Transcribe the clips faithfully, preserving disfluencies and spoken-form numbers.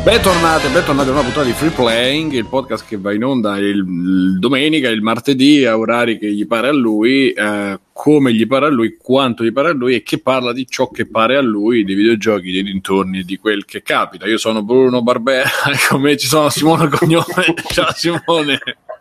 Bentornati, bentornati a una puntata di Free Playing, il podcast che va in onda il, il domenica, il martedì, a orari che gli pare a lui, eh, come gli pare a lui, quanto gli pare a lui, e che parla di ciò che pare a lui, dei videogiochi, dei dintorni, di quel che capita. Io sono Bruno Barbera e con me ci sono Simone Cognome. Ciao Simone.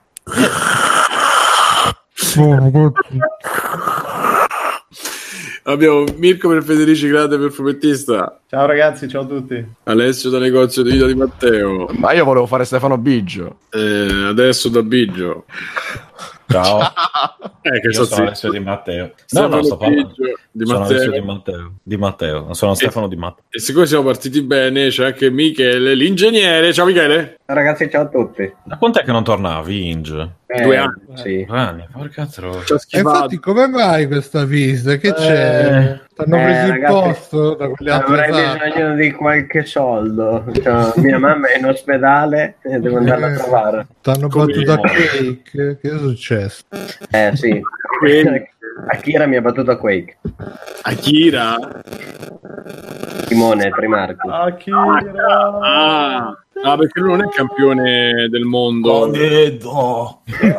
Abbiamo Mirko per Federici, grande per fumettista. Ciao ragazzi, ciao a tutti. Alessio da negozio di vita di Matteo. Ma io volevo fare Stefano Biggio. Eh, adesso da Biggio. Ciao. Eh, che io so sono Alessio Di Matteo. No, no, sto parlando. Di sono Matteo. Alessio Di Matteo. Di Matteo, non sono Stefano e, Di Matteo. E siccome siamo partiti bene, c'è anche Michele, l'ingegnere. Ciao Michele. Ciao ragazzi, ciao a tutti. Da quant'è che non tornavi, Inge? Eh, Due anni. Sì. Due anni, porca troia. E infatti come mai questa visita? Che c'è? T'hanno Eh, preso il ragazzi, posto da quelle altre avrei sale? bisogno di qualche soldo. Cioè, mia mamma è in ospedale e devo andarla a trovare. T'hanno Come battuto a no? Quake? Che è successo? Eh sì. Quindi- Akira mi ha battuto a Quake. Akira. Simone Trimarchi. Akira. Ah, ah, perché lui non è campione del mondo. Conedo.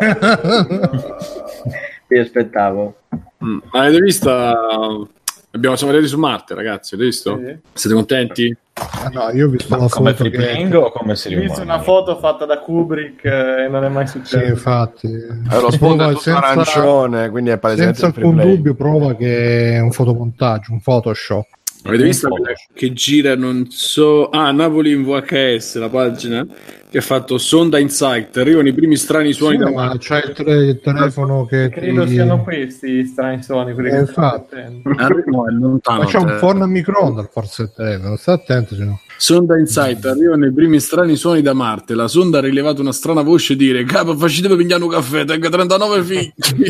Mi aspettavo. Mm. Ma avete vista? Abbiamo, siamo arrivati su Marte, ragazzi. Avete visto? Sì. Siete contenti? Ah, no, io ho visto Ma una come foto free che... playing o come si Ho visto rimane? una foto fatta da Kubrick eh, e non è mai Sì, successo. infatti. Eh, lo sfondo è tutto Senza- arancione, quindi è palesemente Senza un free alcun play. dubbio prova che è un fotomontaggio, un Photoshop. Avete visto Un po'. che, che gira, non so... Ah, Napoli in V H S, la pagina, che ha fatto Sonda Insight. Arrivano i primi strani suoni Sì, da ma Marte. c'è il, tele- il telefono che Credo ti... siano questi i strani suoni, quelli Eh, che stanno infatti. mettendo. Arrivano, è lontano. Ma c'è un te. forno a microonde forse il telefono, sta attento se no. Sonda Insight, arrivano i primi strani suoni da Marte. La sonda ha rilevato una strana voce dire: capo, facitevi pigliare un caffè, tengo trentanove figli.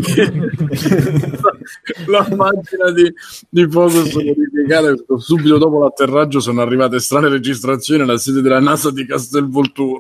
La pagina di, di foto sono ripiegate. Subito dopo l'atterraggio sono arrivate strane registrazioni alla sede della NASA di Castelvolturno.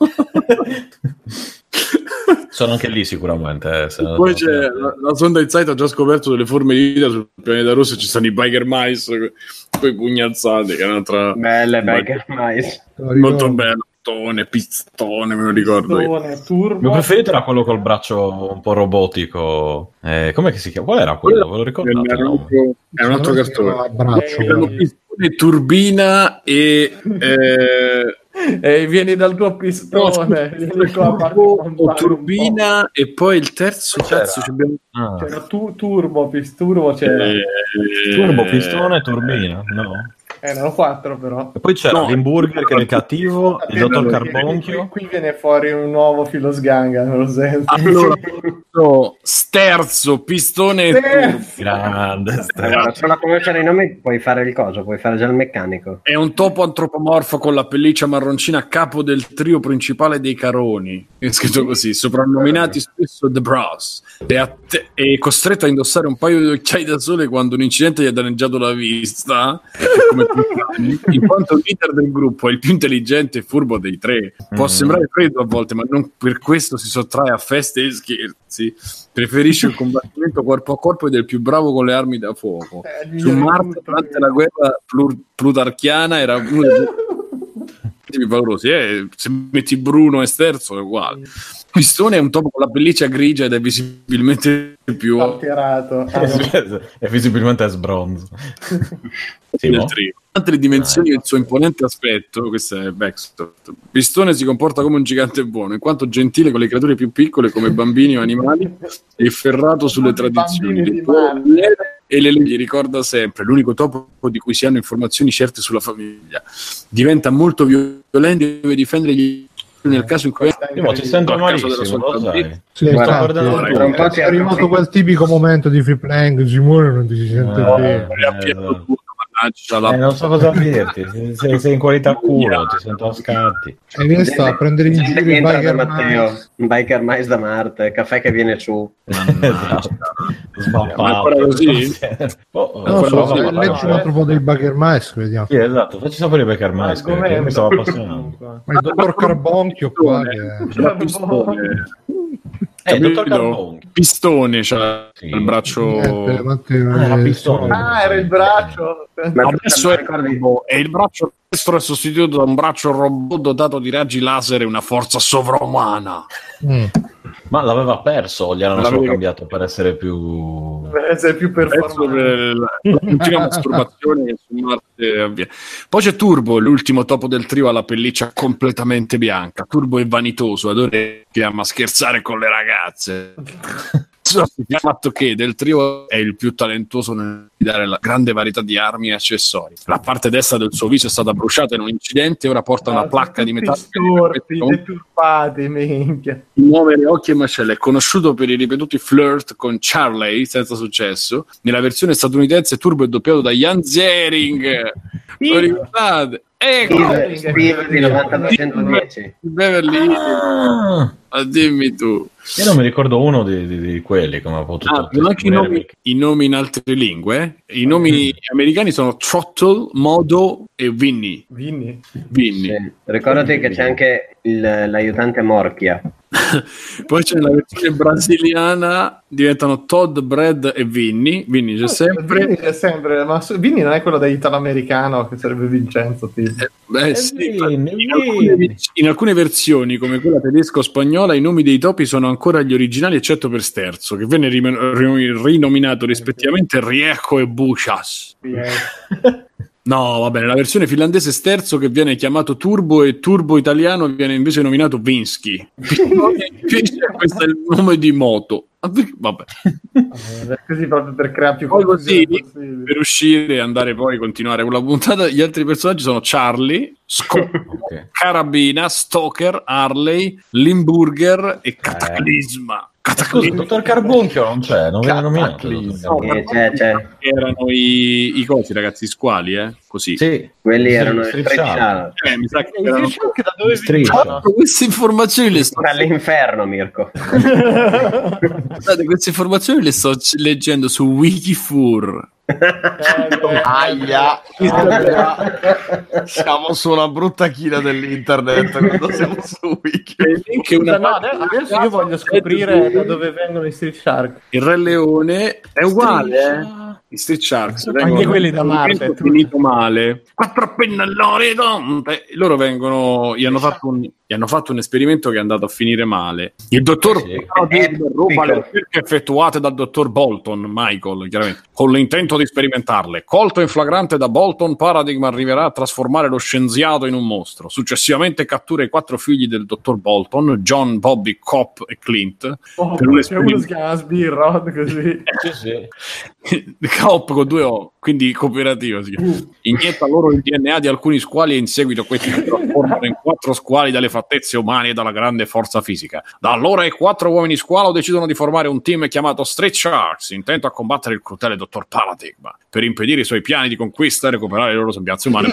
Sono anche lì sicuramente. Eh, se non- Poi c'è la, la sonda Insight ha già scoperto delle forme di vita sul pianeta rosso. Ci stanno i biker mice con i pugnazzati, che è un'altra Belle, Baker Mice. Te lo ricordo. molto bello. Pistone, pistone, me lo ricordo io. Pistone, Il mio turbo. preferito era quello col braccio un po' robotico. Eh, com'è che si chiama? Qual era quello? Ve lo ricordate? Era il un nome? altro, era un altro Secondo me si chiama cartone. Braccio, Eh, Erano guarda. pistone, turbina e eh, E vieni dal tuo pistone. Vieni qua a farti turbo contare o un po'. turbina e poi il terzo cazzo ci abbiamo Ah. C'era tu, turbo, pisturbo, c'era. eh, Turbo, pistone, turbina. No. Erano quattro però. E poi c'era No. l'Hamburger che era il cattivo, il dottor Carbonchio. Qui, qui viene fuori un nuovo filo sganga, non lo sento. allora no, sterzo, pistone e turbo. Grande. Allora, solo a conoscere i nomi puoi fare il coso, puoi fare già il meccanico. È un topo antropomorfo con la pelliccia marroncina a capo del trio principale dei Caroni. È scritto così, soprannominati spesso The Bros. È, a te- è costretto a indossare un paio di occhiali da sole quando un incidente gli ha danneggiato la vista. Come tutti gli anni, in quanto il leader del gruppo è il più intelligente e furbo dei tre. Può Mm. sembrare freddo a volte, ma non per questo si sottrae a feste e scherzi. Preferisce il combattimento corpo a corpo ed è il più bravo con le armi da fuoco. Eh, il Su migliore Marte punto durante che- la guerra plur- plutarchiana era uno dei più paurosi, eh? Se metti Bruno e Sterzo è uguale. Pistone è un topo con la pelliccia grigia ed è visibilmente più alterato. Ah, no. È visibilmente sbronzo. Sì, del no? trio. Altre dimensioni del suo imponente aspetto, questo è Backstop. Pistone si comporta come un gigante buono, in quanto gentile con le creature più piccole come bambini o animali e ferrato sulle Come i tradizioni. bambini di Le tue e le gli ricorda sempre, l'unico topo di cui si hanno informazioni certe sulla famiglia. Diventa molto violento e deve difendere gli nel caso in cui Io mo ti sento a causa della malissimo, sua lo sai. bambina. Sì, Mi sto infatti, guardando tra tu. un po' ti è arrivato quel tipico momento di free playing, Simone non ti si sente No. bene. È appieno tutto, mannaggia la Eh, non so cosa dirti, sei, sei in qualità culo, ti sento a scatti. E viene sta a prendere in Gente giro che i entra da biker Matteo, mice. un biker mice da Marte, caffè che viene su. Esatto. Sbappato. Ma ancora così? Oh, Non lo so, prova a se leggi un parlare. altro po' dei biker mice, vediamo. Sì, esatto, facci sapere i Baker Mice, che io mi stavo appassionando. Ma il dottor Carbonchio qua che... la pistone. Eh, il dottor Capito? Carbon. Pistone c'ha Sì. il braccio. Niente, Matteo, Ah, la eh, pistone. Ah, era il braccio. Ma Adesso non è, ricordi, è il braccio destro è sostituito da un braccio robot dotato di raggi laser e una forza sovrumana. Mm. Ma l'aveva perso o gli hanno L'avevo- solo cambiato per essere più... Per essere più Penso performante. per la la continua masturbazione che su Marte avviene. Poi c'è Turbo, l'ultimo topo del trio, ha la pelliccia completamente bianca. Turbo è vanitoso, adora che ama scherzare con le ragazze. Il fatto che del trio è il più talentuoso nel dare la grande varietà di armi e accessori. La parte destra del suo viso è stata bruciata in un incidente e ora porta una Ah, placca di tutti metallo che gli storti, permette deturpati, minchia. di muovere occhi e mascelle. È conosciuto per i ripetuti flirt con Charlie senza successo. Nella versione statunitense Turbo è doppiato da Jan Zering. Lo ricordate? Ecco, Steve, Steve di novanta per centodieci. Beverly Hills. Ah, Ma dimmi tu. io non mi ricordo uno di, di, di quelli, come ho potuto... Ah, sono anche i nomi, i nomi in altre lingue. I nomi americani sono Trottle, Modo e Vinny. Vinny. Vinny. Sì. Ricordati che c'è anche il- l'aiutante Morchia. Poi c'è la versione brasiliana, diventano Todd, Brad e Vinny. Vinny c'è sempre. Vinny c'è sempre, ma su- Vinny non è quello dell'italo-americano che sarebbe Vincenzo, tipo. Eh, beh, Eh, sì, Vinny, in, alcune, Vinny. in alcune versioni, come quella tedesco-spagnola, i nomi dei topi sono ancora gli originali, eccetto per Sterzo, che venne rim- ri- rinominato rispettivamente Rieco e Buchas. No, va bene, la versione finlandese Sterzo che viene chiamato Turbo e Turbo italiano viene invece nominato Vinsky. Questo è il nome di moto. Vabbè. Eh, Così proprio per creare più Poi così, confusione possibile. per uscire e andare poi a continuare con la puntata, gli altri personaggi sono Charlie, Scott, Ok. Carabina, Stoker, Harley, Limburger e Cataclisma. Scusa, il Cataclisma dottor Carbunchio non c'è, non viene nominato. Cataclisma. il dottor Eh, c'è, c'è. erano i, i cosi, ragazzi, squali, eh? Così. Sì, Quelli sì, erano i strisciati. Eh, mi sa che E erano... dicevo che da dove Striscia. venivano? Queste informazioni le sto Dall'inferno, Mirko. Guardate, queste informazioni le sto c- leggendo su Wikifur. Eh, beh, Aia, aia. Siamo su una brutta china dell'internet quando siamo su Wiki. Il link è Scusa, una no, adesso, adesso io voglio scoprire da dove vengono i Street Shark. Il Re Leone è uguale, eh? I Street Sharks Anche quelli da Marte, È tu. finito male. Quattro pennelloni d'onde. Loro vengono. Gli hanno, fatto un, gli hanno fatto un esperimento che è andato a finire male. Il dottor Sì. Paradigma ruba le ricerche effettuate dal dottor Bolton, Michael, chiaramente, con l'intento di sperimentarle. Colto in flagrante da Bolton, Paradigma arriverà a trasformare lo scienziato in un mostro. Successivamente cattura i quattro figli del dottor Bolton, John, Bobby, Cop e Clint. Oh, Per un c'è uno esperimento- si chiama Sbirrod così. Sì, sì. Coop con due O, quindi cooperativa si chiama. Inietta loro il D N A di alcuni squali e in seguito questi si trasformano in quattro squali dalle fattezze umane e dalla grande forza fisica. Da allora i quattro uomini squalo decidono di formare un team chiamato Street Sharks, intento a combattere il crudele dottor Paradigma per impedire i suoi piani di conquista e recuperare le loro sembianze umane.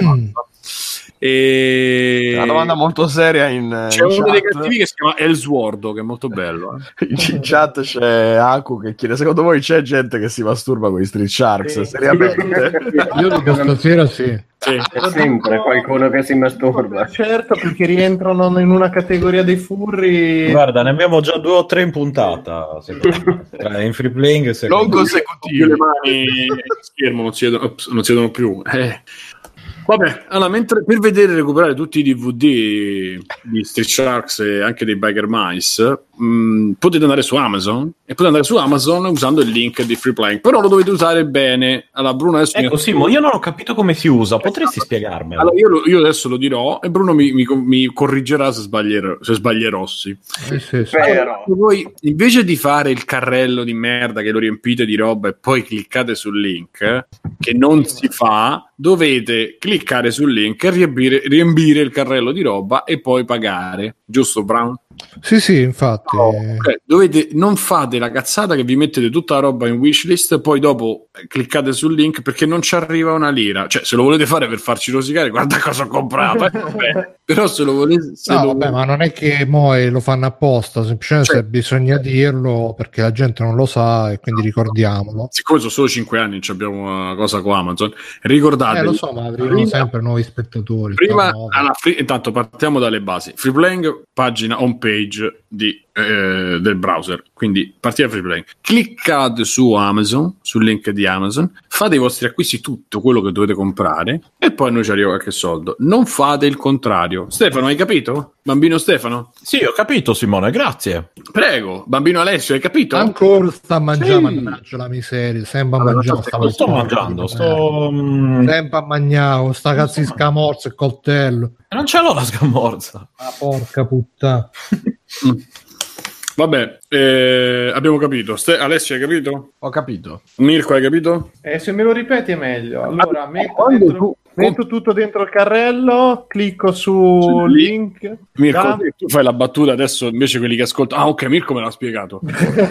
E... Una domanda molto seria in, C'è in uno dei chat. cattivi che si chiama Ellsworth, che è molto bello. eh. In chat c'è Aku che chiede: secondo voi c'è gente che si masturba con i Street Sharks? Sì. Seriamente? Io dico stasera sì. Sì. C'è sempre qualcuno che si masturba. Certo, perché rientrano in una categoria dei furri. Guarda, ne abbiamo già due o tre in puntata, secondo me. Tra- in free playing e Non secondo me. Io consecutivi. le mani sullo schermo non si vedono, ops, non si vedono più. Eh. Vabbè, allora, mentre, per vedere e recuperare tutti i D V D di Street Sharks e anche dei Biker Mice, mh, potete andare su Amazon e potete andare su Amazon usando il link di Free Playing, però lo dovete usare bene. Allora, Bruno adesso Ecco, mi... Simo, io non ho capito come si usa, potresti spiegarmelo? Allora, io, lo- io adesso lo dirò e Bruno mi, mi- mi corrigerà se sbaglierò, se sbaglierò sì. Eh, sì, sì. Vero. Voi invece di fare il carrello di merda che lo riempite di roba e poi cliccate sul link, eh, che non si fa, dovete cliccare sul link e riempire, riempire il carrello di roba e poi pagare, giusto Brown? Sì, sì, infatti. Ok, dovete, non fate la cazzata che vi mettete tutta la roba in wishlist, poi dopo eh, cliccate sul link perché non ci arriva una lira. Cioè, se lo volete fare per farci rosicare, guarda cosa ho comprato. eh, vabbè. Però se lo volete... Se No, lo vabbè, ma non è che mo lo fanno apposta, semplicemente Cioè- bisogna dirlo perché la gente non lo sa e quindi ricordiamolo. Siccome sono solo cinque anni, ci abbiamo una cosa con Amazon, ricordate... Eh, lo so, ma arrivano prima- sempre nuovi spettatori. Prima, nuovi. alla free- intanto partiamo dalle basi. Free Playing, pagina home page di eh, del browser, quindi partita free play. Cliccate su Amazon, sul link di Amazon, fate i vostri acquisti, tutto quello che dovete comprare e poi noi ci arriva qualche soldo. Non fate il contrario. Stefano, hai capito? Bambino Stefano? Sì, ho capito, Simone, grazie. Prego, bambino Alessio, hai capito? Ancora sta mangiando, Sì. mannaggia la miseria, sempre a Allora, mangiare. non sta Lo sto mangiando, sto... mm, Sempre a mangiare, sta cazzo di scamorza e coltello. Non ce l'ho la scamorza. Ah, porca puttana. Vabbè, eh, abbiamo capito. Ste- Alessio, hai capito? Ho capito. Mirko, hai capito? Eh, se me lo ripeti è meglio. Allora, metto, quando dentro, tu- metto tutto dentro il carrello, clicco su Sì. link. Mirko, da- tu fai la battuta adesso, invece quelli che ascoltano... Ah, ok, Mirko me l'ha spiegato.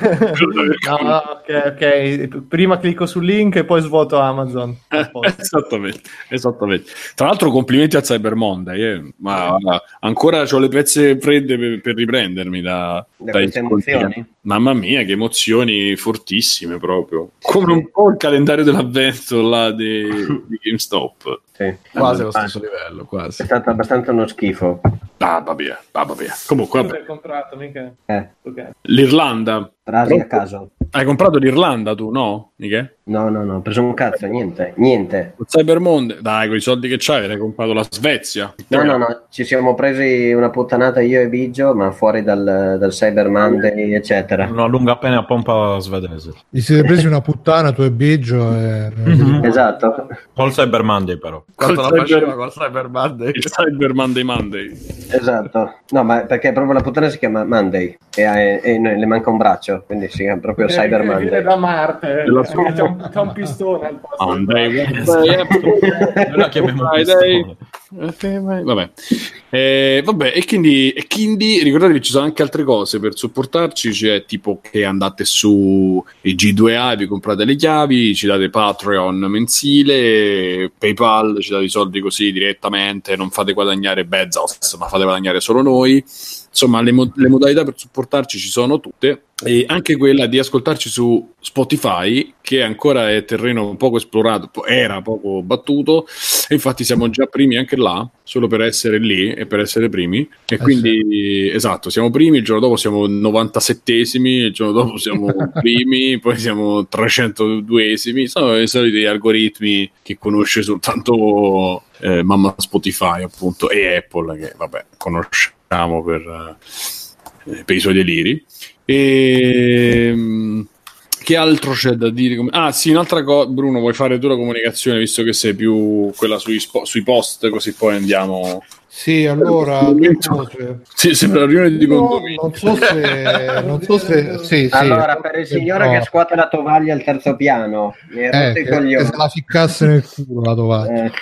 No, no, ok, ok. Prima clicco sul link e poi svuoto Amazon. A posto. esattamente, esattamente. Tra l'altro complimenti a Cyber Monday, eh. Ma ma ancora ho le pezze fredde per, per riprendermi da, Da dai queste emozioni? Mamma mia, che emozioni fortissime proprio. Come un po' il calendario dell'avvento là di, di GameStop. Sì. Quasi allo Ah, stesso livello, quasi. È stato abbastanza uno schifo. Ah, va via, ah, va via. Comunque, Cosa vabbè. hai comprato, mica? Eh, Ok. L'Irlanda. frasi a caso. Hai comprato l'Irlanda tu, no? Miche? No, no, no, ho preso un cazzo, niente, niente. Con Cyber Monday? Dai, con i soldi che c'hai, hai comprato la Svezia. No, no, no, ci siamo presi una puttanata io e Biggio, ma fuori dal, dal Cyber Monday, eccetera. Una lunga pena a pompa svedese. Vi siete presi una puttana tu e Biggio e... Esatto, Col Cyber Monday, però. Quanto la Col faceva Cyber- col Cyber Monday? Il Cyber Monday Monday. esatto. No, ma perché proprio la puttana si chiama Monday e, e, e le manca un braccio, quindi si chiama proprio Cyber Eh, viene Monday. da Marte. Della C'è sua- un, c'è un pistone al posto. Monday, del- Wednesday, Noi la chiamiamo Friday. pistone. Eh, Vabbè. Eh, vabbè, e quindi, e quindi ricordatevi ci sono anche altre cose per supportarci, c'è tipo che andate su G due A, vi comprate le chiavi, ci date Patreon mensile, PayPal, ci date i soldi così direttamente, non fate guadagnare Bezos, ma fate guadagnare solo noi. Insomma, le, mo- le modalità per supportarci ci sono tutte, e anche quella di ascoltarci su Spotify, che ancora è terreno poco esplorato, po- era poco battuto, e infatti siamo già primi anche là, solo per essere lì e per essere primi, e Eh quindi esatto, siamo primi, il giorno dopo siamo novantasettesimi, il giorno dopo siamo primi, poi siamo trecentoduesimi, sono i soliti algoritmi che conosce soltanto eh, mamma Spotify, appunto, e Apple, che vabbè, conosciamo per, eh, per i suoi deliri. E mm, che altro c'è da dire? Come- Ah, sì, un'altra cosa, Bruno, vuoi fare tu la comunicazione, visto che sei più quella sui, spo- sui post, così poi andiamo. Sì, allora, due cose. Sì, sembra una riunione di No, condominio. non so se... Non so se... Sì, sì. Allora, per il signore No. che scuote la tovaglia al terzo piano, mi hai Eh, rotto i che, che coglioni. se la ficcasse nel culo la tovaglia. Eh,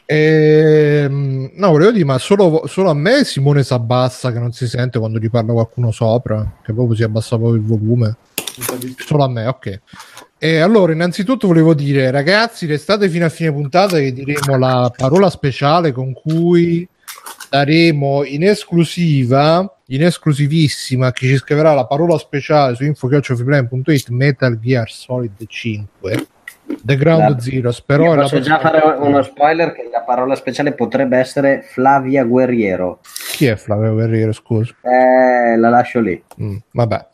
Ehm, no, volevo dire, ma solo, solo a me Simone si abbassa, che non si sente quando gli parla qualcuno sopra, che proprio si abbassa proprio il volume. Solo a me, ok. E allora, innanzitutto volevo dire, ragazzi, restate fino a fine puntata che diremo la parola speciale con cui daremo in esclusiva, in esclusivissima, a chi ci scriverà la parola speciale su info chiocciola freeplay punto it Metal Gear Solid cinque. The Ground La- Zeroes, però io è la posso già prossima- fare uno spoiler che la parola speciale potrebbe essere Flavia Guerriero. Chi è Flavio Guerriero, scusa? Eh, la lascio lì. Mm, vabbè.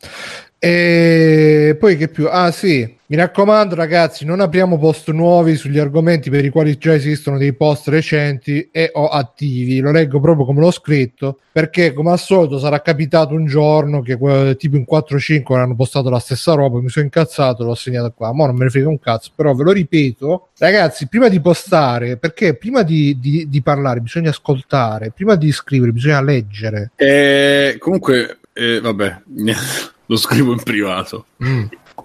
E poi che più? Ah sì, mi raccomando ragazzi, non apriamo post nuovi sugli argomenti per i quali già esistono dei post recenti e o attivi. Lo leggo proprio come l'ho scritto, perché come al solito sarà capitato un giorno che eh, tipo in quattro cinque hanno postato la stessa roba, mi sono incazzato, l'ho segnata qua. Mo' non me ne frega un cazzo, però ve lo ripeto, ragazzi, prima di postare, perché prima di, di, di parlare bisogna ascoltare, prima di scrivere bisogna leggere. Eh, comunque, eh, vabbè, lo scrivo in privato. Mm.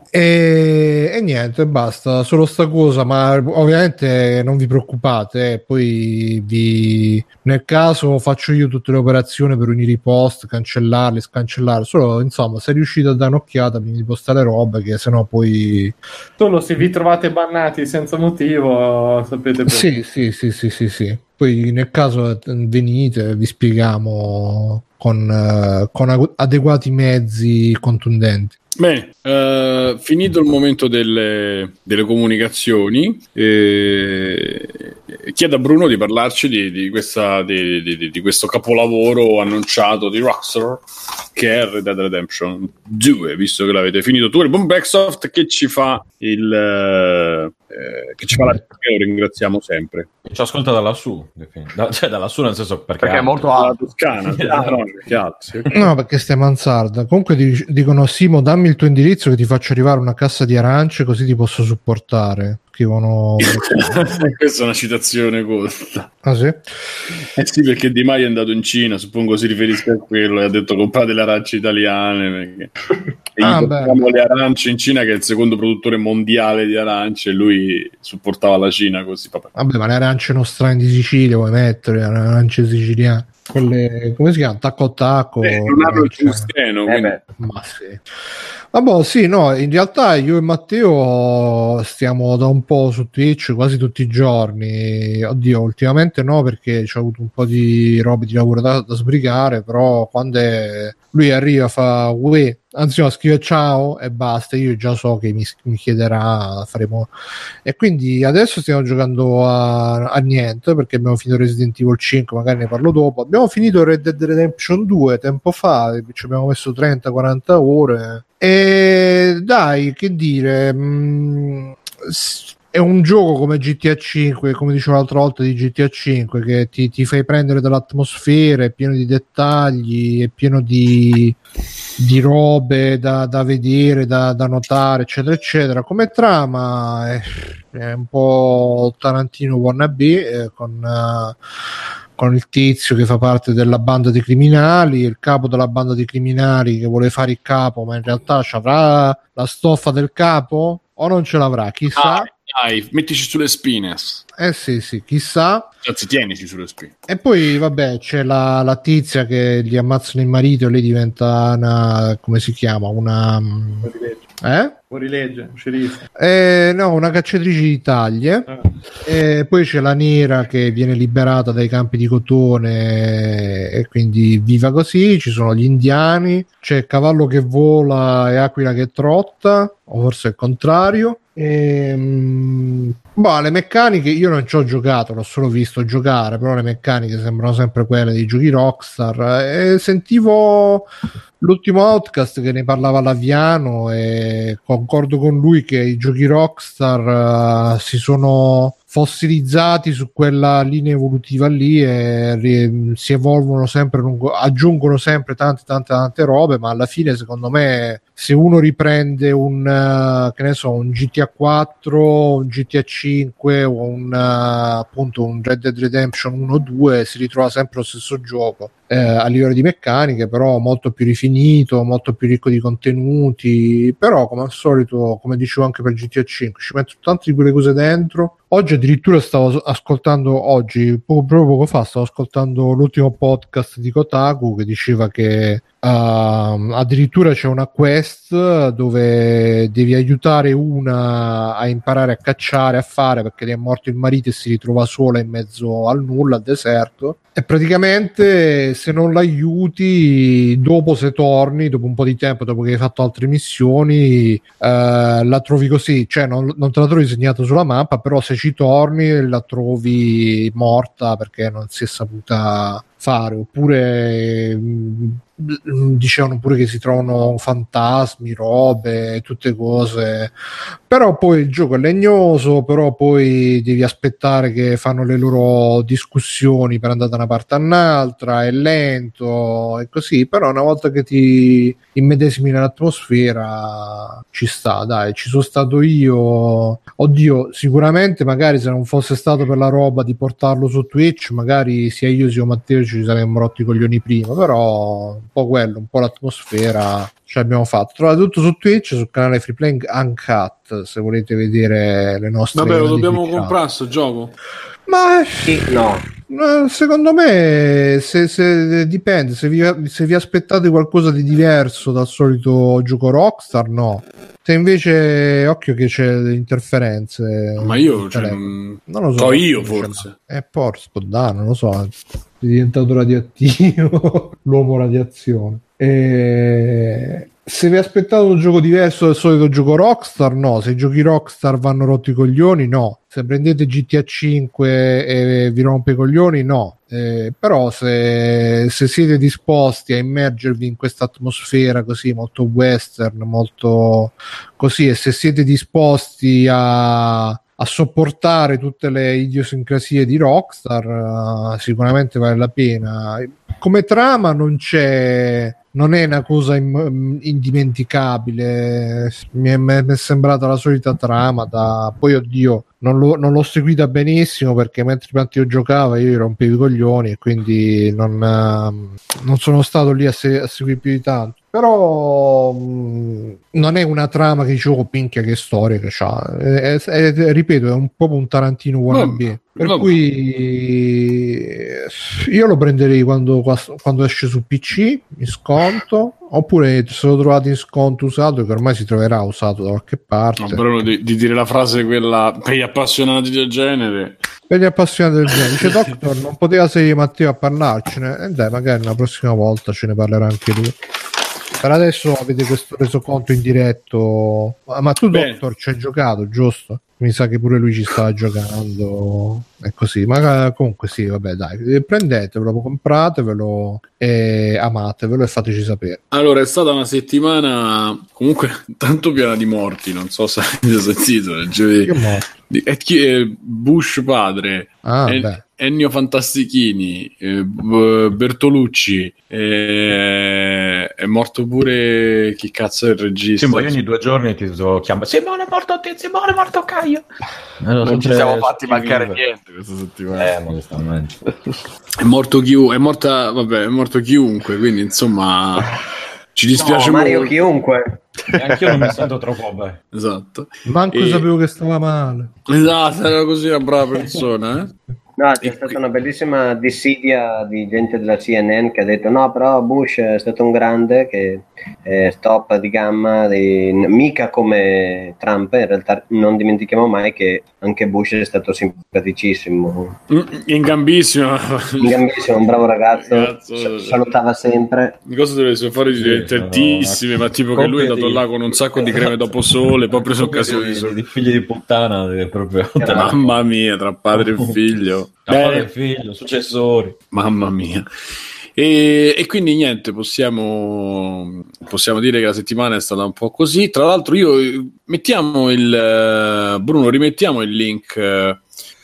E, e niente, basta, solo sta cosa, ma ovviamente non vi preoccupate, eh, poi vi, nel caso faccio io tutte le operazioni per unire i post, cancellarli, scancellare, solo insomma se riuscite a dare un'occhiata prima di postare robe, che sennò poi... Solo se vi trovate bannati senza motivo, sapete perché. Sì, sì, sì, sì, sì, sì. Poi nel caso venite, vi spieghiamo con, eh, con agu- adeguati mezzi contundenti. Bene, uh, finito il momento delle, delle comunicazioni, eh, chiedo a Bruno di parlarci di, di, questa, di, di, di questo capolavoro annunciato di Rockstar che è Red Dead Redemption due, visto che l'avete finito tu, il buon Backsoft che ci fa il eh, che ci fa la lo ringraziamo sempre. Ci ascolta da lassù, da, cioè da lassù nel senso perché, perché è molto alto. Toscana, Ah, no, perché alto, sì. No, perché stai mansarda. Comunque di- dicono Simo, dammi il tuo indirizzo che ti faccio arrivare una cassa di arance così ti posso supportare. Scrivono. Questa è una citazione corta. Ah sì? Eh sì, perché Di Maio è andato in Cina, suppongo si riferisca a quello, e ha detto comprate le arance italiane perché e Ah, gli portiamo le arance in Cina, che è il secondo produttore mondiale di arance, e lui supportava la Cina così. Vabbè, Vabbè, ma le arance nostrane di Sicilia vuoi mettere, le arance siciliane. Quelle, come si chiama? Tacco tacco. eh, non hanno il arance- tungsteno, Eh quindi... beh. Ma sì. Vabbè, sì, no, in realtà io e Matteo stiamo da un po' su Twitch quasi tutti i giorni. Oddio, ultimamente no, perché c'ho avuto un po' di robe di lavoro da, da sbrigare, però quando è... lui arriva fa uè, anzi no, scrive ciao e basta, io già so che mi, mi chiederà, faremo... E quindi adesso stiamo giocando a, a niente, perché abbiamo finito Resident Evil cinque, magari ne parlo dopo. Abbiamo finito Red Dead Redemption due tempo fa, ci abbiamo messo trenta quaranta ore. E dai, che dire, mh, s- è un gioco come G T A cinque, come dicevo l'altra volta di G T A cinque, che ti, ti fai prendere dall'atmosfera, è pieno di dettagli, è pieno di, di robe da, da vedere, da, da notare, eccetera, eccetera. Come trama è, è un po' Tarantino wannabe, eh, con... Uh, con il tizio che fa parte della banda dei criminali, il capo della banda dei criminali che vuole fare il capo, ma in realtà ci avrà la stoffa del capo o non ce l'avrà, chissà. Dai, dai, mettici sulle spine. Eh sì, sì, chissà. Anzi, tienici sulle spine. E poi vabbè c'è la, la tizia che gli ammazzano il marito e lei diventa una, come si chiama, una eh? Fuori legge, un sceriffo. Eh, no, una cacciatrice di taglie. Ah. E poi c'è la nera che viene liberata dai campi di cotone e quindi viva così. Ci sono gli indiani, c'è il cavallo che vola e aquila che trotta, o forse il contrario. E, mh, boh, le meccaniche io non ci ho giocato, l'ho solo visto giocare, però le meccaniche sembrano sempre quelle dei giochi Rockstar. E sentivo l'ultimo Outcast che ne parlava Laviano e concordo con lui che i giochi Rockstar uh, si sono fossilizzati su quella linea evolutiva lì e ri- si evolvono sempre lungo, aggiungono sempre tante tante tante robe, ma alla fine secondo me se uno riprende un uh, che ne so, un G T A quattro, un G T A cinque o un uh, appunto un Red Dead Redemption uno due si ritrova sempre lo stesso gioco, eh, a livello di meccaniche, però molto più rifinito, molto più ricco di contenuti, però come al solito, come dicevo anche per G T A cinque, ci metto tante di quelle cose dentro. Oggi addirittura stavo ascoltando, oggi poco, proprio poco fa stavo ascoltando l'ultimo podcast di Kotaku che diceva che uh, addirittura c'è una quest dove devi aiutare una a imparare a cacciare, a fare, perché le è morto il marito e si ritrova sola in mezzo al nulla, al deserto, e praticamente se non l'aiuti dopo, se torni dopo un po' di tempo, dopo che hai fatto altre missioni, uh, la trovi così, cioè non, non te la trovi segnata sulla mappa, però se ci torni la trovi morta perché non si è saputa fare, oppure mh, dicevano pure che si trovano fantasmi, robe, tutte cose, però poi il gioco è legnoso, però poi devi aspettare che fanno le loro discussioni per andare da una parte all'altra, è lento e così, però una volta che ti immedesimi nell'atmosfera ci sta, dai, ci sono stato io, oddio, sicuramente magari se non fosse stato per la roba di portarlo su Twitch, magari sia io sia Matteo ci saremmo rotti i coglioni prima, però un po' quello, un po' l'atmosfera ce l'abbiamo fatto. Trovate tutto su Twitch, sul canale Free Playing Uncut, se volete vedere le nostre. Vabbè, lo dobbiamo comprare sto gioco. Ma Sì, no. secondo me se, se, dipende, se vi, se vi aspettate qualcosa di diverso dal solito gioco Rockstar, no. Se invece, occhio che c'è delle interferenze, Ma io, cioè, non lo so, so io forse. Eh, porco, può dare, non lo so, è diventato radioattivo l'uomo radiazione. E... se vi aspettate un gioco diverso dal solito gioco Rockstar, no. Se i giochi Rockstar vanno rotti i coglioni, no. Se prendete G T A cinque e vi rompe i coglioni, no. Eh, però se, se siete disposti a immergervi in questa atmosfera così molto western, molto così, e se siete disposti a, a sopportare tutte le idiosincrasie di Rockstar, uh, sicuramente vale la pena. Come trama non c'è, non è una cosa im- indimenticabile, mi è, mi è sembrata la solita trama da... poi oddio non, lo, non l'ho seguita benissimo perché mentre io giocavo io rompevo i coglioni e quindi non, uh, non sono stato lì a, se- a seguire più di tanto, però mh, non è una trama che dicevo oh, pinchia che storia che c'ha, è, è, è, ripeto è un po' un Tarantino wannabe, per vabbè. Cui io lo prenderei quando, quando esce su P C in sconto, oppure se lo trovate in sconto usato, che ormai si troverà usato da qualche parte. No, però di, di dire la frase quella per gli appassionati del genere, per gli appassionati del genere, dice Doctor non poteva essere Matteo a parlarcene, e eh dai, magari la prossima volta ce ne parlerà anche lui. Per adesso avete questo resoconto in diretto. Ma tu, Beh. Doctor, ci hai giocato, giusto? Mi sa che pure lui ci stava giocando e così. Ma comunque sì, vabbè, dai, prendetevelo, compratevelo e amatevelo e fateci sapere. Allora, è stata una settimana comunque tanto piena di morti, non so se avete sentito. Di, è chi è Bush padre, ah, è, beh. Ennio Fantastichini, eh, Bertolucci, eh, è morto pure chi cazzo è il regista? Sì, ma io ogni due giorni ti chiamo Simone è morto te, Simone è morto Caio. Non sempre... ci siamo fatti mancare vive. Niente questa settimana. Eh, modestamente. È morto chiunque, è morta, vabbè, è morto chiunque, quindi insomma ci dispiace no, Mario molto. Chiunque. E anch'io non mi sento troppo bene. Esatto. Manco e... sapevo che stava male. Esatto, era così una brava persona, eh? No, c'è stata qui... una bellissima dissidia di gente della C N N che ha detto no, però Bush è stato un grande che è stop di gamma, di... mica come Trump, in realtà non dimentichiamo mai che anche Bush è stato simpaticissimo. In gambissimo. In gambissimo, un bravo ragazzo, Cazzo, salutava sempre. Cosa deve fare di sì, altissime, no, ma tipo che lui è andato di... là con un sacco di creme dopo sole, poi ha preso occasione di, di, di figli di puttana, proprio... Mamma mia, tra padre e figlio. Padre e figlio, successori. Mamma mia. E, e quindi niente, possiamo, possiamo dire che la settimana è stata un po' così. Tra l'altro io mettiamo il Bruno, rimettiamo il link eh,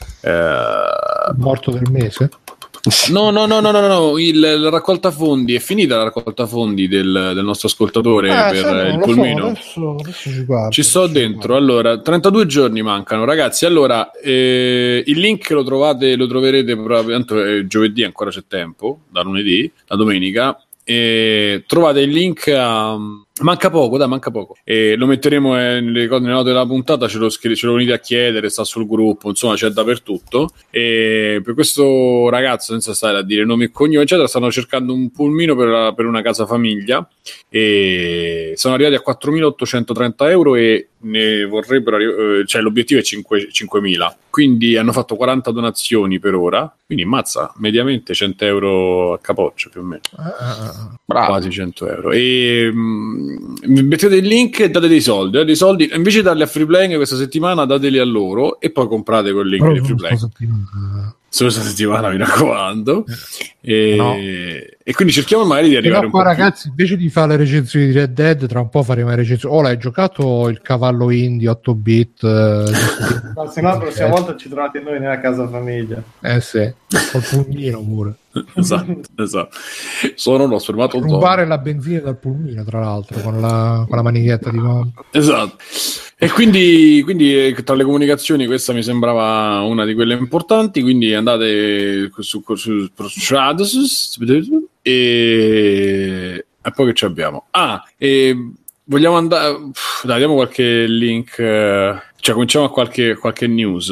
morto del mese. No, no, no, no, no, no. Il, la raccolta fondi è finita, la raccolta fondi del, del nostro ascoltatore eh, per no, il pulmino. So, adesso, adesso ci, guardo, ci sto dentro. Allora, trentadue giorni mancano, ragazzi. Allora, eh, il link lo trovate, lo troverete proprio. Tanto è giovedì, ancora c'è tempo, da lunedì, da domenica. E trovate il link a... manca poco, dai, manca poco e lo metteremo nelle, nelle note della puntata, ce lo, ce lo venite a chiedere, sta sul gruppo, insomma c'è dappertutto. E per questo ragazzo, senza stare a dire nomi e cognomi eccetera, stanno cercando un pulmino per, la, per una casa famiglia e sono arrivati a quattromilaottocentotrenta euro e ne vorrebbero, cioè l'obiettivo è cinquemila, quindi hanno fatto quaranta donazioni per ora, quindi mazza, mediamente cento euro a capoccio più o meno. Ah, quasi cento euro e mh, mettete il link e date dei soldi, date dei soldi invece di darli a Freeplaying questa settimana, dateli a loro e poi comprate quel link di Freeplaying solo questa settimana, mi raccomando. E, no. E quindi cerchiamo magari di arrivare no, qua, un po' ragazzi più... invece di fare le recensioni di Red Dead, tra un po' faremo le recensioni. Oh, l'hai giocato il cavallo indie otto bit? Eh, no, se no la prossima eh. volta ci trovate noi nella casa famiglia. Eh sì, col pulmino pure. Esatto, esatto. Sono l'ho fermato un rubare la benzina dal pulmino, tra l'altro, con la, con la maniglietta di mano. Esatto. E quindi, quindi tra le comunicazioni questa mi sembrava una di quelle importanti, quindi andate su, su, su e, e poi che ci abbiamo? Ah, e vogliamo andare, dai, diamo qualche link, cioè cominciamo a qualche, qualche news.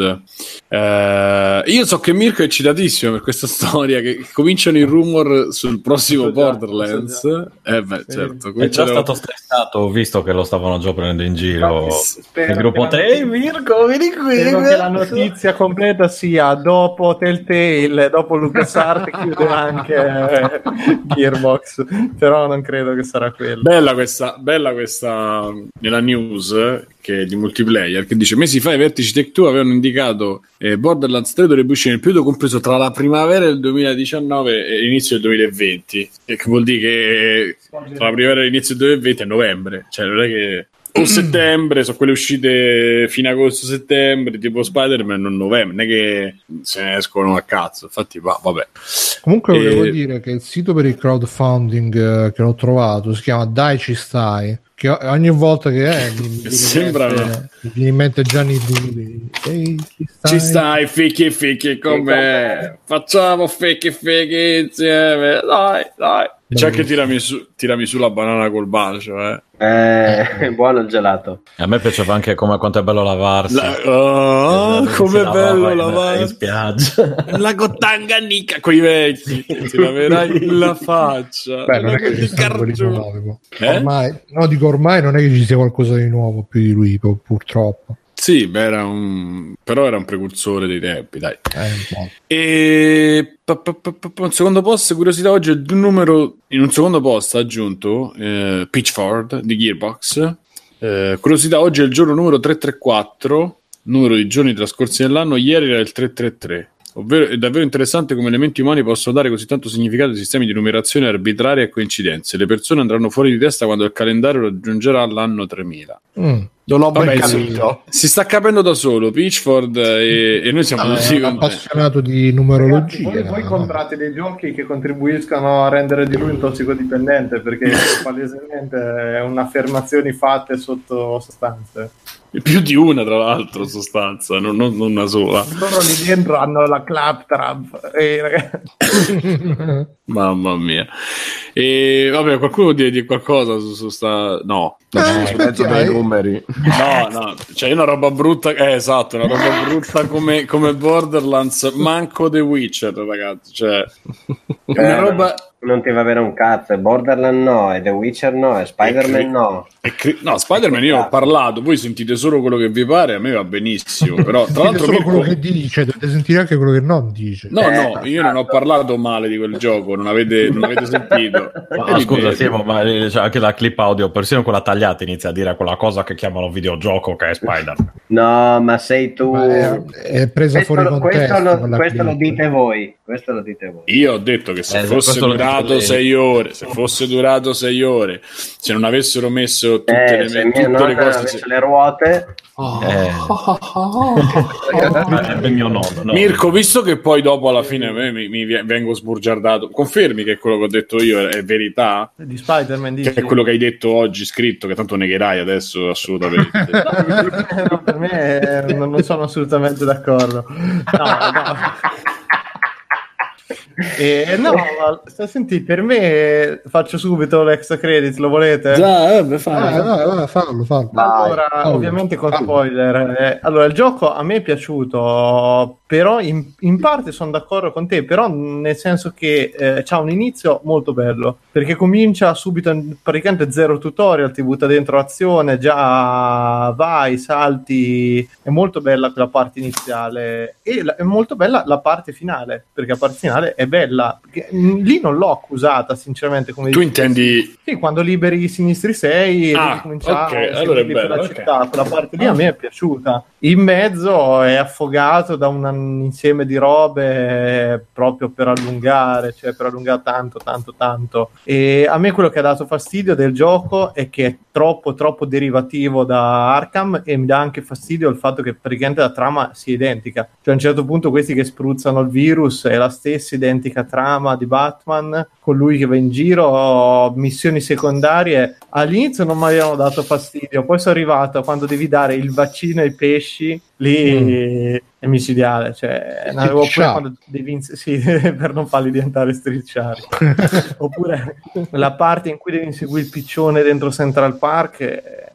Uh, io so che Mirko è eccitatissimo per questa storia, che cominciano i rumor sul prossimo so Borderlands. So eh beh, sì. certo. È già stato stressato, ho visto che lo stavano già prendendo in giro. Spero il gruppo te, ehi Mirko, vieni qui. Spero che la notizia completa sia dopo Telltale, dopo LucasArts chiude anche eh, Gearbox, però non credo che sarà quello. Bella questa, bella questa nella news che di multiplayer, che dice mesi fa i vertici Take-Two avevano indicato eh, Borderlands tre dovrebbe uscire nel periodo compreso tra la primavera del duemiladiciannove e l'inizio del duemilaventi, che vuol dire che tra la primavera e l'inizio del duemilaventi è novembre, cioè non è che o settembre, sono quelle uscite fino agosto-settembre, tipo Spider-Man, non novembre, non è che se ne escono a cazzo, infatti va, vabbè. Comunque e... volevo dire che il sito per il crowdfunding eh, che l'ho trovato si chiama Dai Ci Stai, che ogni volta che è mi, mi, sembra mi viene in mente Gianni Dulli. Ehi, ci stai, ci stai fichi fichi con me, facciamo fichi fichi insieme, dai dai. C'è anche tirami su, tirami su la banana col bacio, eh. Eh, buono il gelato. A me piaceva anche come quanto è bello lavarsi. La, oh, come è bello lavarsi in spiaggia. La Tanganica coi vecchi, ti laverai la faccia. Beh, non è che ci sia di nuovo. Eh? Ormai, no, dico ormai non è che ci sia qualcosa di nuovo più di lui, purtroppo. Sì, beh, era un... però era un precursore dei tempi, dai. Eh, e un secondo post, curiosità, oggi il numero, in un secondo post ha aggiunto eh, Pitchford di Gearbox. Eh, curiosità, oggi è il giorno numero trecentotrentaquattro, numero di giorni trascorsi nell'anno, ieri era il trecentotrentatré. Ovvero è davvero interessante come elementi umani possono dare così tanto significato ai sistemi di numerazione arbitraria e coincidenze. Le persone andranno fuori di testa quando il calendario raggiungerà l'anno tremila. Mm. Non ho ben Vabbè, capito. Si, si sta capendo da solo Pitchford e, e noi siamo ah, tutti appassionato di numerologia. Ragazzi, voi, voi comprate dei giochi che contribuiscono a rendere di lui un tossicodipendente, perché palesemente è un'affermazioni fatte sotto sostanze. Più di una, tra l'altro, sostanza, non, non, non una sola. Loro lì dentro hanno la claptrap. Eh, ragazzi. Mamma mia. E vabbè, qualcuno vuol dire, dire qualcosa su, su sta... No. No, eh, mezzo dei numeri. No, no, cioè una roba brutta, eh, esatto, una roba brutta come, come Borderlands, manco The Witcher, ragazzi, cioè una eh, roba... Non ti va bene un cazzo, è Borderlands no, è The Witcher no, è Spider-Man cri- no. Cri- no, Spider-Man io ho parlato, voi sentite solo quello che vi pare, a me va benissimo, però tra l'altro solo Mirko... quello che dice, dovete sentire anche quello che non dice. No, eh, no, esatto. io non ho parlato male di quel gioco, non avete, non avete sentito. Ma scusa, sì, ma cioè, anche la clip audio, persino quella tagliata, inizia a dire quella cosa che chiamano videogioco, che è Spider-Man. No, ma sei tu. Ma è, è presa questo, fuori contesto. Questo, lo, questo lo clip. dite voi. Questo lo dite voi. Io ho detto che se Eh, fosse durato sei ore, se fosse durato sei ore, se non avessero messo tutte eh, le, se tutte mia nonna le cose, avesse se... le ruote. Oh. Eh. È il mio nonno. No. Mirko, visto che poi dopo alla fine me mi, mi vengo sburgiardato, confermi che quello che ho detto io è, è verità? Di Spider-Man dici? Che è quello che hai detto oggi scritto, che tanto negherai adesso assolutamente. No, per me eh, non sono assolutamente d'accordo. No, no. Eh, no, ma senti, per me faccio subito l'extra credit, lo volete? Già, eh, fallo. Ah, no, no, fallo, fallo. Allora, Fallo. ovviamente con Fallo. spoiler. Eh, allora, il gioco a me è piaciuto, però in, in parte sono d'accordo con te, però nel senso che eh, c'ha un inizio molto bello, perché comincia subito praticamente zero tutorial, ti butta dentro azione, già vai, salti, è molto bella quella parte iniziale e la, è molto bella la parte finale, perché la parte finale è bella, perché, mh, lì non l'ho accusata sinceramente, come Tu dici, intendi... sì, quando liberi i sinistri sei Ah, e devi cominciare ok, allora è per la bello, città, ok. quella parte lì a me è piaciuta. In mezzo è affogato da un, un insieme di robe proprio per allungare, cioè per allungare tanto, tanto, tanto. E a me quello che ha dato fastidio del gioco è che è troppo, troppo derivativo da Arkham, e mi dà anche fastidio il fatto che praticamente la trama sia identica. Cioè a un certo punto questi che spruzzano il virus è la stessa identica trama di Batman, con lui che va in giro, missioni secondarie. All'inizio non mi avevano dato fastidio, poi sono arrivato quando devi dare il vaccino ai pesci, lì mm. è micidiale, cioè ne avevo pure quando devi ins- sì, per non farli diventare strisciari. Oppure la parte in cui devi inseguire il piccione dentro Central Park è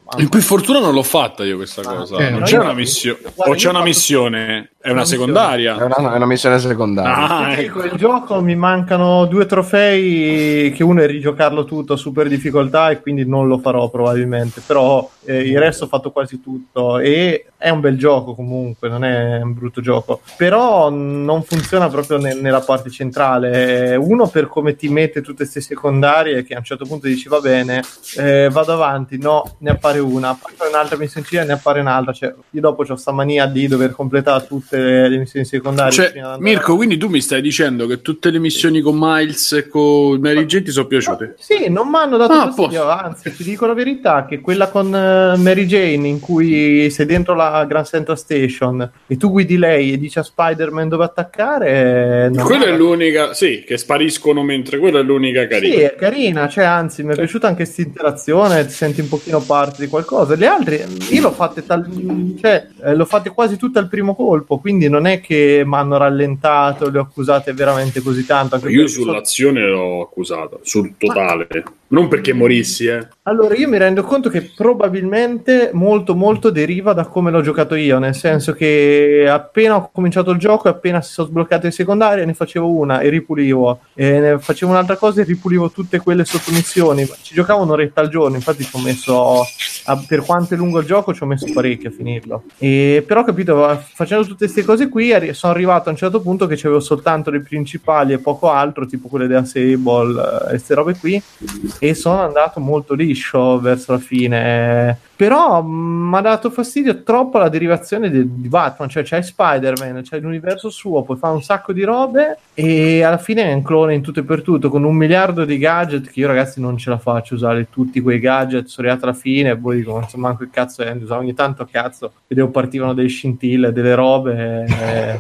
In più fortuna non l'ho fatta io questa ah, cosa. Eh, non c'è una missione. O c'è una missione? È una, una secondaria? È una, è una missione secondaria. Ah, ecco. Il gioco mi mancano due trofei, che uno è rigiocarlo tutto a super difficoltà e quindi non lo farò probabilmente, però eh, il resto ho fatto quasi tutto e è un bel gioco comunque, non è un brutto gioco, però non funziona proprio ne- nella parte centrale. Uno per come ti mette tutte queste secondarie che a un certo punto dici va bene, eh, vado avanti, no, ne appare una, poi fai un'altra missioncina, ne appare un'altra, cioè io dopo c'ho sta mania di dover completare tutte le missioni secondarie. Cioè, Mirko, quindi tu mi stai dicendo che tutte le missioni con Miles e con Mary Jane ti sono piaciute? Sì, non mi hanno dato ah, fastidio, anzi ti dico la verità che quella con uh, Mary Jane in cui sei dentro la Grand Central Station e tu guidi lei e dici a Spider-Man dove attaccare, non quella è l'unica, sì, che spariscono mentre quella è l'unica carina. Sì, è carina, cioè anzi mi è sì. piaciuta anche questa interazione, ti senti un pochino parte di qualcosa. Le altre io l'ho fatte tal- cioè eh, l'ho fatte quasi tutte al primo colpo, quindi non è che mi hanno rallentato, le ho accusate veramente così tanto. Anche io sull'azione so... l'ho accusata, sul totale. Ma... non perché morissi, eh. Allora io mi rendo conto che probabilmente molto molto deriva da come l'ho giocato io, nel senso che appena ho cominciato il gioco e appena si sono sbloccate le secondarie ne facevo una e ripulivo, e ne facevo un'altra cosa e ripulivo tutte quelle sottomissioni. Ci giocavo un'oretta al giorno, infatti ci ho messo a, per quanto è lungo il gioco ci ho messo parecchio a finirlo, e però capito, facendo tutte queste cose qui sono arrivato a un certo punto che c'avevo soltanto le principali e poco altro, tipo quelle della Sable e queste robe qui, e sono andato molto liscio verso la fine. Però mi ha dato fastidio troppo la derivazione di, di Batman, cioè c'hai Spider-Man, c'hai l'universo suo, puoi fare un sacco di robe e alla fine è un clone in tutto e per tutto con un miliardo di gadget che io ragazzi non ce la faccio usare tutti quei gadget, sono arrivato alla fine e poi dico insomma manco il cazzo è, usavo ogni tanto cazzo, vedevo partivano delle scintille, delle robe e,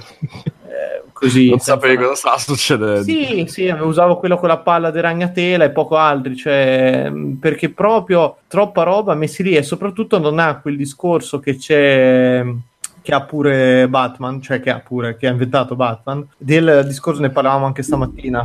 e, così non sapevi cosa stava succedendo. Sì, sì, usavo quello con la palla di ragnatela e poco altri, cioè perché proprio troppa roba messi lì e soprattutto non ha quel discorso che c'è, che ha pure Batman, cioè che ha pure, che ha inventato Batman. Del discorso ne parlavamo anche stamattina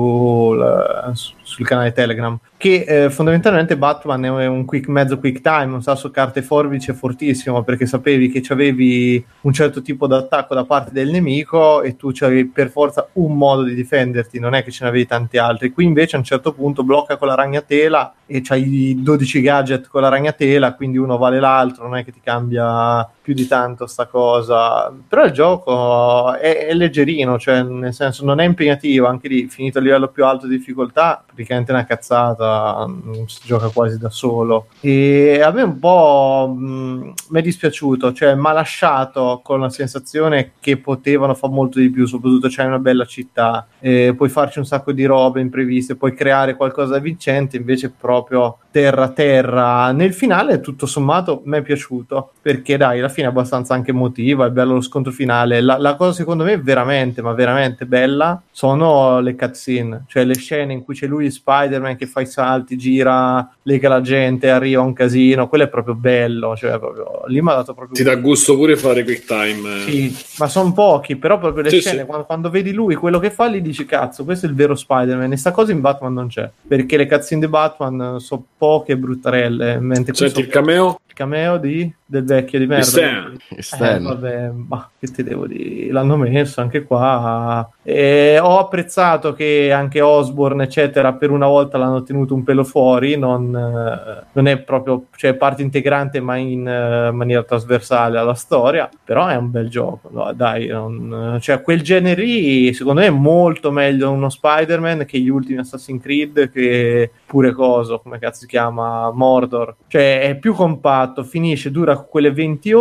sul, sul canale Telegram, che eh, fondamentalmente Batman è un quick, mezzo quick time, un sasso carte forbice fortissimo, perché sapevi che c'avevi un certo tipo di attacco da parte del nemico e tu c'avevi per forza un modo di difenderti, non è che ce ne avevi tanti altri. Qui invece a un certo punto blocca con la ragnatela e c'hai dodici gadget con la ragnatela, quindi uno vale l'altro, non è che ti cambia più di tanto sta cosa. Però il gioco è, è leggerino, cioè nel senso non è impegnativo, anche lì finito a livello più alto di difficoltà praticamente una cazzata, si gioca quasi da solo e a me un po' mi è dispiaciuto, cioè mi ha lasciato con la sensazione che potevano fare molto di più, soprattutto c'è una bella città, eh, puoi farci un sacco di robe impreviste, puoi creare qualcosa di vincente, invece proprio terra terra. Nel finale tutto sommato mi è piaciuto perché dai, la fine è abbastanza anche emotiva, è bello lo scontro finale. La, la cosa secondo me veramente ma veramente bella sono le cutscene, cioè le scene in cui c'è lui Spider-Man che fa i salti, gira, lega la gente, arriva un casino, quello è proprio bello, cioè proprio lì mi ha dato proprio ti dà gusto pure fare quick time. Sì, ma sono pochi, però proprio le sì, scene sì. Quando, quando vedi lui quello che fa lì dici cazzo, questo è il vero Spider-Man, e sta cosa in Batman non c'è, perché le cutscene di Batman sono poche e bruttarelle, mentre senti il cameo? Il cameo di del vecchio di merda. Stan. Eh, vabbè, ma che ti devo dire, l'hanno messo anche qua. E ho apprezzato che anche Osborn eccetera per una volta l'hanno tenuto un pelo fuori, non, non è proprio, cioè parte integrante ma in uh, maniera trasversale alla storia, però è un bel gioco, no, dai, non, cioè quel genere lì secondo me è molto meglio uno Spider-Man che gli ultimi Assassin's Creed, che pure coso, come cazzo si chiama, Mordor, cioè è più compatto, finisce, dura quelle venti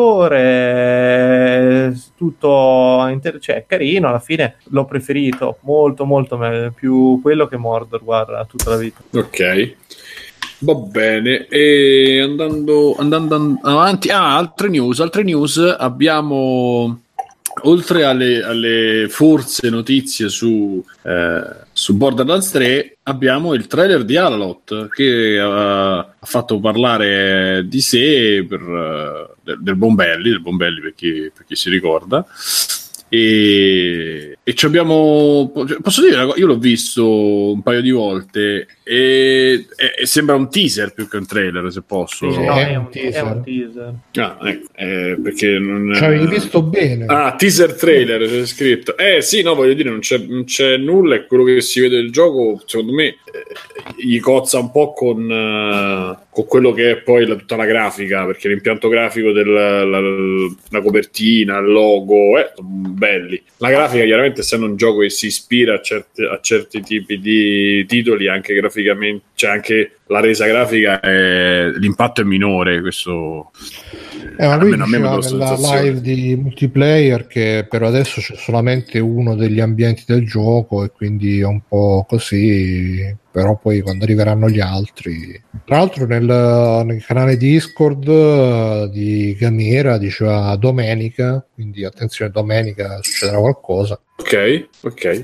ore, tutto inter- cioè carino, alla fine l'ho preferito molto molto meglio, più quello che Mordor, guarda, tutta la vita. Ok, va bene. E andando, andando avanti, ah, altre news, altre news abbiamo, oltre alle, alle forze notizie su, eh, su Borderlands tre, abbiamo il trailer di Alalot che uh, ha fatto parlare di sé per, uh, del, del Bombelli, del Bombelli per chi, per chi si ricorda, e, e ci abbiamo, posso dire, io l'ho visto un paio di volte e, e, e sembra un teaser più che un trailer, se posso. Sì, No, no, è è, un un, teaser. è un teaser. Ah, ecco, eh, perché non Ci avevi visto bene. Ah, teaser trailer c'è scritto. Eh sì, no, voglio dire, non c'è, non c'è nulla, e quello che si vede del gioco, secondo me, eh, gli cozza un po' con, uh, con quello che è poi la, tutta la grafica, perché l'impianto grafico della la, la copertina, il logo, eh, sono belli. La grafica, chiaramente, essendo un gioco che si ispira a, certe, a certi tipi di titoli, anche graficamente, cioè anche la resa grafica, è, l'impatto è minore, questo... Eh, ma lui almeno a me mi diceva dà nella sensazione. live di multiplayer che per adesso c'è solamente uno degli ambienti del gioco e quindi è un po' così, però poi quando arriveranno gli altri, tra l'altro nel, nel canale Discord uh, di Gamera diceva domenica, quindi attenzione, domenica succederà qualcosa. Ok, ok.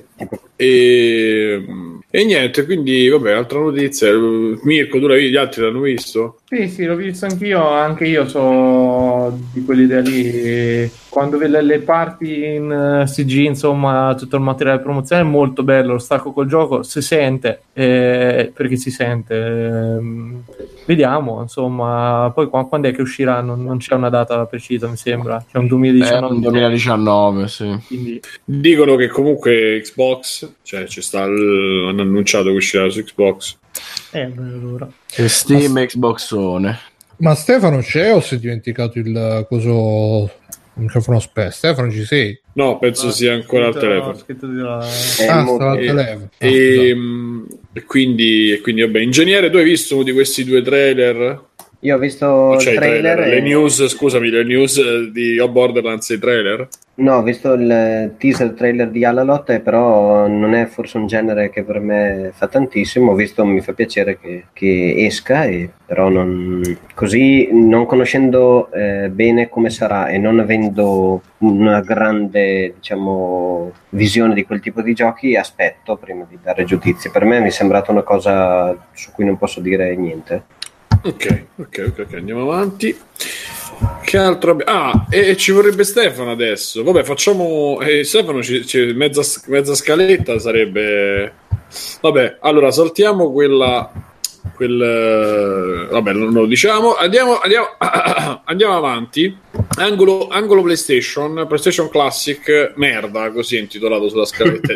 E, e niente, quindi vabbè, altra notizia. Mirko, tu l'hai, gli altri l'hanno visto? Sì, sì, l'ho visto anch'io, anche io so di quell'idea lì. Quando vede le parti in C G, insomma, tutto il materiale promozionale è molto bello, lo stacco col gioco si sente, eh, perché si sente. Eh, vediamo, insomma, poi qu- quando è che uscirà? Non, non c'è una data precisa, mi sembra. C'è un duemiladiciannove. È un duemiladiciannove, sì. Quindi... Dicono che comunque Xbox, cioè ci sta il, hanno annunciato che uscirà su Xbox. Eh, beh, allora. C'è Steam e Xbox One. Ma Stefano c'è o si è dimenticato il coso, il microfono spes? Stefano, ci sei? No, penso Ah, sia ancora al scritto- telefono. scritto di là. È Ah, mo- stava al e- telefono. Ah, E, scusa. mh, e quindi, e quindi vabbè, ingegnere, tu hai visto uno di questi due trailer? Io ho visto il Cioè, i trailer, le e- news, scusami, le news eh, di O Borderlands, i trailer? no, ho visto il teaser trailer di Alalot, però non è forse un genere che per me fa tantissimo. Ho visto, mi fa piacere che, che esca, e, però non, così non conoscendo eh, bene come sarà e non avendo una grande, diciamo, visione di quel tipo di giochi, aspetto prima di dare giudizi. Per me mi è sembrata una cosa su cui non posso dire niente. Ok, ok, ok, ok, andiamo avanti. Che altro abbiamo? Ah, e, e ci vorrebbe Stefano adesso. Vabbè, facciamo. Eh, Stefano, ci, ci- mezza, mezza scaletta sarebbe. Vabbè, allora saltiamo quella. Quel, eh, vabbè, non lo diciamo. Andiamo, andiamo, andiamo avanti. Angolo, angolo PlayStation, PlayStation Classic, merda, così è intitolato sulla scaletta.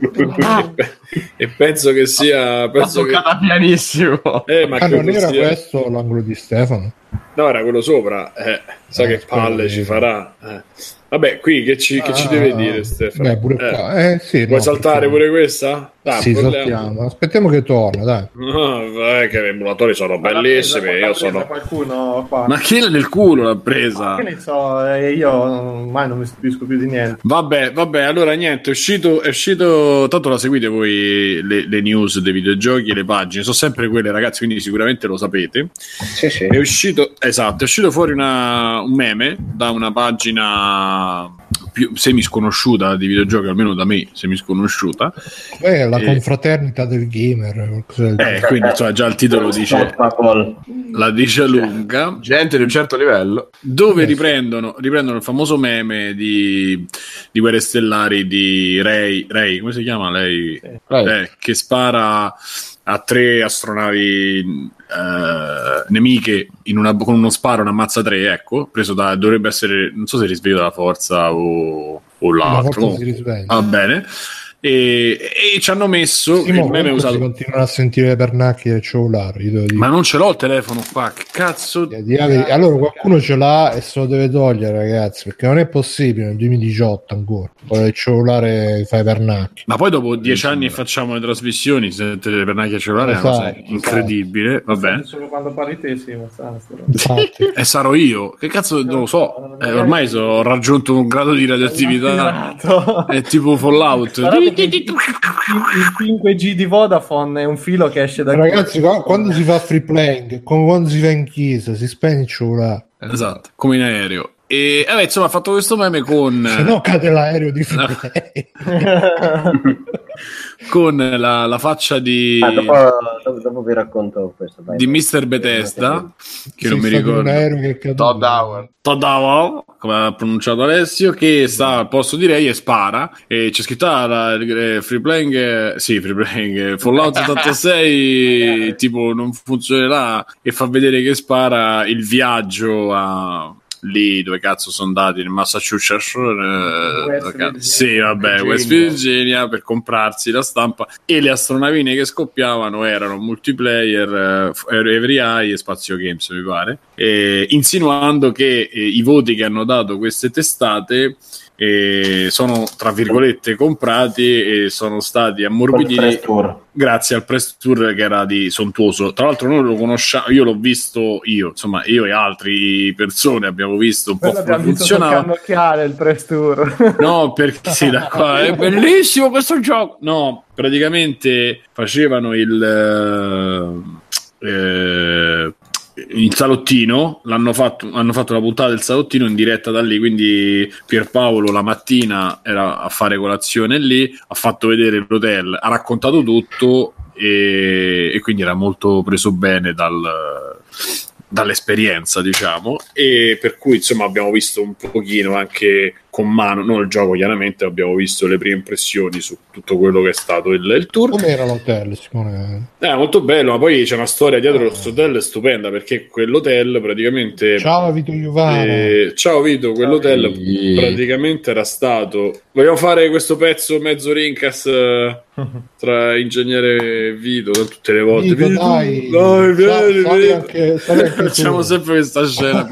e, e penso che sia. L'ha Penso che, toccata pianissimo. eh, ma Ah, non credo era sia- questo l'angolo di Stefano? No, era quello sopra. Eh, sa Eh, che palle quello ci lì. farà. Eh. Vabbè, qui che ci, che ci Ah, deve dire Stefano? Beh, pure Eh. qua. Eh, sì, Vuoi no, saltare perché- pure questa? Dai, Sì, parliamo. saltiamo. Aspettiamo che torna, dai. No, vai, che gli emulatori sono Ma l'ha bellissimi. presa- l'ha Io presa sono. qualcuno qua. Ma chi nel culo l'ha presa? Che ne so, eh, io ormai non mi stupisco più di niente. Vabbè, vabbè, allora niente, è uscito, è uscito, tanto la seguite voi le, le news dei videogiochi, le pagine, sono sempre quelle, ragazzi, quindi sicuramente lo sapete. Sì, sì. È uscito, esatto, è uscito fuori una, un meme da una pagina più semi sconosciuta di videogiochi, almeno da me semi sconosciuta. Beh, la Eh. confraternita del gamer. qualcosa del genere. Eh, quindi insomma, già il titolo dice, la dice lunga. Gente di un certo livello. Dove Yes. riprendono, riprendono il famoso meme di, di Guerre Stellari di Rey, Rey, come si chiama lei? Vai. Eh, che spara a tre astronavi eh, nemiche in una, con uno sparo, ne ammazza tre, ecco, preso da, dovrebbe essere, non so se risveglio della forza o, o Una l'altro. volta si risveglia. Va bene. E, e ci hanno messo Sì, ma il meme comunque si usato. continuano a sentire le pernacchie del cellulare. Io devo dire. Ma non ce l'ho il telefono qua, che cazzo. Di- di- allora qualcuno ce l'ha e se lo deve togliere, ragazzi, perché non è possibile nel duemiladiciotto ancora con il cellulare fai pernacchi. Ma poi dopo dieci anni che facciamo le trasmissioni, sentite le pernacchie al cellulare, è una cosa Esatto, incredibile. Vabbè. Solo quando parli te, sì, ma sta, sta roba. Infatti, E sarò io, che cazzo non lo so. Eh, ormai so- ho raggiunto un grado di radioattività. Esatto. È tipo Fallout. Guardate che il, il- il cinque G di Vodafone è un filo che esce da ragazzi, qua- quando si fa free playing, come quando si va in chiesa, si spegne il cellulare, Esatto, come in aereo. E vabbè, insomma, ha fatto questo meme con. se no cade l'aereo di free play. con la, la faccia di ah, dopo, dopo, dopo vi racconto questo vai. Di mister Bethesda, che non mi ricordo, che Todd Howard. Todd Howard, come ha pronunciato Alessio, che sta al posto di Ray e spara, e c'è scritto ah, la, eh, free playing eh, sì, free playing eh, Fallout settantasei tipo non funzionerà, e fa vedere che spara il viaggio a lì dove cazzo sono andati, nel Massachusetts, eh, sì vabbè Virginia. West Virginia, per comprarsi la stampa, e le astronavine che scoppiavano erano multiplayer, eh, Every Eye e Spazio Games mi pare, e, insinuando che eh, i voti che hanno dato queste testate e sono tra virgolette comprati e sono stati ammorbiditi grazie al press tour che era di sontuoso. Tra l'altro noi lo conosciamo, io l'ho visto io, insomma io e altre persone abbiamo visto un po' come funzionava il press tour. No, perché sì, da qua è bellissimo questo gioco. No, praticamente facevano il eh, il salottino, l'hanno fatto, hanno fatto la puntata del salottino in diretta da lì, quindi Pierpaolo la mattina era a fare colazione lì, ha fatto vedere l'hotel, ha raccontato tutto e, e quindi era molto preso bene dal, dall'esperienza, diciamo, e per cui insomma abbiamo visto un pochino anche con mano, non il gioco chiaramente, abbiamo visto le prime impressioni su tutto quello che è stato il, il tour. Com'era l'hotel, Simone? È eh, molto bello, ma poi c'è una storia dietro questo hotel stupenda, perché quell'hotel praticamente ciao Vito Iuvara eh, ciao Vito, quell'hotel ciao. Praticamente era stato, vogliamo fare questo pezzo mezzo rincas tra ingegnere e Vito tutte le volte Vito, Vito, dai, dai vieni, sali vieni. Anche, sali anche facciamo sempre questa scena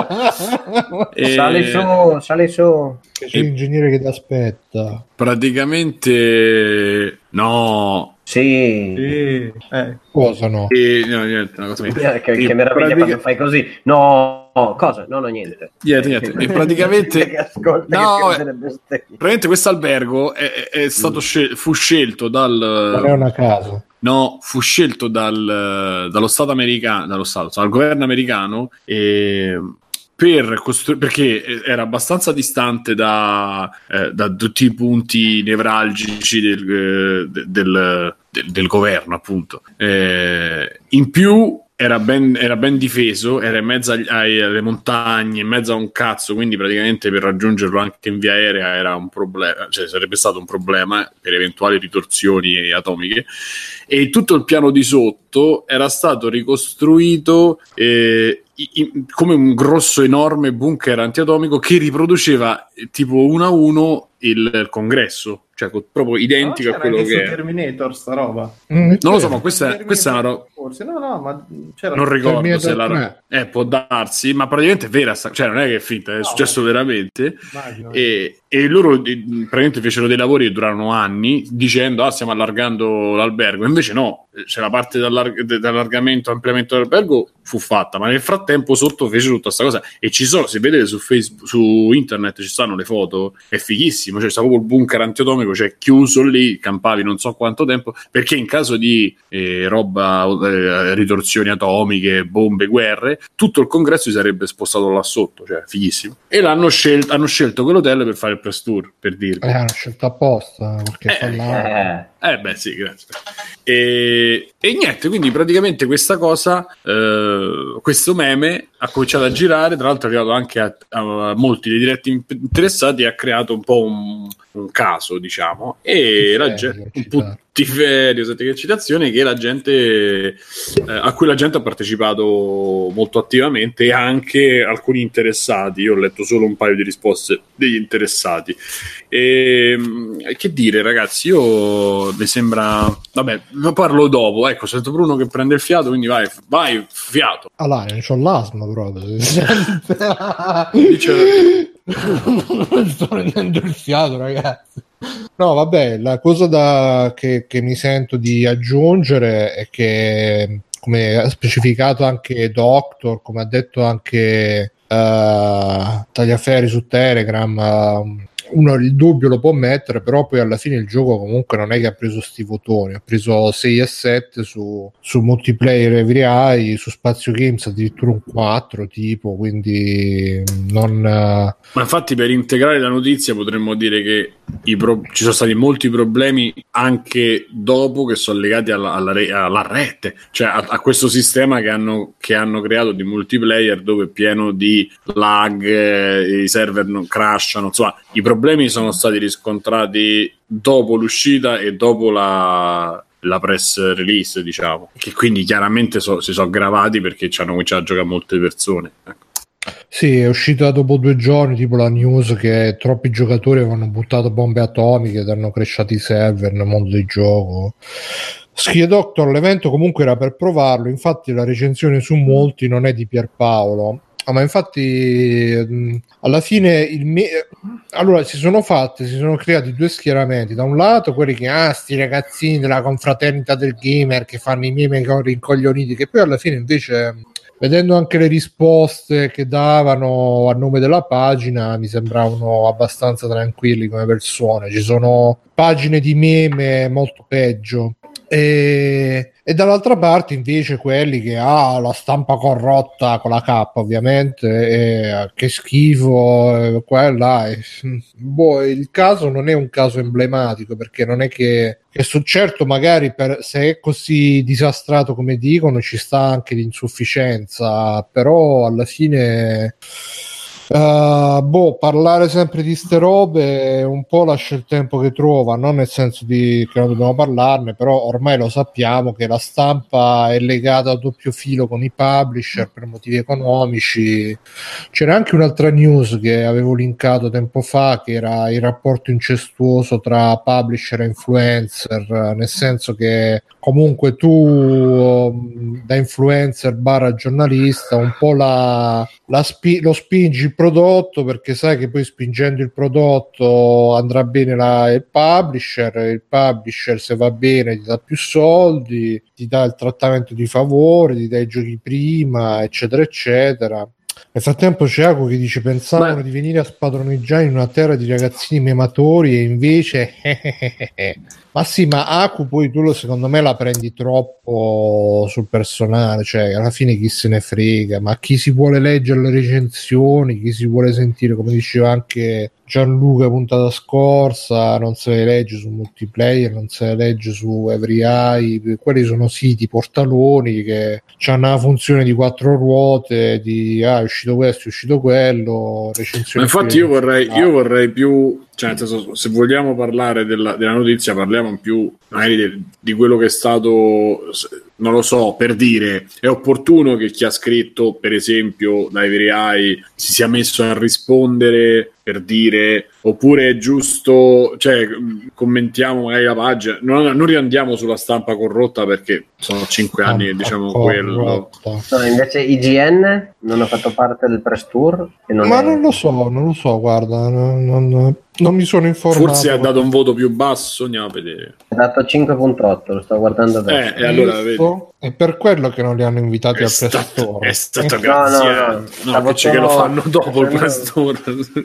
e... sali su, sali su. C'è l'ingegnere che ti aspetta. Praticamente no. Sì. sì. Eh. Cosa no? E, no niente, una cosa che, che, che meraviglia pratica... quando fai così. No, no, cosa? No, no, niente. Niente, niente. E praticamente ascolta, no, che praticamente questo albergo è, è stato mm. scel- fu scelto dal non è una casa. No, fu scelto dal, dallo Stato americano, dallo Stato, dal governo americano e per costru- perché era abbastanza distante da, eh, da tutti i punti nevralgici del, del, del, del, del governo, appunto. Eh, in più era ben, era ben difeso, era in mezzo agli, alle montagne, in mezzo a un cazzo, quindi praticamente per raggiungerlo anche in via aerea era un problema, cioè sarebbe stato un problema per eventuali ritorsioni atomiche. E tutto il piano di sotto era stato ricostruito eh, in, come un grosso enorme bunker antiatomico che riproduceva eh, tipo uno a uno il, il congresso, cioè proprio identico a quello che è Terminator sta roba. Mm, non lo so, ma questa, questa è una roba forse no no ma c'era non ricordo se la eh, può darsi, ma praticamente è vera, cioè non è che è finta, è no, successo veramente. Immagino. e e loro praticamente fecero dei lavori che durarono anni dicendo ah stiamo allargando l'albergo, invece no, c'è la parte d'allarg- d'allargamento, ampliamento dell'albergo fu fatta, ma nel frattempo sotto fece tutta questa cosa e ci sono, se vedete su Facebook, su internet ci stanno le foto, è fighissimo, cioè sta proprio il bunker antiatomico, cioè chiuso lì, campavi non so quanto tempo, perché in caso di eh, roba eh, ritorsioni atomiche, bombe, guerre, tutto il congresso si sarebbe spostato là sotto, cioè fighissimo. E l'hanno scelto, hanno scelto quell'hotel per fare il press tour, per dirvi. Eh, hanno scelto apposta perché eh, eh. eh beh sì, grazie. E, e niente, quindi praticamente questa cosa, eh, questo meme ha cominciato a girare, tra l'altro è arrivato anche a, a molti dei diretti interessati e ha creato un po' un, un caso, diciamo, e la gente, un puttiferio, senti che citazione, che la gente eh, a cui la gente ha partecipato molto attivamente e anche alcuni interessati. Io ho letto solo un paio di risposte degli interessati. E, che dire, ragazzi, io mi sembra, vabbè, lo parlo dopo, ecco, sento Bruno che prende il fiato, quindi vai, vai, fiato. Allora, non c'ho l'asma proprio. Dice... sto prendendo il fiato, ragazzi. No, vabbè, la cosa da, che, che mi sento di aggiungere è che, come ha specificato anche Doctor, come ha detto anche uh, Tagliaferri su Telegram, uh, uno il dubbio lo può mettere, però poi alla fine il gioco comunque non è che ha preso sti votoni, ha preso sei e sette su, su multiplayer Every Eye, su Spazio Games addirittura un quattro tipo, quindi non... Ma infatti per integrare la notizia potremmo dire che i pro- ci sono stati molti problemi anche dopo che sono legati alla, alla, re- alla rete, cioè a, a questo sistema che hanno, che hanno creato di multiplayer dove è pieno di lag, eh, i server non crashano, insomma i problemi sono stati riscontrati dopo l'uscita e dopo la la press release, diciamo, che quindi chiaramente so, si sono aggravati perché ci hanno cominciato a giocare molte persone, ecco. Sì, è uscita dopo due giorni tipo la news che troppi giocatori avevano buttato bombe atomiche ed hanno crashato i server nel mondo del gioco. Ski Doctor, l'evento comunque era per provarlo, infatti la recensione su molti non è di Pierpaolo. Ah, ma infatti mh, alla fine il me- allora si sono fatte, si sono creati due schieramenti. Da un lato quelli che ah sti ragazzini della confraternita del gamer che fanno i meme rincoglioniti, che poi alla fine invece, vedendo anche le risposte che davano a nome della pagina, mi sembravano abbastanza tranquilli come persone. Ci sono pagine di meme molto peggio. E, e dall'altra parte invece quelli che ha ah, la stampa corrotta con la K ovviamente, e, che schifo, e quella e, boh, il caso non è un caso emblematico, perché non è che, che su, certo magari per, se è così disastrato come dicono ci sta anche l'insufficienza, però alla fine Uh, boh, parlare sempre di ste robe un po' lascia il tempo che trova, non nel senso di che non dobbiamo parlarne, però ormai lo sappiamo che la stampa è legata a doppio filo con i publisher per motivi economici. C'era anche un'altra news che avevo linkato tempo fa, che era il rapporto incestuoso tra publisher e influencer, nel senso che comunque tu da influencer barra giornalista un po' la, la spi- lo spingi il prodotto, perché sai che poi spingendo il prodotto andrà bene la, il publisher, il publisher se va bene ti dà più soldi, ti dà il trattamento di favore, ti dà i giochi prima, eccetera eccetera. Nel frattempo c'è Ago che dice pensavano Beh. di venire a spadroneggiare in una terra di ragazzini mematori e invece ma sì, ma Aku poi tu lo, secondo me la prendi troppo sul personale, cioè alla fine chi se ne frega, ma chi si vuole leggere le recensioni, chi si vuole sentire, come diceva anche Gianluca puntata scorsa, non se le legge su multiplayer, non se le legge su EveryEye, quelli sono siti portaloni che hanno una funzione di quattro ruote, di ah è uscito questo, è uscito quello, recensioni. Ma infatti io vorrei, io vorrei più, cioè nel senso, se vogliamo parlare della, della notizia parliamo più magari de, di quello che è stato, non lo so, per dire, è opportuno che chi ha scritto per esempio da EveryEye si sia messo a rispondere per dire, oppure è giusto, cioè commentiamo magari la pagina, non, non riandiamo sulla stampa corrotta perché sono cinque anni che diciamo quello. No, invece I G N non ha fatto parte del press tour e non ma è... non lo so, non lo so, guarda, non, non, non mi sono informato. Forse ha dato un voto più basso, andiamo a vedere. Ha dato cinque virgola otto, lo sto guardando adesso. Eh, e allora vedi. È per quello che non li hanno invitati è al press stato, tour. È stato eh. grazie no, no, no. no, no che, che lo fanno dopo il press tour.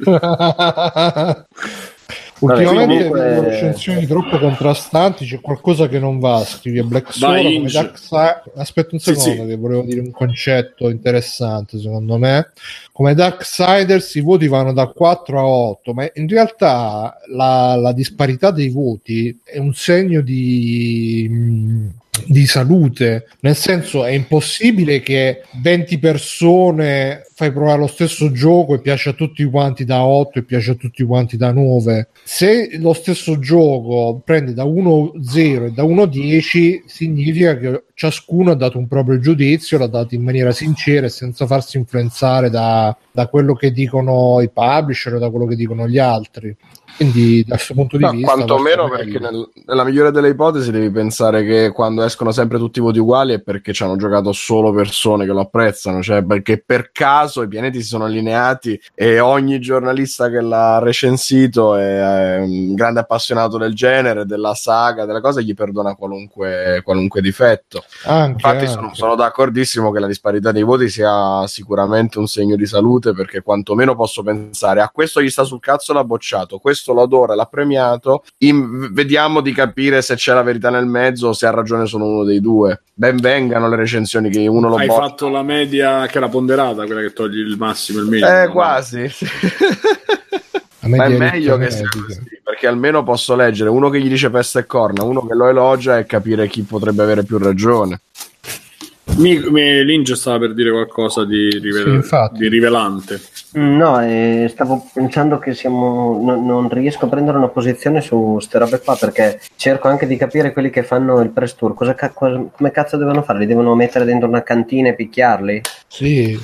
Ultimamente comunque... vedo recensioni troppo contrastanti, c'è qualcosa che non va, scrivi a Black Soul come Dark Side. Aspetta un secondo, sì, sì. Che volevo dire un concetto interessante secondo me. Come Darksiders i voti vanno da quattro a otto, ma in realtà la, la disparità dei voti è un segno di di salute, nel senso è impossibile che venti persone fai provare lo stesso gioco e piace a tutti quanti da otto e piace a tutti quanti da nove. Se lo stesso gioco prende da uno zero e da uno dieci significa che ciascuno ha dato un proprio giudizio, l'ha dato in maniera sincera e senza farsi influenzare da, da quello che dicono i publisher o da quello che dicono gli altri. Quindi da questo punto di no, vista quantomeno perché nel, nella migliore delle ipotesi devi pensare che quando escono sempre tutti i voti uguali è perché ci hanno giocato solo persone che lo apprezzano, cioè perché per caso i pianeti si sono allineati e ogni giornalista che l'ha recensito è un grande appassionato del genere, della saga, della cosa, gli perdona qualunque, qualunque difetto. Anche, infatti anche. Sono, sono d'accordissimo che la disparità dei voti sia sicuramente un segno di salute, perché quantomeno posso pensare a questo gli sta sul cazzo, l'ha bocciato, questo lo adora, l'ha premiato, in, vediamo di capire se c'è la verità nel mezzo o se ha ragione solo uno dei due. Ben vengano le recensioni che uno lo hai boccia. fatto la media che era ponderata, quella che togli il massimo e il minimo, eh no? Quasi sì. Ma è meglio che sia così, perché che almeno posso leggere uno che gli dice peste e corna, uno che lo elogia e capire chi potrebbe avere più ragione. Mi, mi, Linge stava per dire qualcosa di, rivel- sì, di rivelante. No, eh, stavo pensando che siamo no, non riesco a prendere una posizione su ste robe qua, perché cerco anche di capire quelli che fanno il press tour cosa, ca- cosa, come cazzo devono fare, li devono mettere dentro una cantina e picchiarli? Sì.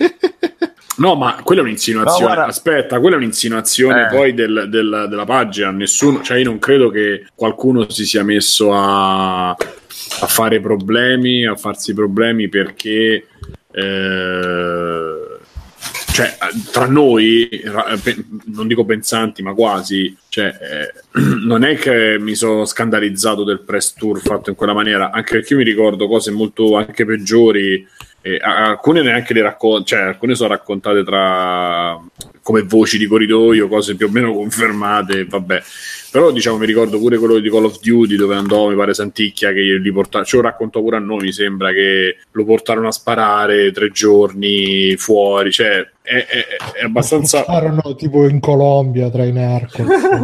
No, ma quella è un'insinuazione. No, aspetta, quella è un'insinuazione Eh. poi del, del, della pagina. Nessuno, cioè io non credo che qualcuno si sia messo a, a fare problemi, a farsi problemi perché eh, cioè tra noi, non dico pensanti, ma quasi, cioè eh, non è che mi sono scandalizzato del press tour fatto in quella maniera, anche perché io mi ricordo cose molto anche peggiori. E alcune neanche le racconto, cioè alcune sono raccontate tra come voci di corridoio, cose più o meno confermate, vabbè. Però diciamo mi ricordo pure quello di Call of Duty dove andò, mi pare Santicchia, che li portò, ce lo raccontò pure a noi, mi sembra, che lo portarono a sparare tre giorni fuori, cioè è, è, è abbastanza... Erano tipo in Colombia tra i narcos.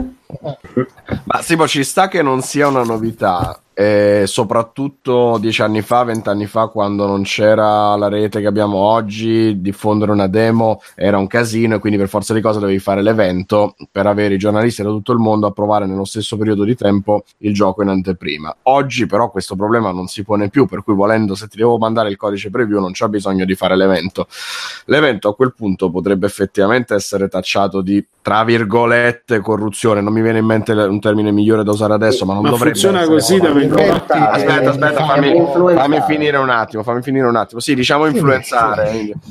Ma sì, ma ci sta che non sia una novità, eh, soprattutto dieci anni fa, vent'anni fa, quando non c'era la rete che abbiamo oggi, diffondere una demo era un casino e quindi per forza di cose dovevi fare l'evento per avere i giornalisti da tutto il mondo a provare nello stesso periodo di tempo il gioco in anteprima. Oggi però questo problema non si pone più, per cui volendo, se ti devo mandare il codice preview non c'è bisogno di fare l'evento. L'evento a quel punto potrebbe effettivamente essere tacciato di, tra virgolette, corruzione. Non mi viene in mente un termine migliore da usare adesso, ma non ma dovrebbe funziona essere così da aspetta, aspetta, aspetta fammi, influenzare. fammi finire un attimo, fammi finire un attimo. Sì, diciamo influenzare.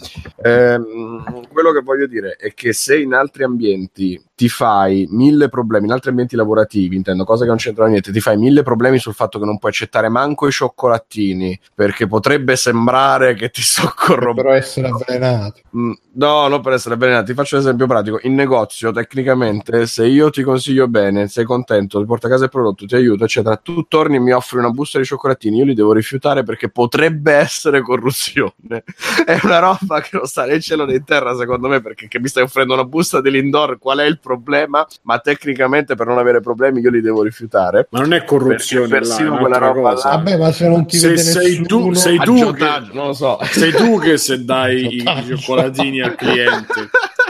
Ehm, quello che voglio dire è che se in altri ambienti ti fai mille problemi, in altri ambienti lavorativi, intendo, cose che non c'entrano niente, ti fai mille problemi sul fatto che non puoi accettare manco i cioccolatini, perché potrebbe sembrare che ti sto corrompendo. Però essere avvelenato. No, non per essere avvelenato. Ti faccio un esempio pratico. In negozio, tecnicamente, se io ti consiglio bene, sei contento, ti porto a casa il prodotto, ti aiuto, eccetera, tu torni e mi offri una busta di cioccolatini, io li devo rifiutare perché potrebbe essere corruzione. È una roba che non sta né in cielo né in terra, secondo me, perché che mi stai offrendo una busta dell'indoor, qual è il problema? Ma tecnicamente, per non avere problemi, io li devo rifiutare. Ma non è corruzione, perché là, persino è quella roba cosa. là, Vabbè, ma se non ti se vede sei nessuno, tu, sei tu che, non lo so. sei tu che se dai i, i Aggiotaggio. cioccolatini al cliente.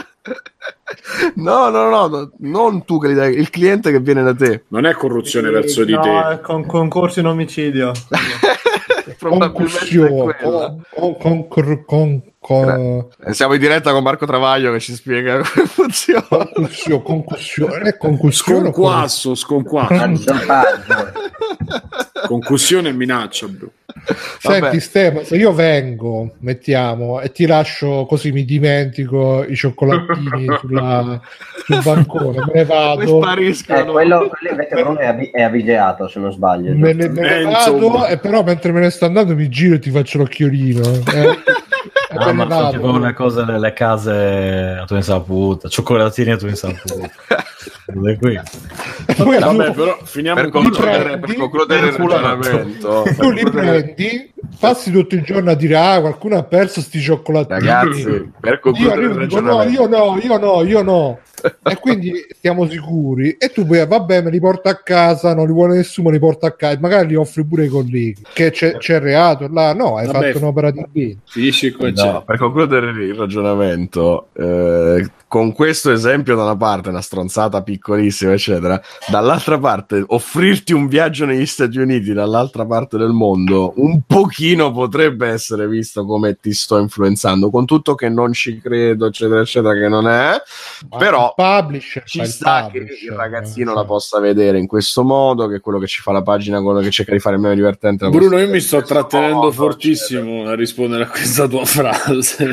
No, no, no, no, non tu che li dai, il cliente che viene da te. Non è corruzione Sì, verso di no, te. è con concorso in omicidio. Probabilmente è concussione, quella. con, con, con, con, con, Eh, Siamo in diretta con Marco Travaglio che ci spiega come funziona. concussione, concussione, è concussione o Sconquasso, sconquasso. Azzarpaggio. Concussione e minaccia, bro. Senti Vabbè. Stefano, se io vengo, mettiamo, e ti lascio così mi dimentico i cioccolatini sulla, sul bancone, me ne Come vado, spariscono. Eh, quello, quello invece Bruno è, avvi- è avvigiato, se non sbaglio. me ne, me ne Eh, vado insomma. e però mentre me ne sto andando mi giro e ti faccio l'occhiolino. Eh. E Ah, me ma ne sono vado. tipo le cose nelle case a tua insaputa, cioccolatini a tua insaputa. È qui. Poi Vabbè, tu- però finiamo Per il concludere, prendi, per concludere il per culo- ragionamento, per tu li concludere- prendi, passi tutto il giorno a dire ah qualcuno ha perso sti cioccolatini. ragazzi, per Io concludere il arrivo e dico no, ragionamento, io no, io no, io no. E quindi stiamo sicuri. E tu poi vabbè, me li porto a casa, non li vuole nessuno, me li porto a casa. Magari li offri pure ai colleghi. Che c'è, c'è reato là? No, hai Vabbè. fatto un'opera di bene. Finisci il concetto. no, per concludere il ragionamento, eh, con questo esempio da una parte, una stronzata piccolissima, eccetera, dall'altra parte, offrirti un viaggio negli Stati Uniti dall'altra parte del mondo, un pochino potrebbe essere visto come ti sto influenzando, con tutto che non ci credo, eccetera, eccetera, che non è, Ma però il publisher fa ci il sta che publisher, il ragazzino eh, la possa vedere in questo modo, che è quello che ci fa la pagina, quello che cerca di fare il meno divertente. la Bruno, possa io mi sto vedere in questo trattenendo modo, fortissimo a rispondere a questa tua frase.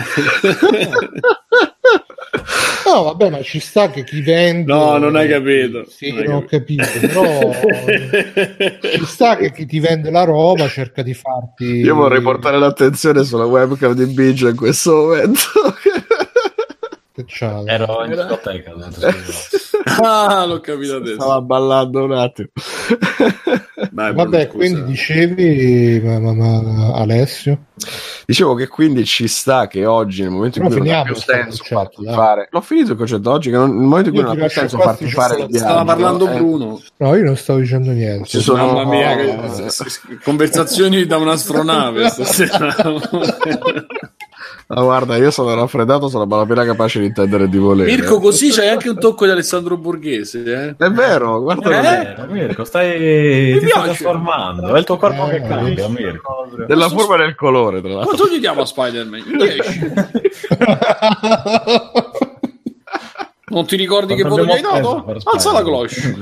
No, vabbè, ma ci sta che chi vende. No, non hai capito. Sì, Non hai non ho capito, però ci sta che chi ti vende la roba cerca di farti. Io vorrei portare l'attenzione sulla webcam di Biggio in questo momento. Che c'ha? Ero in discoteca. Ah, l'ho capito adesso. Stava ballando un attimo. Dai, Vabbè, scusa. quindi dicevi, ma, ma, ma Alessio? Dicevo che quindi ci sta che oggi, nel momento in Però cui non ha finiamo più sto senso concetto, farti dai. fare, l'ho finito il concetto oggi, che non- nel momento in cui Io non ti ha più lascio senso qua, farti ti fare il sto- viaggio. Stava parlando eh, Bruno. No, io non stavo dicendo niente. Ci sono- Mamma mia, che eh, s- s- conversazioni da un'astronave stasera. Ma guarda, io sono raffreddato, sono appena capace di intendere e di volere. Mirko, così c'hai anche un tocco di Alessandro Borghese, eh? È vero, guarda, Eh, Mirko, stai, ti stai piace. trasformando. È il tuo corpo Eh, che cambia, sì. Mirko. della forma e del colore, tra l'altro. Quanto gli diamo a Spider-Man? dieci. Non ti ricordi che voto gli hai dato? Alza la cloche.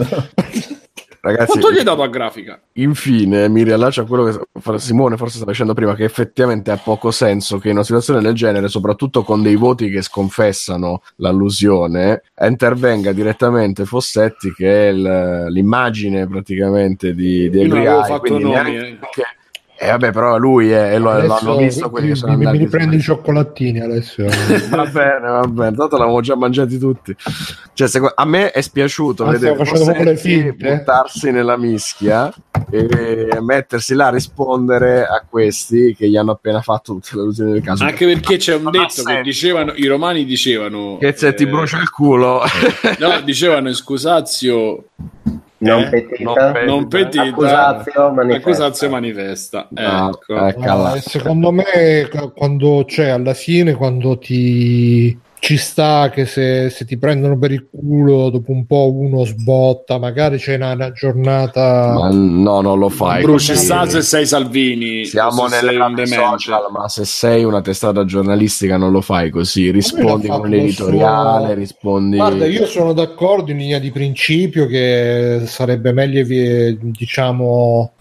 Ragazzi, Quanto gli hai dato a grafica? infine mi riallaccio a quello che Simone forse stava dicendo prima, che effettivamente ha poco senso che in una situazione del genere, soprattutto con dei voti che sconfessano l'allusione, intervenga direttamente Fossetti, che è il- l'immagine praticamente di, di Io non Every avevo Eye, fatto quindi nomi, neanche- e vabbè, però lui è, e lo, Adesso l'hanno visto quelli che sono mi, mi andati riprendi i cioccolatini, Alessio. va bene, va bene, tanto l'avevamo già mangiati tutti. Cioè, secondo- a me è spiaciuto Ah, vedere stiamo facendo proprio le Fossetti finte? buttarsi nella mischia e mettersi là a rispondere a questi che gli hanno appena fatto tutte le allusioni del caso. Anche perché c'è un Ma detto senso. che dicevano, i romani dicevano... Che se ti eh, brucia il culo, No, dicevano Scusazio, Non Eh, petita, non pe- non petita, accusatio manifesta. accusatio manifesta. Ah, Ecco. eccola. Eh, secondo me, ca- quando c'è alla fine, quando ti ci sta che se, se ti prendono per il culo, dopo un po' uno sbotta, magari c'è una, una giornata. Ma no, non lo fai. Bruci così. sta se sei Salvini, Siamo o se sei nell'era un dei demente. social, ma se sei una testata giornalistica non lo fai così, rispondi l'ha con un fatto editoriale, solo- rispondi... Guarda, io sono d'accordo in linea di principio che sarebbe meglio, vi- diciamo,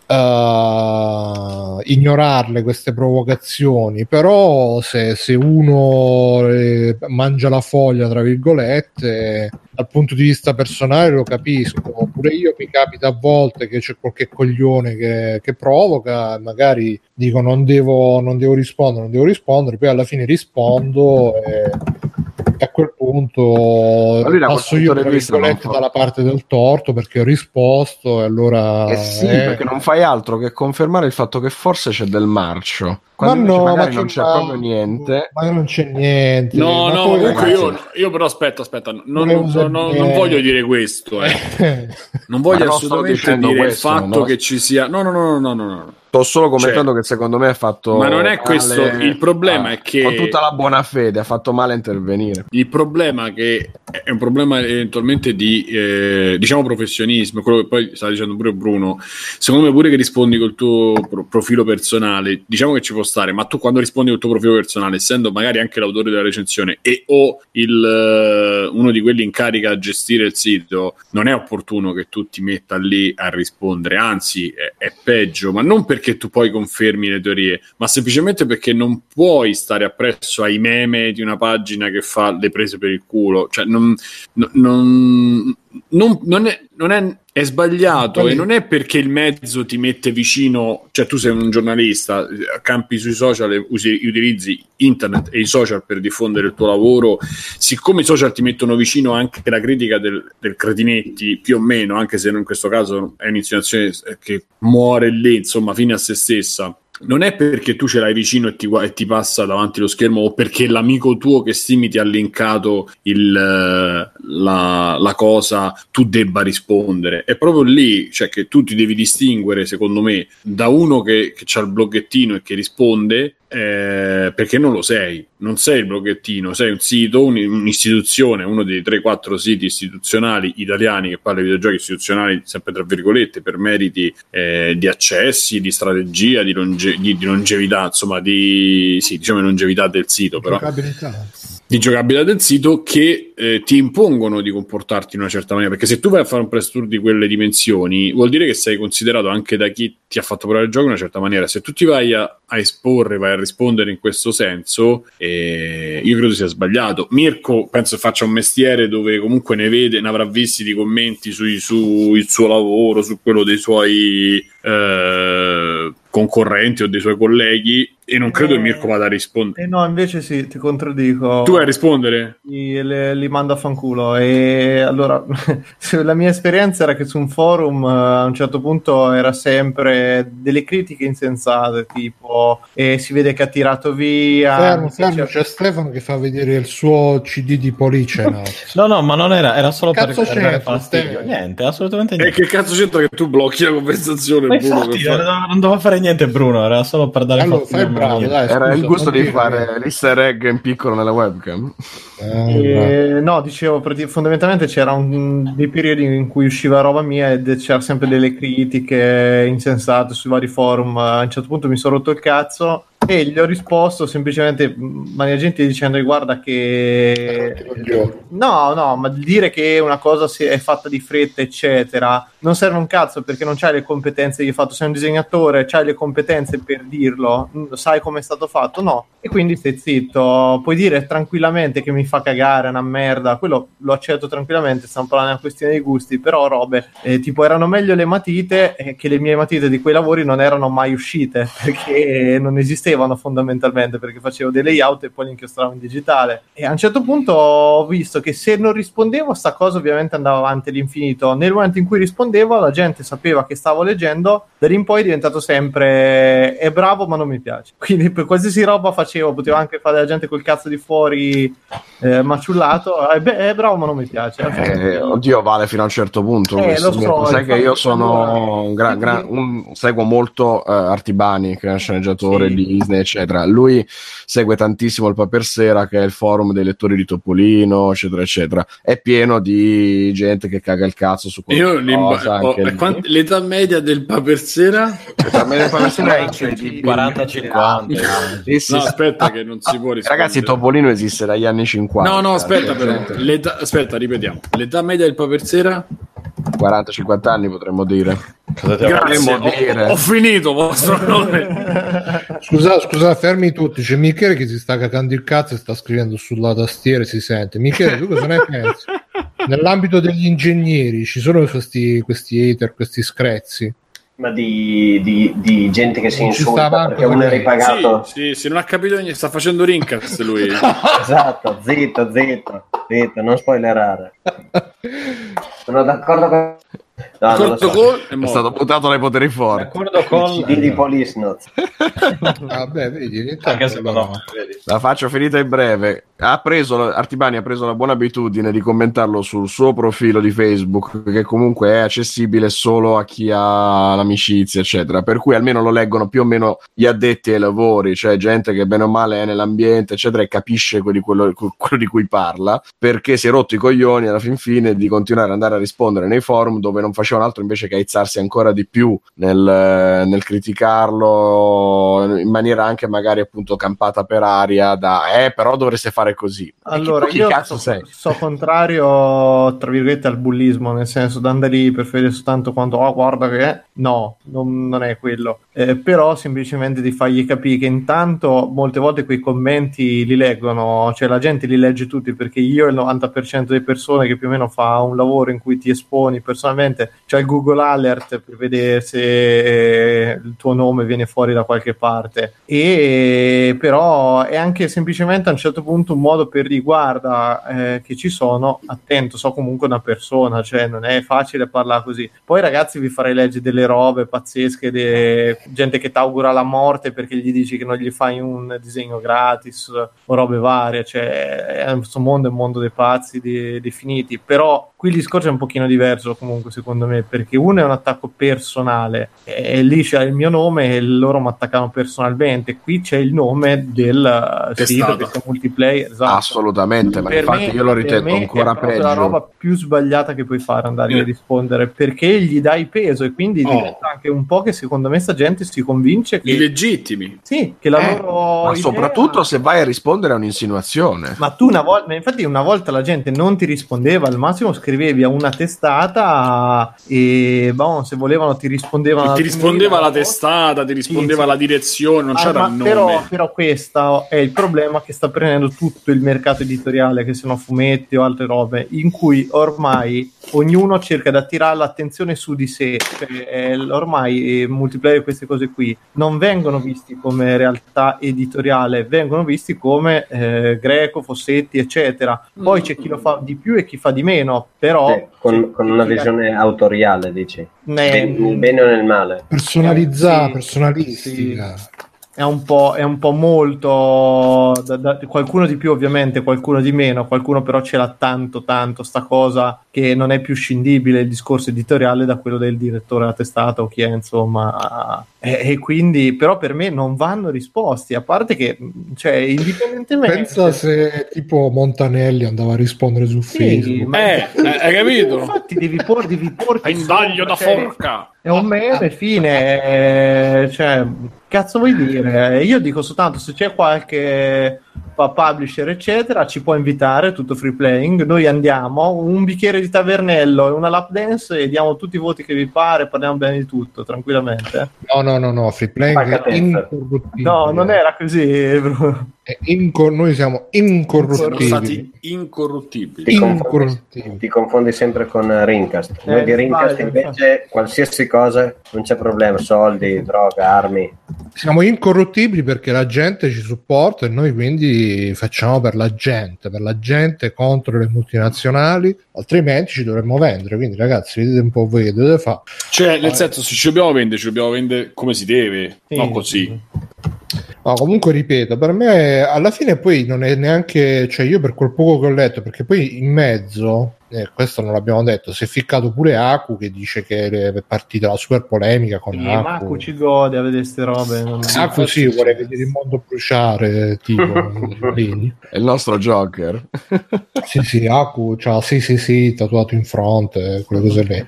eh, ignorarle queste provocazioni, però se, se uno eh, mangia la foglia, tra virgolette, dal punto di vista personale lo capisco. Pure io mi capita a volte che c'è qualche coglione che, che provoca, magari dico non devo, non devo rispondere, non devo rispondere, poi alla fine rispondo e, e a quel punto Ma lui da quel passo punto io di tra vista virgolette non fa- dalla parte del torto perché ho risposto e allora Eh sì, eh, perché non fai altro che confermare il fatto che forse c'è del marcio. ma Quando invece no, magari ma non che c'è ma- proprio niente. ma non c'è niente. No, Ma no, poi, comunque ragazzi- io, io però aspetta, aspetta, non, Volevo non, non- non sapere- voglio dire questo, eh. Non Ma voglio non sto assolutamente dicendo dire questo, il fatto no? che ci sia... No, no, no, no, no, no, no. Sto solo commentando Cioè, che secondo me ha fatto ma non è male- questo, il problema ah, è che- con tutta la buona fede ha fatto male a intervenire. Il problema che è un problema eventualmente di eh, diciamo professionismo, quello che poi sta dicendo pure Bruno, secondo me pure che rispondi col tuo pro- profilo personale, diciamo che ci può stare, ma tu quando rispondi col tuo profilo personale, essendo magari anche l'autore della recensione e o il, eh, uno di quelli in carica a gestire il sito, non è opportuno che tu ti metta lì a rispondere, anzi è, è peggio, ma non perché tu poi confermi le teorie, ma semplicemente perché non puoi stare appresso ai meme di una pagina che fa le prese per il culo, cioè non, no- non, non, non è, non è, è sbagliato Quali- e non è perché il mezzo ti mette vicino, cioè tu sei un giornalista, campi sui social e usi, utilizzi internet e i social per diffondere il tuo lavoro, siccome i social ti mettono vicino anche la critica del, del Cretinetti, più o meno, anche se in questo caso è un'insinuazione che muore lì, insomma, fine a se stessa. Non è perché tu ce l'hai vicino e ti, gua- e ti passa davanti lo schermo o perché l'amico tuo che stimi ti ha linkato il, eh, la, la cosa, tu debba rispondere. È proprio lì, cioè, che tu ti devi distinguere, secondo me, da uno che, che c'ha il bloggettino e che risponde, eh, perché non lo sei. Non sei il bloggettino, sei un sito, un, un'istituzione, uno dei tre quattro siti istituzionali italiani che parla di videogiochi istituzionali, sempre tra virgolette, per meriti eh, di accessi, di strategia, di, longe- di, di longevità, insomma, di sì, diciamo longevità del sito, però giocabilità. di giocabilità del sito, che eh, ti impongono di comportarti in una certa maniera, perché se tu vai a fare un press tour di quelle dimensioni vuol dire che sei considerato anche da chi ti ha fatto provare il gioco in una certa maniera. Se tu ti vai a, a esporre, vai a rispondere in questo senso, eh, io credo sia sbagliato. Mirko penso faccia un mestiere dove comunque ne vede, ne avrà visti di commenti sui, su il suo lavoro, su quello dei suoi eh, concorrenti o dei suoi colleghi, E non credo Eh, che Mirko vada a rispondere. Eh no, invece sì, ti contraddico. Tu vai a rispondere? Li, le- li mando a fanculo. E allora, se- la mia esperienza era che su un forum eh, a un certo punto era sempre delle critiche insensate, tipo e si vede che ha tirato via. Fermo, mi fermo, piace- c'è Stefano che fa vedere il suo C D di Policena. No, no, ma non era, era solo per, Cazzo per dare c'entra, fastidio. Stefano? Niente, assolutamente E niente. che cazzo c'entra che tu blocchi la conversazione? Ma Bruno, infatti, che fa- non non doveva fare niente Bruno, era solo per dare Allora, fastidio. fai bravo, a me. dai. Era scusa, il gusto non di dire fare l'easter egg in piccolo nella webcam. Eh, Eh, no, dicevo, prati- fondamentalmente c'era un, dei periodi in cui usciva roba mia e c'era sempre delle critiche insensate sui vari forum. A un certo punto mi sono rotto il cazzo e gli ho risposto semplicemente in maniera gentile dicendo guarda che no, no, ma dire che una cosa si è fatta di fretta eccetera non serve un cazzo perché non c'hai le competenze di fatto, sei un disegnatore, c'hai le competenze per dirlo, sai come è stato fatto? No, e quindi stai zitto, puoi dire tranquillamente che mi fa cagare, è una merda, quello lo accetto tranquillamente, stiamo parlando di una questione di gusti, però robe, eh, tipo erano meglio le matite eh, che le mie matite di quei lavori non erano mai uscite perché non esistevano fondamentalmente, perché facevo dei layout e poi li inchiostravo in digitale e a un certo punto ho visto che se non rispondevo sta cosa ovviamente andava avanti all'infinito, nel momento in cui rispondevo la gente sapeva che stavo leggendo, da lì in poi è diventato sempre è bravo ma non mi piace, quindi per qualsiasi roba facevo, potevo anche fare la gente col cazzo di fuori eh, maciullato, eh, beh, è bravo ma non mi piace. Eh, oddio, vale fino a un certo punto. Eh, questo. lo so, Sai che io infatti, sono un gran, gran- un- seguo molto uh, Artibani, che è un sceneggiatore Sì. di Disney, eccetera. Lui segue tantissimo il Paper Sera, che è il forum dei lettori di Topolino, eccetera, eccetera. È pieno di gente che caga il cazzo su Io qualcosa. l'imba- oh, anche lì. quant- l'età media del Paper Sera? L'età media del Paper Sera è incredibile. quaranta cinquanta. Sì, sì, No, sì. aspetta che non si può rispondere. Ragazzi, Topolino esiste dagli anni cinquanta. No, no, aspetta Cioè, però. L'età, aspetta, ripetiamo. L'età media del Paper Sera? quaranta cinquanta anni potremmo dire. Cosa ti Grazie, Potremmo dire. ho, ho finito, vostro nome. Scusa, scusa, fermi tutti. C'è Michele che si sta cagando il cazzo e sta scrivendo sulla tastiera e si sente. Michele, tu cosa ne pensi? Nell'ambito degli ingegneri ci sono questi, questi hater, questi screzi? Ma di, di, di gente che si Non ci insulta sta perché manco uno è lei. ripagato. Sì, sì, se non ha capito niente, sta facendo rincast lui. Esatto, zitto, zitto, zitto, non spoilerare. Sono d'accordo con... No, non lo Corto so. gol è È morto. stato buttato dai poteri forti. D'accordo Il con C D di Police Notes. Vabbè, vedi, intanto anche secondo allora- me, vedi. La faccio finita in breve. Ha preso, Artibani ha preso la buona abitudine di commentarlo sul suo profilo di Facebook, che comunque è accessibile solo a chi ha l'amicizia, eccetera. Per cui almeno lo leggono più o meno gli addetti ai lavori, cioè gente che bene o male è nell'ambiente, eccetera, e capisce quello di, quello, quello di cui parla, perché si è rotto i coglioni alla fin fine di continuare ad andare a rispondere nei forum dove non facevano altro invece che aizzarsi ancora di più nel, nel criticarlo in maniera anche magari appunto campata per aria da eh però dovreste fare così. Allora, chi, chi io cazzo so, sei? so contrario, tra virgolette, al bullismo, nel senso da andare lì per vedere soltanto quando, oh, guarda che è. No, non, non è quello. Eh, però semplicemente di fargli capire che intanto molte volte quei commenti li leggono, cioè la gente li legge tutti, perché io e il novanta per cento delle persone che più o meno fa un lavoro in cui ti esponi personalmente, c'è il Google Alert per vedere se eh, il tuo nome viene fuori da qualche parte, e però è anche semplicemente a un certo punto un modo per dire guarda eh, che ci sono, attento, so comunque una persona, cioè non è facile parlare così. Poi ragazzi vi farei leggere delle robe pazzesche, de... gente che ti augura la morte perché gli dici che non gli fai un disegno gratis o robe varie, cioè è questo mondo è un mondo dei pazzi de... definiti, però qui il discorso è un pochino diverso comunque secondo me, perché uno è un attacco personale e lì c'è il mio nome e loro mi attaccano personalmente, qui c'è il nome del sito che sia multiplayer, esatto. Assolutamente, ma Per infatti me- io lo per ritengo me ancora è proprio peggio. la roba più sbagliata che puoi fare, andare Eh. a rispondere, perché gli dai peso e quindi Oh. diventa anche un po' che secondo me sta gente si convince che Illegittimi. sì, che la Eh, loro ma idea- soprattutto se vai a rispondere a un'insinuazione. ma tu una volta, infatti una volta la gente non ti rispondeva, al massimo scrivevi a una testata e boh, se volevano ti rispondevano ti rispondeva la testata, ti rispondeva sì, la sì. direzione, non ah, c'era il nome. Però, però questo è il problema che sta prendendo tutto il mercato editoriale, che siano fumetti o altre robe, in cui ormai ognuno cerca di attirare l'attenzione su di sé, cioè, eh, ormai eh, multiplayer, queste cose qui non vengono visti come realtà editoriale, vengono visti come eh, Greco, Fossetti eccetera, poi c'è chi lo fa di più e chi fa di meno, però sì, con, con una visione ha... autoriale, dici, ne... nel bene o nel male, personalizzata, sì, personalistica sì. È un po', è un po' molto da, da, qualcuno di più ovviamente, qualcuno di meno, qualcuno però ce l'ha tanto tanto sta cosa che non è più scindibile il discorso editoriale da quello del direttore della testata o chi è, insomma, e, e quindi però per me non vanno risposti, a parte che, cioè, indipendentemente, pensa se tipo Montanelli andava a rispondere su sì, Facebook, ma eh, hai capito? Infatti devi por, devi porti indaglio da cioè, forca, è un meme, fine, eh, cioè cazzo vuoi dire? Io dico soltanto, se c'è qualche publisher eccetera ci può invitare, tutto free playing, noi andiamo, un bicchiere di tavernello e una lap dance e diamo tutti i voti che vi pare, parliamo bene di tutto tranquillamente. no no no no free playing è incorruttibile. No, non era così, bro. È incor- noi siamo incorruttibili, siamo stati incorruttibili. Ti confondi, ti confondi sempre con Rincast. Noi Eh, di Rincast sbaglio, invece infatti. qualsiasi cosa non c'è problema, soldi, droga, armi. siamo incorruttibili perché la gente ci supporta e noi quindi facciamo per la gente, per la gente contro le multinazionali, altrimenti ci dovremmo vendere. Quindi ragazzi, vedete un po' voi che dovete fare. Cioè, nel senso, se ci dobbiamo vendere, ci dobbiamo vendere come si deve, Sì, non così. sì. No, comunque ripeto, per me alla fine poi non è neanche, cioè io per quel poco che ho letto, perché poi in mezzo, eh, questo non l'abbiamo detto, si è ficcato pure Aku che dice che è partita la super polemica con Sì, Aku. ma Aku ci gode a vedere ste robe. Non... Aku sì, vuole vedere il mondo bruciare, tipo lì. È il nostro Joker. Sì, sì, Aku c'ha sì, sì, sì, tatuato in fronte, quelle cose lì.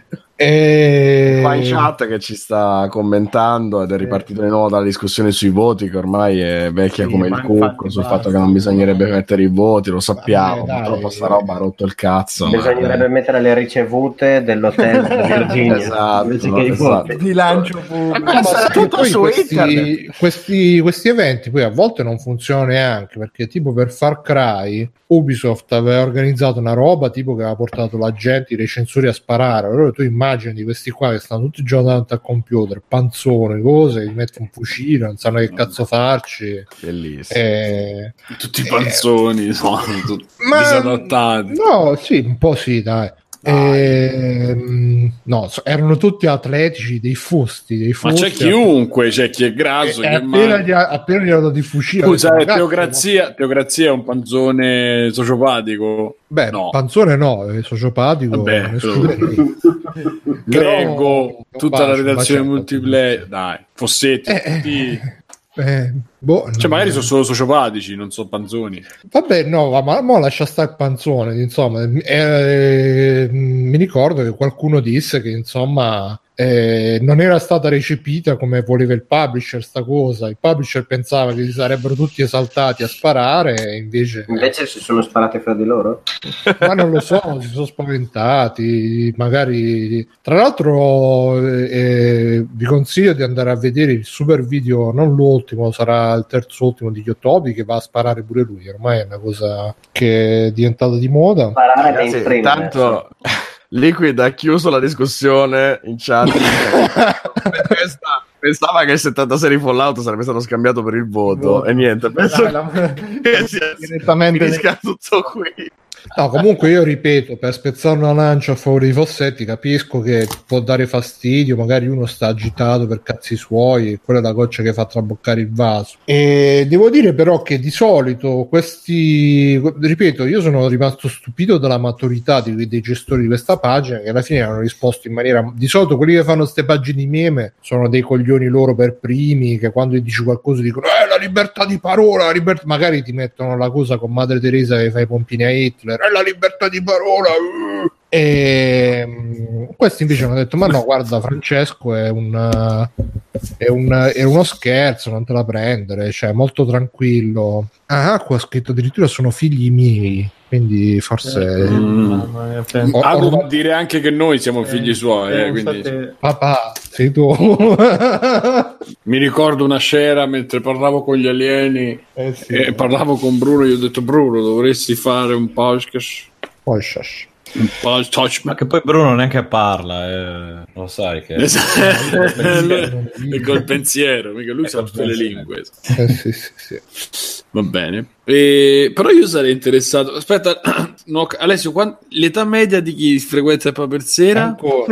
E... Qua in chat che ci sta commentando ed è ripartito di nuovo dalla discussione sui voti che ormai è vecchia Sì, come ma il cucco, sul basta. fatto che non bisognerebbe mettere i voti, lo sappiamo, Vabbè, purtroppo dai, sta roba ha rotto il cazzo. Bisognerebbe ma, eh. mettere le ricevute dell'hotel di Virginia Esatto, invece che i esatto. voti. Bilancio pubblico. Ma sarà tutto poi su questi, internet. questi, questi eventi poi a volte non funzionano neanche, perché tipo per Far Cry Ubisoft aveva organizzato una roba tipo che aveva portato la gente, i recensori a sparare. Allora tu immagini di questi qua che stanno tutti i giorni davanti al computer, panzone, cose, gli metti un fucile, non sanno che cazzo farci. Bellissimo. Eh, Tutti i panzoni sono tutti ma disadattati. no, sì, un po' sì, dai. Ehm, no, so- erano tutti atletici, dei fusti, dei Ma fusti. c'è chiunque, c'è chi è grasso, E chi è appena, magro. gli ha, appena gli ha dato di fucile, Scusa, ha eh, detto, "Cazzo, teocrazia, teocrazia è un panzone sociopatico. beh, no. panzone no, è sociopatico. Vabbè, non però- escluderei. Grego, Però- tutta un la bacio, redazione un bacio. multiplayer, dai, Fossetti, Eh, tutti- eh, boh, cioè non- magari sono solo sociopatici, non sono panzoni. Vabbè, no, ma mo lascia stare il panzone, insomma, eh, mi ricordo che qualcuno disse che, insomma, eh, non era stata recepita come voleva il publisher sta cosa. Il publisher pensava che si sarebbero tutti esaltati a sparare e invece... Invece si sono sparati fra di loro? Ma non lo so, si sono spaventati, magari. Tra l'altro eh, vi consiglio di andare a vedere il super video, non l'ultimo, sarà il terzo ultimo di Yotobi, che va a sparare pure lui, ormai è una cosa che è diventata di moda. Sparare Ragazzi, mainstream. intanto Liquid ha chiuso la discussione in chat. Questa- pensava che il settantasei di Fallout sarebbe stato scambiato per il voto e niente, penso Dai, la- che sia, direttamente finisca tutto qui. No, comunque io ripeto, per spezzare una lancia a favore di Fossetti, capisco che può dare fastidio, magari uno sta agitato per cazzi suoi, e quella è la goccia che fa traboccare il vaso. E devo dire però che di solito questi, ripeto, io sono rimasto stupito dalla maturità di, dei gestori di questa pagina, che alla fine hanno risposto in maniera, di solito quelli che fanno queste pagine meme sono dei coglioni loro per primi, che quando gli dici qualcosa dicono eh la libertà di parola, la libertà... magari ti mettono la cosa con Madre Teresa che fa i pompini a Hitler, è la libertà di parola, uh! E mh, questi invece hanno detto: ma no, guarda, Francesco è un, è un è uno scherzo, non te la prendere, cioè molto tranquillo. Ah, qua ho scritto addirittura sono figli miei, quindi forse Mm. Penso- Oh, Ah, oh, vuol dire anche che noi siamo figli suoi, eh, pensa quindi te. papà, sei tu. mi ricordo una scena mentre parlavo con gli alieni Eh sì. e parlavo con Bruno, gli ho detto: Bruno, dovresti fare un podcast, Poi shush. un podcast. Ma che poi Bruno neanche parla, eh, lo sai che... E col pensiero, mica lui E sa col tutte le pensiero. lingue. Eh, sì, sì, sì. Va bene. E- però io sarei interessato. Aspetta, no, Alessio, quan- l'età media di chi frequenta il Paper Sera?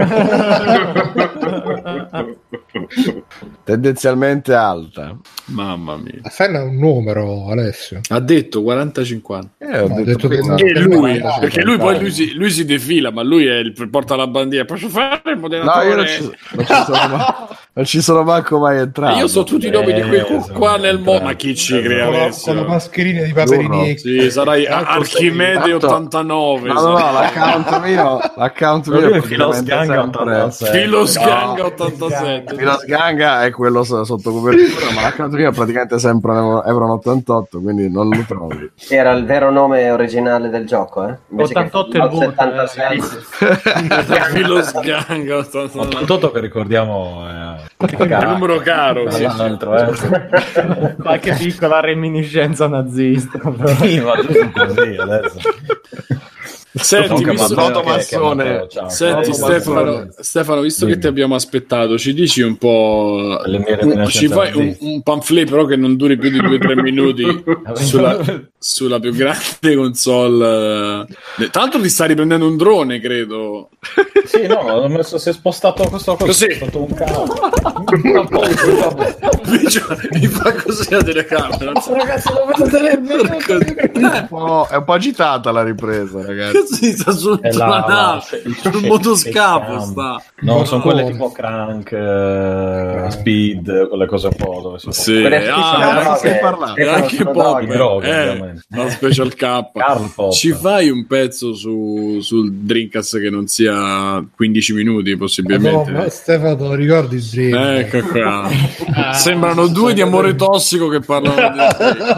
Ancora. Tendenzialmente alta. Mamma mia. La Fenna è un numero, Alessio. Ha detto quaranta cinquanta. Eh, ho No, ho detto detto prima. che- E lui, Ah, perché lui poi lui si, lui si defila, ma lui è il, porta la bandiera. Posso fare il No, moderatore? io non ci, non ci sono ma- non ci sono manco mai entrato. Io so tutti i nomi di quei Eh, qua, sono qua nel mondo. entrato. Ma chi ci crea, Con la, Alessio? con la mascherina di Paperini. Sì, sarai a- Archimede Tanto- ottantanove. No, no, no, l'account mio, l'account mio Lui è è Filo Sganga praticamente sempre- ottantasei. Filo Sganga No. ottantasette. Filo Sganga è quello so- sotto copertura, ma l'account mio è praticamente sempre Evron ottantotto, quindi non lo trovi. Era il vero nome originale del gioco, eh? Invece che ottantotto è il voto, settantasei. Filo Sganga ottantasette. ottantotto che ricordiamo è È un numero caro. sì, sì. Dall'altro, eh. Qualche piccola reminiscenza nazista. però. Sì, ma giusto così adesso. Senti, Comunque, visto- Matteo, Noto che- che Massone. Matteo, ciao. Senti Noto Stefano, Massone. Stefano, visto che Dimmi. ti abbiamo aspettato, ci dici un po', Le mie un- reminiscenze ci fai un, naziste. un pamphlet però che non duri più di due o tre minuti sulla, sulla più grande console. eh. Tra l'altro ti sta riprendendo un drone, credo. Sì, no, ho messo, si è spostato questo cosa, Così. è stato un cavolo. Vabbè, vabbè. Mi fa così la telecamera. non so- Ragazzi, lo vedete È un po', è un po' agitata la ripresa, ragazzi. Cazzo, sta su È sulla la- nave, la- sul il- motoscafo il- sta. No, sono quelle Bottone. tipo Crank, eh, Speed, quelle cose un po' dove si Sì, Quelle sì, sono ah, droghe. stai parlando. e anche Sono Pop, droghe. Droghe, eh, ovviamente. la Special K. Karl Pop. Ci fai un pezzo su, sul Dreamcast che non sia quindici minuti possibilmente? No, ma Stefano, te lo ricordi il Dream? Ecco qua. Sembrano due di amore tossico che parlano di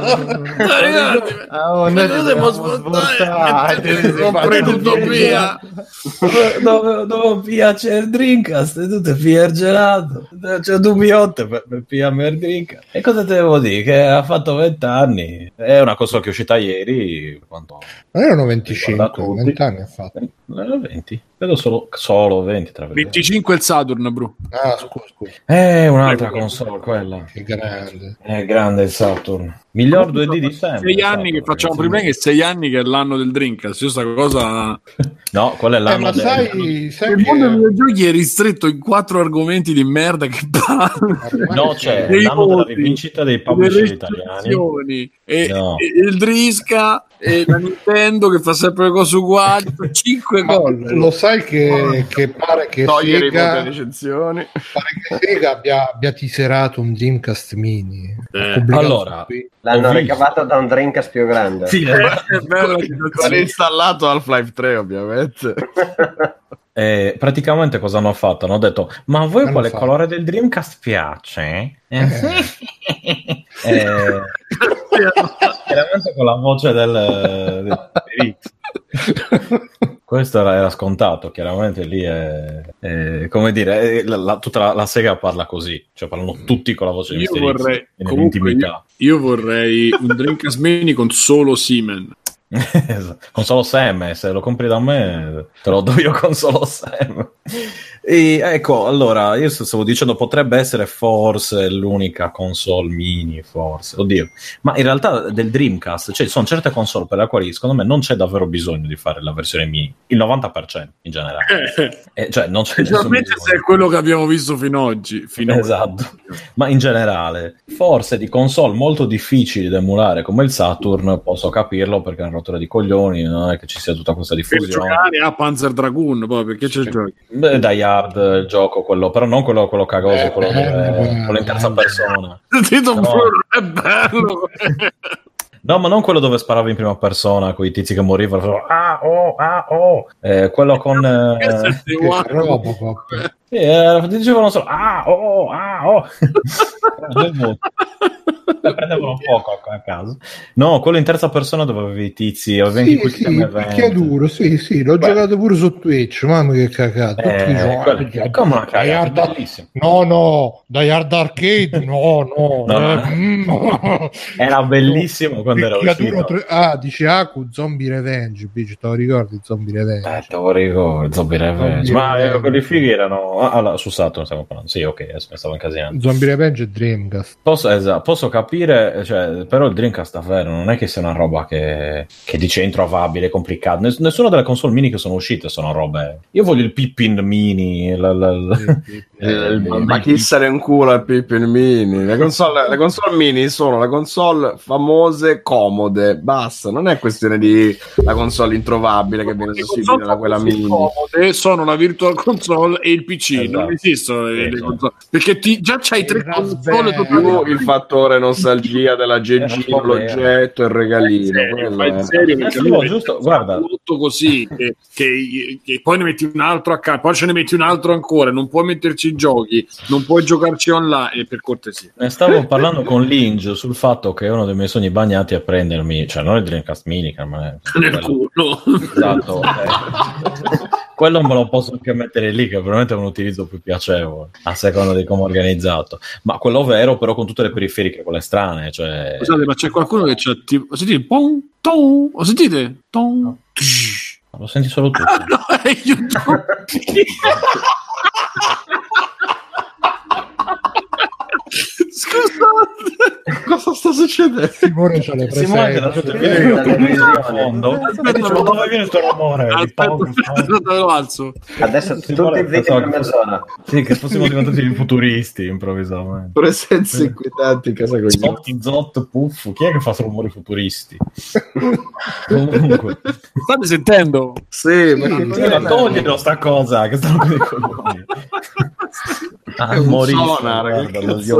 Ah, oh, noi dobbiamo svoltare. compri l'utopia. dove, dove piace il Dreamcast e tu ti pia il gelato, c'è due biotte per, per pigliarmi il Dreamcast. E cosa te devo dire? Che ha fatto venti anni, è una cosa che è uscita ieri. Quanto? Non erano Guarda venticinque, tutti. venti anni ha fatto. Eh, venti, vedo solo, solo venti tra virgolette. venticinque il Saturn, bro. Ah, scusa, scusa, È un'altra console quella. che grande. È grande il Saturn. Miglior due D di sempre. Sei anni che Saturn, facciamo ragazzi. prima che sei anni che è l'anno del Dreamcast. Io sta cosa. No, quello è Eh, l'anno ma del- sai, sai Il mondo dei che... videogiochi è ristretto in quattro argomenti di merda che parlano. No, c'è Dei l'anno della voti, rivincita dei delle publisher italiani. restrizioni, e, No. e il Drisca e la Nintendo che fa sempre le cose uguali. cinque Ma gol. lo sai che, che pare che Togliere i punti Sega, alle recensioni. pare che Sega abbia, abbia teaserato un Dreamcast mini. Eh, Pubblicato allora, qui. L'hanno Ho visto. ricavato da un Dreamcast più grande. Sì, È bella la Ha situazione. reinstallato Half-Life tre, ovviamente. eh, praticamente cosa hanno fatto? Hanno detto: ma a voi Hanno quale fatto. colore del Dreamcast piace? Eh, eh, chiaramente con la voce del, del questo era, era scontato, chiaramente lì è, è- come dire, è- la, la- tutta la, la Sega parla così, cioè parlano tutti con la voce di Io mister X vorrei, e comunque, nell'intimità. io, io vorrei un Dreamcast mini con solo Siemens. Con solo Sam, se lo compri da me te lo do io con solo Sam. E ecco, allora io stavo dicendo potrebbe essere forse l'unica console mini, forse, oddio, ma in realtà del Dreamcast, cioè ci sono certe console per le quali secondo me non c'è davvero bisogno di fare la versione mini, il novanta per cento in generale. Eh, cioè non c'è nessun Specialmente bisogno. se è quello che abbiamo visto fino ad oggi. Fino Esatto, ma in generale, forse di console molto difficili da emulare come il Saturn posso capirlo perché è un rottura di coglioni, non è che ci sia tutta questa per diffusione. giocare a Panzer Dragoon, poi perché c'è il gioco? Beh, Die Hard, il gioco, quello, però non quello, quello cagoso, Eh, quello, eh, dove- eh, quello in terza eh. persona. Tito No. Bruno è bello. No, ma non quello dove sparavi in prima persona con i tizi che morivano. Ah, oh, ah, oh. Eh, quello con... Eh... Robocop. Sì, eh, dicevano solo ah, oh, ah, oh. Prendevano poco a caso. No, quello in terza persona dove avevi i tizi, avevi sì, sì, che è duro, sì, sì, l'ho Beh. giocato pure su Twitch, mamma che cagato. Eh, quello, come una cagata, bellissimo. No, no, Die Hard Arcade, no, no. no. Eh, era bellissimo no. quando era uscito. Tre... Ah, dice Aku, Zombie Revenge, bici, te lo ricordi Zombie Revenge? Eh, te lo ricordo, Zombie Revenge. Zombie Ma Revenge. Eh, quelli fighi erano... Ah, su Saturn stiamo parlando. Sì, ok, adesso mi stavo incasinando. Zombie Revenge e Dreamcast. Posso, esatto, posso capire, cioè, però il Dreamcast davvero non è che sia una roba che, che dice introvabile, complicata. Ness- nessuna delle console mini che sono uscite sono robe. Io voglio il Pippin mini. La, la, la, sì, il, il, il, ma chi se ne un culo al Pippin mini? Le console, le console mini sono le console famose, comode, basta. Non è questione di la console introvabile che viene sostituita da quella mini. Comode sono la Virtual Console e il P C. Esatto. Non esistono le, le console perché ti, già c'hai tre console più il fattore nostalgia della G G, l'oggetto, il regalino. Ma in serio, no, giusto, guarda, così che, che, che poi ne metti un altro a casa, poi ce ne metti un altro ancora, non puoi metterci i giochi, non puoi giocarci online, per cortesia. Ne stavo parlando con Linge sul fatto che uno dei miei sogni bagnati è prendermi, cioè non il Dreamcast Mini, ma è nel culo. Esatto. eh. Quello me lo posso anche mettere lì, che probabilmente è un utilizzo più piacevole a seconda di come è organizzato, ma quello vero però con tutte le periferiche, quelle strane, cioè... Scusate, ma c'è qualcuno che c'ha tipo... sentite? Pom, tom, lo sentite? Tom, no. Lo senti solo tu. Ah, no, è YouTube. Scusate, cosa sta succedendo? Simone c'ha le Simone la fondo. Dove viene questo rumore? Aspetta, aspetta, lo alzo. Adesso tutti zitti per mezz'ora. Sì, che fossimo diventati futuristi improvvisamente. Presenze inquietanti in casa con gli Zotti, Zot, Puff. Chi è che fa rumori futuristi? Comunque. State sentendo? Sì, ma che sì, ma toglielo sta cosa, che stanno con i coglioni. Ah, sonar, io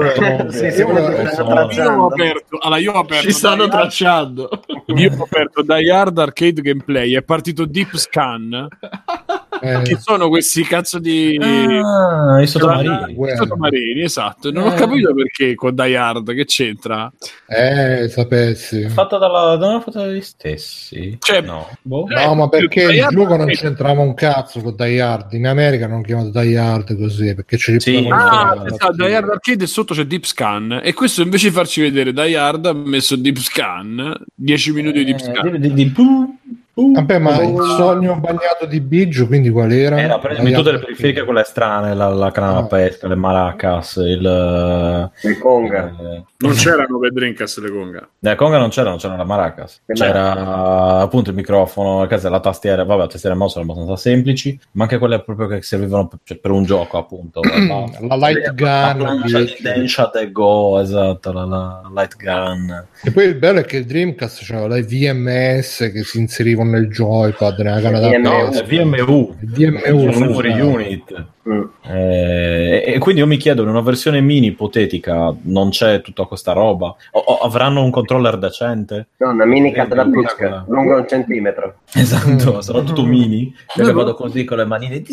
ho aperto, allora io ho aperto ci stanno tracciando. Io ho aperto Die Hard Arcade Gameplay, è partito Deep Scan. Eh. Che sono questi cazzo di ah, i sottomarini, I sottomarini, esatto. Non eh. ho capito perché con Die Hard, che c'entra? Eh, sapessi. Fatto dalla, non l'hanno fatto dagli stessi? Cioè, no, boh. no, ma perché il gioco non c'entrava un cazzo con Die Hard. In America non chiamato Die Hard così, perché c'è sì. Ah, esatto, Die Hard Arcade e sotto c'è Deep Scan, e questo invece di farci vedere Die Hard ha messo Deep Scan, dieci minuti di Deep Scan. Eh, di, di, di, Uh, Vabbè, ma oh. il sogno bagnato di Biggio, quindi qual era? Era prendermi tutte le periferiche, quelle strane, la, la canna oh. pesca, le maracas, il... Le conga. Eh, non c'erano per Dreamcast le conga. Le conga non c'erano, c'erano le maracas. Che c'era bello. Appunto il microfono, la tastiera, vabbè, la tastiera e mouse sono abbastanza semplici, ma anche quelle proprio che servivano per, cioè, per un gioco, appunto. La light gun. La plancia di Densha The Go, esatto, la, la light gun. E poi il bello è che il Dreamcast c'aveva le V M S che si inserivano nel joypad, nella canna da pesca. V M U, V M U, memory unit. Mm. Eh, e quindi io mi chiedo, in una versione mini ipotetica non c'è tutta questa roba? O, o avranno un controller decente? No, una mini carta da pesca lungo un centimetro. Esatto, mm. sarà tutto mini. Io che vado così con le manine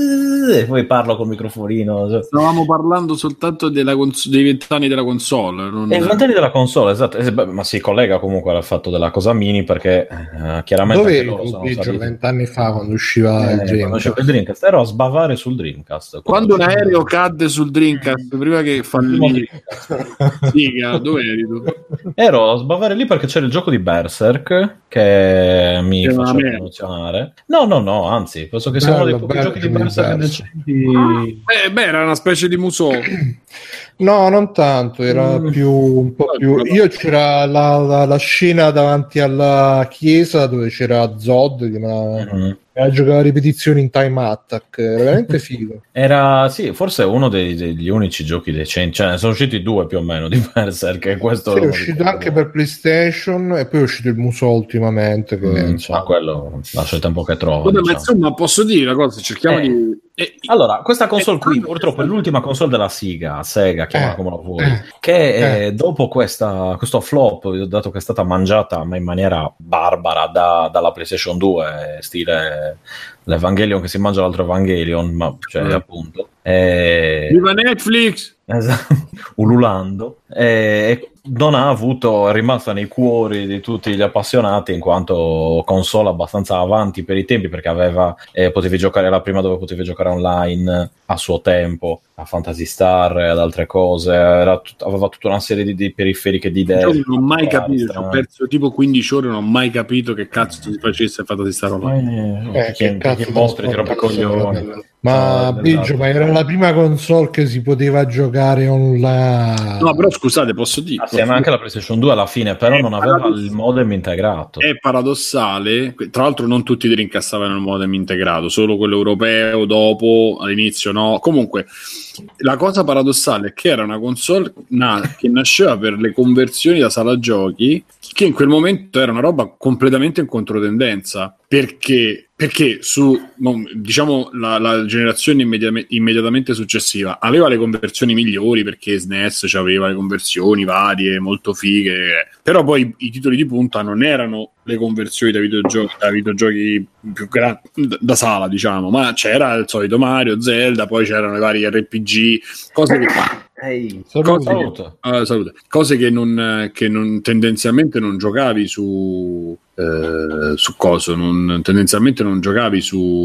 e poi parlo col microfonino. Stavamo parlando soltanto della cons- dei vent'anni della console. Non... I vent'anni della console, esatto. Eh, beh, ma si collega comunque al fatto della cosa mini, perché eh, chiaramente dove eri tu vent'anni fa quando usciva eh, il Dreamcast? Il Dreamcast ero a sbavare sul Dreamcast. Quando un aereo cadde sul Dreamcast prima che fallì, Siga, dove eri tu? Ero a sbavare lì perché c'era il gioco di Berserk che mi che faceva emozionare. No, no, no, anzi, penso che sia uno dei pochi giochi di Berserk decenti. Beh, beh, era una specie di Musou. No, non tanto, era mm. più un po' più. Io c'era la, la, la scena davanti alla chiesa dove c'era Zod che mm. a giocare a ripetizioni in Time Attack, era veramente figo. Era, sì, forse uno dei, degli unici giochi decenti, cioè ne sono usciti due più o meno di Berserk, e questo sì, è uscito anche per PlayStation e poi è uscito il Musou ultimamente che mm, insomma, ma quello lascia il tempo che trova. Vabbè, diciamo. Ma insomma, posso dire una cosa, cerchiamo eh. di E... Allora, questa console e... qui purtroppo è l'ultima console della Sega, Sega, chiamala Eh, come la vuoi, eh, che eh. eh, dopo questa, questo flop, dato che è stata mangiata ma in maniera barbara da, dalla PlayStation due, stile l'Evangelion che si mangia l'altro Evangelion, ma cioè Mm. appunto... Eh... Viva Netflix! Esatto, ululando, e non ha avuto, è rimasta nei cuori di tutti gli appassionati in quanto console abbastanza avanti per i tempi, perché aveva eh, potevi giocare la prima dove potevi giocare online a suo tempo, a Phantasy Star e ad altre cose, era tut- aveva tutta una serie di, di periferiche di idee. Io non ho mai capito, strane. ho perso tipo quindici ore, non ho mai capito che cazzo si facesse fatto di stare online. Eh, Eh, chi- che cazzo chi mostri ti trasporta rompe i coglioni. questo? Ma No, Biggio, esatto. ma era la prima console che si poteva giocare online. No, però scusate, posso dire... Assieme posso anche alla PlayStation due alla fine, però È non aveva paradoss- il modem integrato. È paradossale, tra l'altro non tutti i Dreamcast avevano il modem integrato, solo quello europeo dopo, all'inizio no. Comunque, la cosa paradossale è che era una console na- che nasceva per le conversioni da sala giochi, che in quel momento era una roba completamente in controtendenza, perché perché su non, diciamo la, la generazione immediat- immediatamente successiva aveva le conversioni migliori, perché S N E S aveva le conversioni varie molto fighe, però poi i titoli di punta non erano le conversioni da videogiochi, da videogiochi più grandi da sala, diciamo, ma c'era il solito Mario, Zelda, poi c'erano i vari R P G, cose che Ehi, Saluti. Saluto. Ah, salute. Cose che non, che non tendenzialmente non giocavi su eh, su coso, non, tendenzialmente non giocavi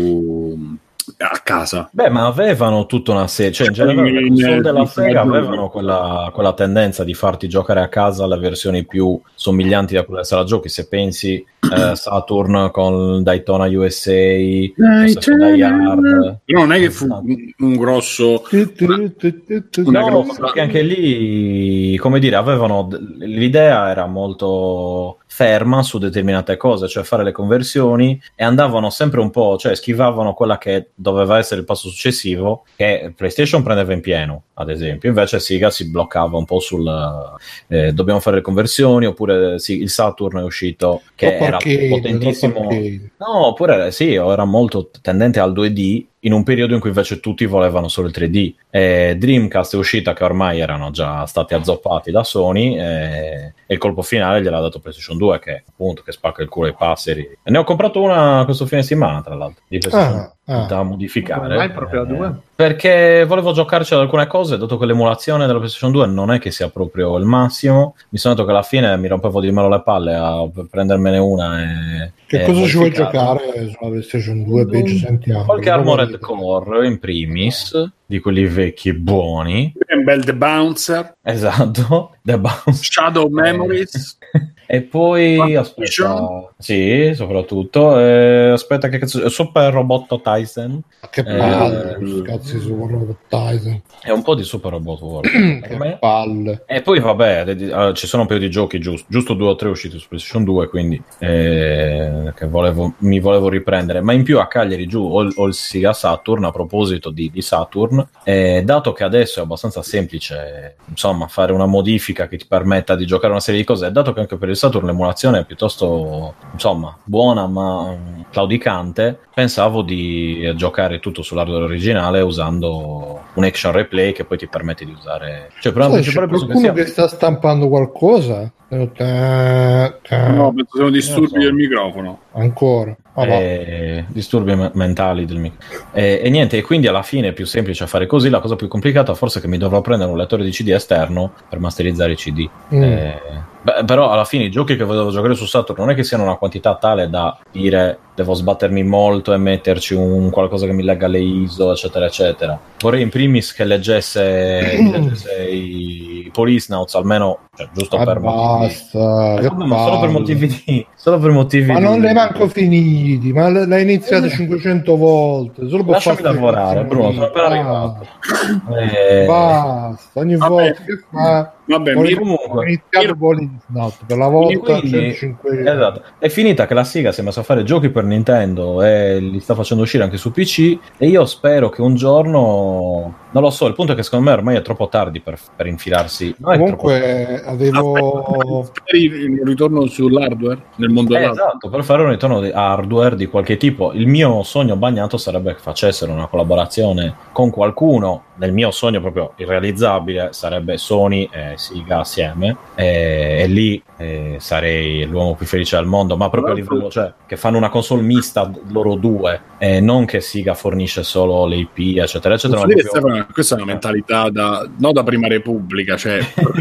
su a casa. Beh, ma avevano tutta una serie, cioè in generale le In- console della in- Sega in- avevano quella, quella tendenza di farti giocare a casa le versioni più somiglianti da quelle della sala giochi. Se pensi eh, Saturn con Daytona U S A, lo stesso Die Hard. Però non è che fu Esatto. un, un grosso Tu, tu, tu, tu, tu. Una No, grossa- perché anche lì, come dire, avevano l'idea era molto ferma su determinate cose, cioè fare le conversioni, e andavano sempre un po', cioè schivavano quella che doveva essere il passo successivo, che PlayStation prendeva in pieno, ad esempio, invece Sega si bloccava un po' sul eh, dobbiamo fare le conversioni, oppure sì, il Saturn è uscito che Troppo era arcade, potentissimo. troppo arcade. No, oppure sì, era molto tendente al due D, in un periodo in cui invece tutti volevano solo il tre D. E Dreamcast è uscita che ormai erano già stati azzoppati da Sony, e, e il colpo finale gliel'ha dato PlayStation due, che appunto che spacca il culo ai passeri. E ne ho comprato una questo fine settimana, tra l'altro, di PlayStation Ah, ah. da modificare. Come mai proprio a due? Eh, perché volevo giocarci ad alcune cose, dato che l'emulazione della PlayStation due non è che sia proprio il massimo. Mi sono detto che alla fine mi rompevo di meno le palle a prendermene una e Che e cosa ci vuoi modificarla. giocare sulla PlayStation due? Peggio, sentiamo. Qualche Dopo Armored vedete. Core in primis, di quelli vecchi e buoni. un bel The Bouncer, Esatto, The Bounce. Shadow Memories. E poi Partition. aspetta, sì, soprattutto. Eh, aspetta, che cazzo, Super Robot Tyson. Che Eh, palle, cazzi su Robot Tyson. È un po' di Super Robot World. per Che me. palle. E poi vabbè, de- de- allora, ci sono un paio di giochi, giusto, giusto due o tre usciti su PlayStation due, quindi eh, che volevo, mi volevo riprendere. Ma in più a Cagliari giù ho, il- ho il Sega Saturn, a proposito di, di Saturn, eh, dato che adesso è abbastanza semplice, insomma, fare una modifica che ti permetta di giocare una serie di cose, dato che anche per il Saturn l'emulazione è piuttosto, insomma, buona ma mm, claudicante, pensavo di giocare tutto sull'hardware originale usando un action replay che poi ti permette di usare, cioè per Sai, la c'è principale penso che qualcuno sia che sta stampando qualcosa? Eh, ta- ta- No, penso siano disturbi Non lo so. del microfono. Ancora. Ah, va. eh, disturbi me- mentali del micro. E, e niente, e quindi alla fine è più semplice fare così. La cosa più complicata forse è che mi dovrò prendere un lettore di C D esterno per masterizzare i C D. Mm. Eh, beh, però alla fine i giochi che volevo giocare su Saturn non è che siano una quantità tale da dire devo sbattermi molto e metterci un qualcosa che mi legga le I S O, eccetera eccetera. Vorrei in primis che leggesse, leggesse i Policenauts, almeno, cioè, giusto Ah, per motivi. basta, Eh, che vabbè, ma solo per palle. motivi di solo per motivi Ma di- non l'hai manco finiti, ma l- l'hai iniziato cinquecento volte. Solo per Lasciami farti lavorare, finire. Bruno, sono appena Ah, arrivato. Eh, Basta, ogni Vabbè. volta che fa. Vabbè, Poi mi- comunque, ho iniziato mi- Policenauts per la volta quindi- centocinquanta. esatto. È finita che la Sega si è messa a fare giochi per Nintendo e li sta facendo uscire anche su P C, e io spero che un giorno, non lo so, il punto è che secondo me ormai è troppo tardi per, per infilarsi. No, è troppo- Comunque avevo il ritorno sull'hardware nel mondo eh, dell'hardware. esatto, per fare un ritorno di hardware di qualche tipo. Il mio sogno bagnato sarebbe che facessero una collaborazione con qualcuno. Nel mio sogno proprio irrealizzabile sarebbe Sony e Sega assieme, e, e lì eh, sarei l'uomo più felice al mondo, ma proprio a livello, cioè, che fanno una console mista loro due, e non che Sega fornisce solo le I P eccetera eccetera. Dire, proprio... Stefano, questa è una mentalità da, no, da prima repubblica, cioè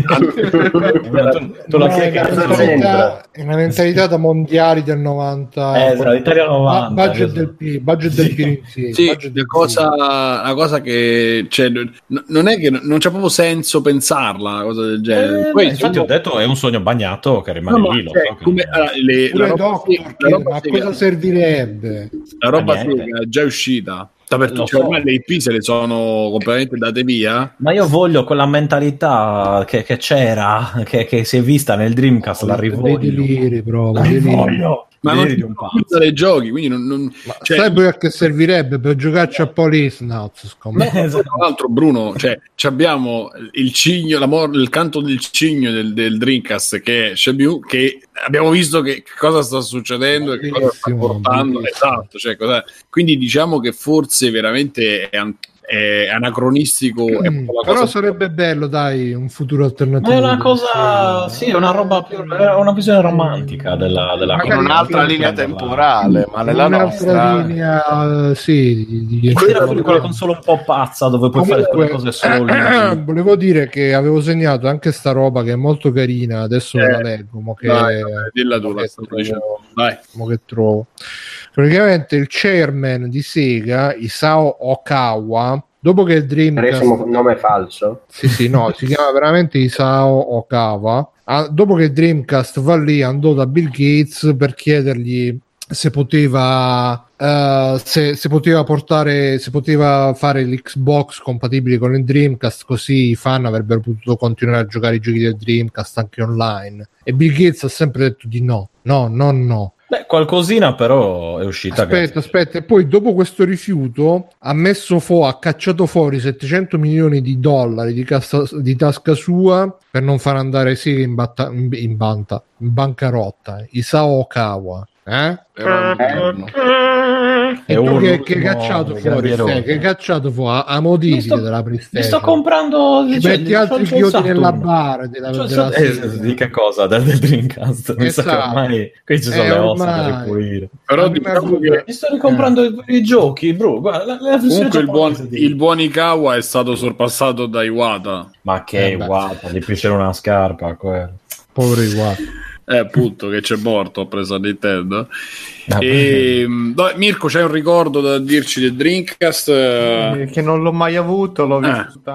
tu, tu la è, una è una mentalità da mondiali del novanta, eh, Italia novanta, budget esatto. del P, budget del P, sì, sì, budget del cosa, la cosa che cioè, non è che non c'è proprio senso pensarla una cosa del genere. Eh, Poi, infatti uno... ho detto è un sogno bagnato che rimane no, lì lo cioè, so come, che... allora, le, la roba, doctor, la roba ma cosa servirebbe? La roba Sega è già uscita. Cioè, so. Ormai le I P se le sono completamente date via. Ma io voglio quella mentalità che, che c'era, che, che si è vista nel Dreamcast, oh, la rivoglio. Deliri, bro, la rivoglio. Ma non ti dai giochi, quindi non, non cioè, sai poi a che servirebbe per giocarci a Police Nuts, no, esatto. Tra l'altro Bruno, cioè abbiamo il cigno, la mor- il canto del cigno del, del Dreamcast che è Shenmue, che abbiamo visto che cosa sta succedendo e che cosa sta portando, esatto, cioè, cosa... quindi diciamo che forse veramente è an- è anacronistico mm, è però cosa... sarebbe bello, dai, un futuro alternativo. Ma è una cosa, sì, è una roba più, è una visione romantica della, della in un'altra linea temporale, ma nella nostra linea, sì, di, di quella, quella console un po' pazza dove puoi comunque fare quelle cose solo. Eh, volevo dire che avevo segnato anche sta roba che è molto carina, adesso eh, la leggo, mo che, dai, dilla tu, mo che, trovo, dai. Mo che trovo. Praticamente il chairman di Sega, Isao Okawa, dopo che il Dreamcast... un nome falso? Sì, sì, no, si chiama veramente Isao Okawa. Ah, dopo che il Dreamcast fallì, andò da Bill Gates per chiedergli se poteva... Uh, se, se poteva portare, se poteva fare l'Xbox compatibile con il Dreamcast, così i fan avrebbero potuto continuare a giocare i giochi del Dreamcast anche online. E Bill Gates ha sempre detto di no, no, no, no. Beh, qualcosina però è uscita. Aspetta, grazie. aspetta, e poi dopo questo rifiuto ha messo fu- ha cacciato fuori settecento milioni di dollari di, cassa- di tasca sua per non far andare Sega in, batta- in, in, banta- in bancarotta. Isao Okawa. Eh? E tu che, che cacciato fuori te, che cacciato fuori a modifiche sto, della PlayStation? Mi sto comprando cioè, metti altri chiodi nella bara della, cioè, della eh, di che cosa? Del, del Dreamcast mi esatto. sa che ormai qui ci sono eh, le ossa da ripulire. Però diciamo che mi sto ricomprando eh. i, i giochi, bro. Guarda, la, la comunque il buon, il buon Ikawa è stato sorpassato da Iwata. Ma che eh, Iwata, gli piace una scarpa quello. Povero Iwata. Eh, appunto, che c'è morto, ho preso a Nintendo. Ah, e, no, Mirko, c'hai un ricordo da dirci del Dreamcast? Eh, che non l'ho mai avuto, l'ho visto eh.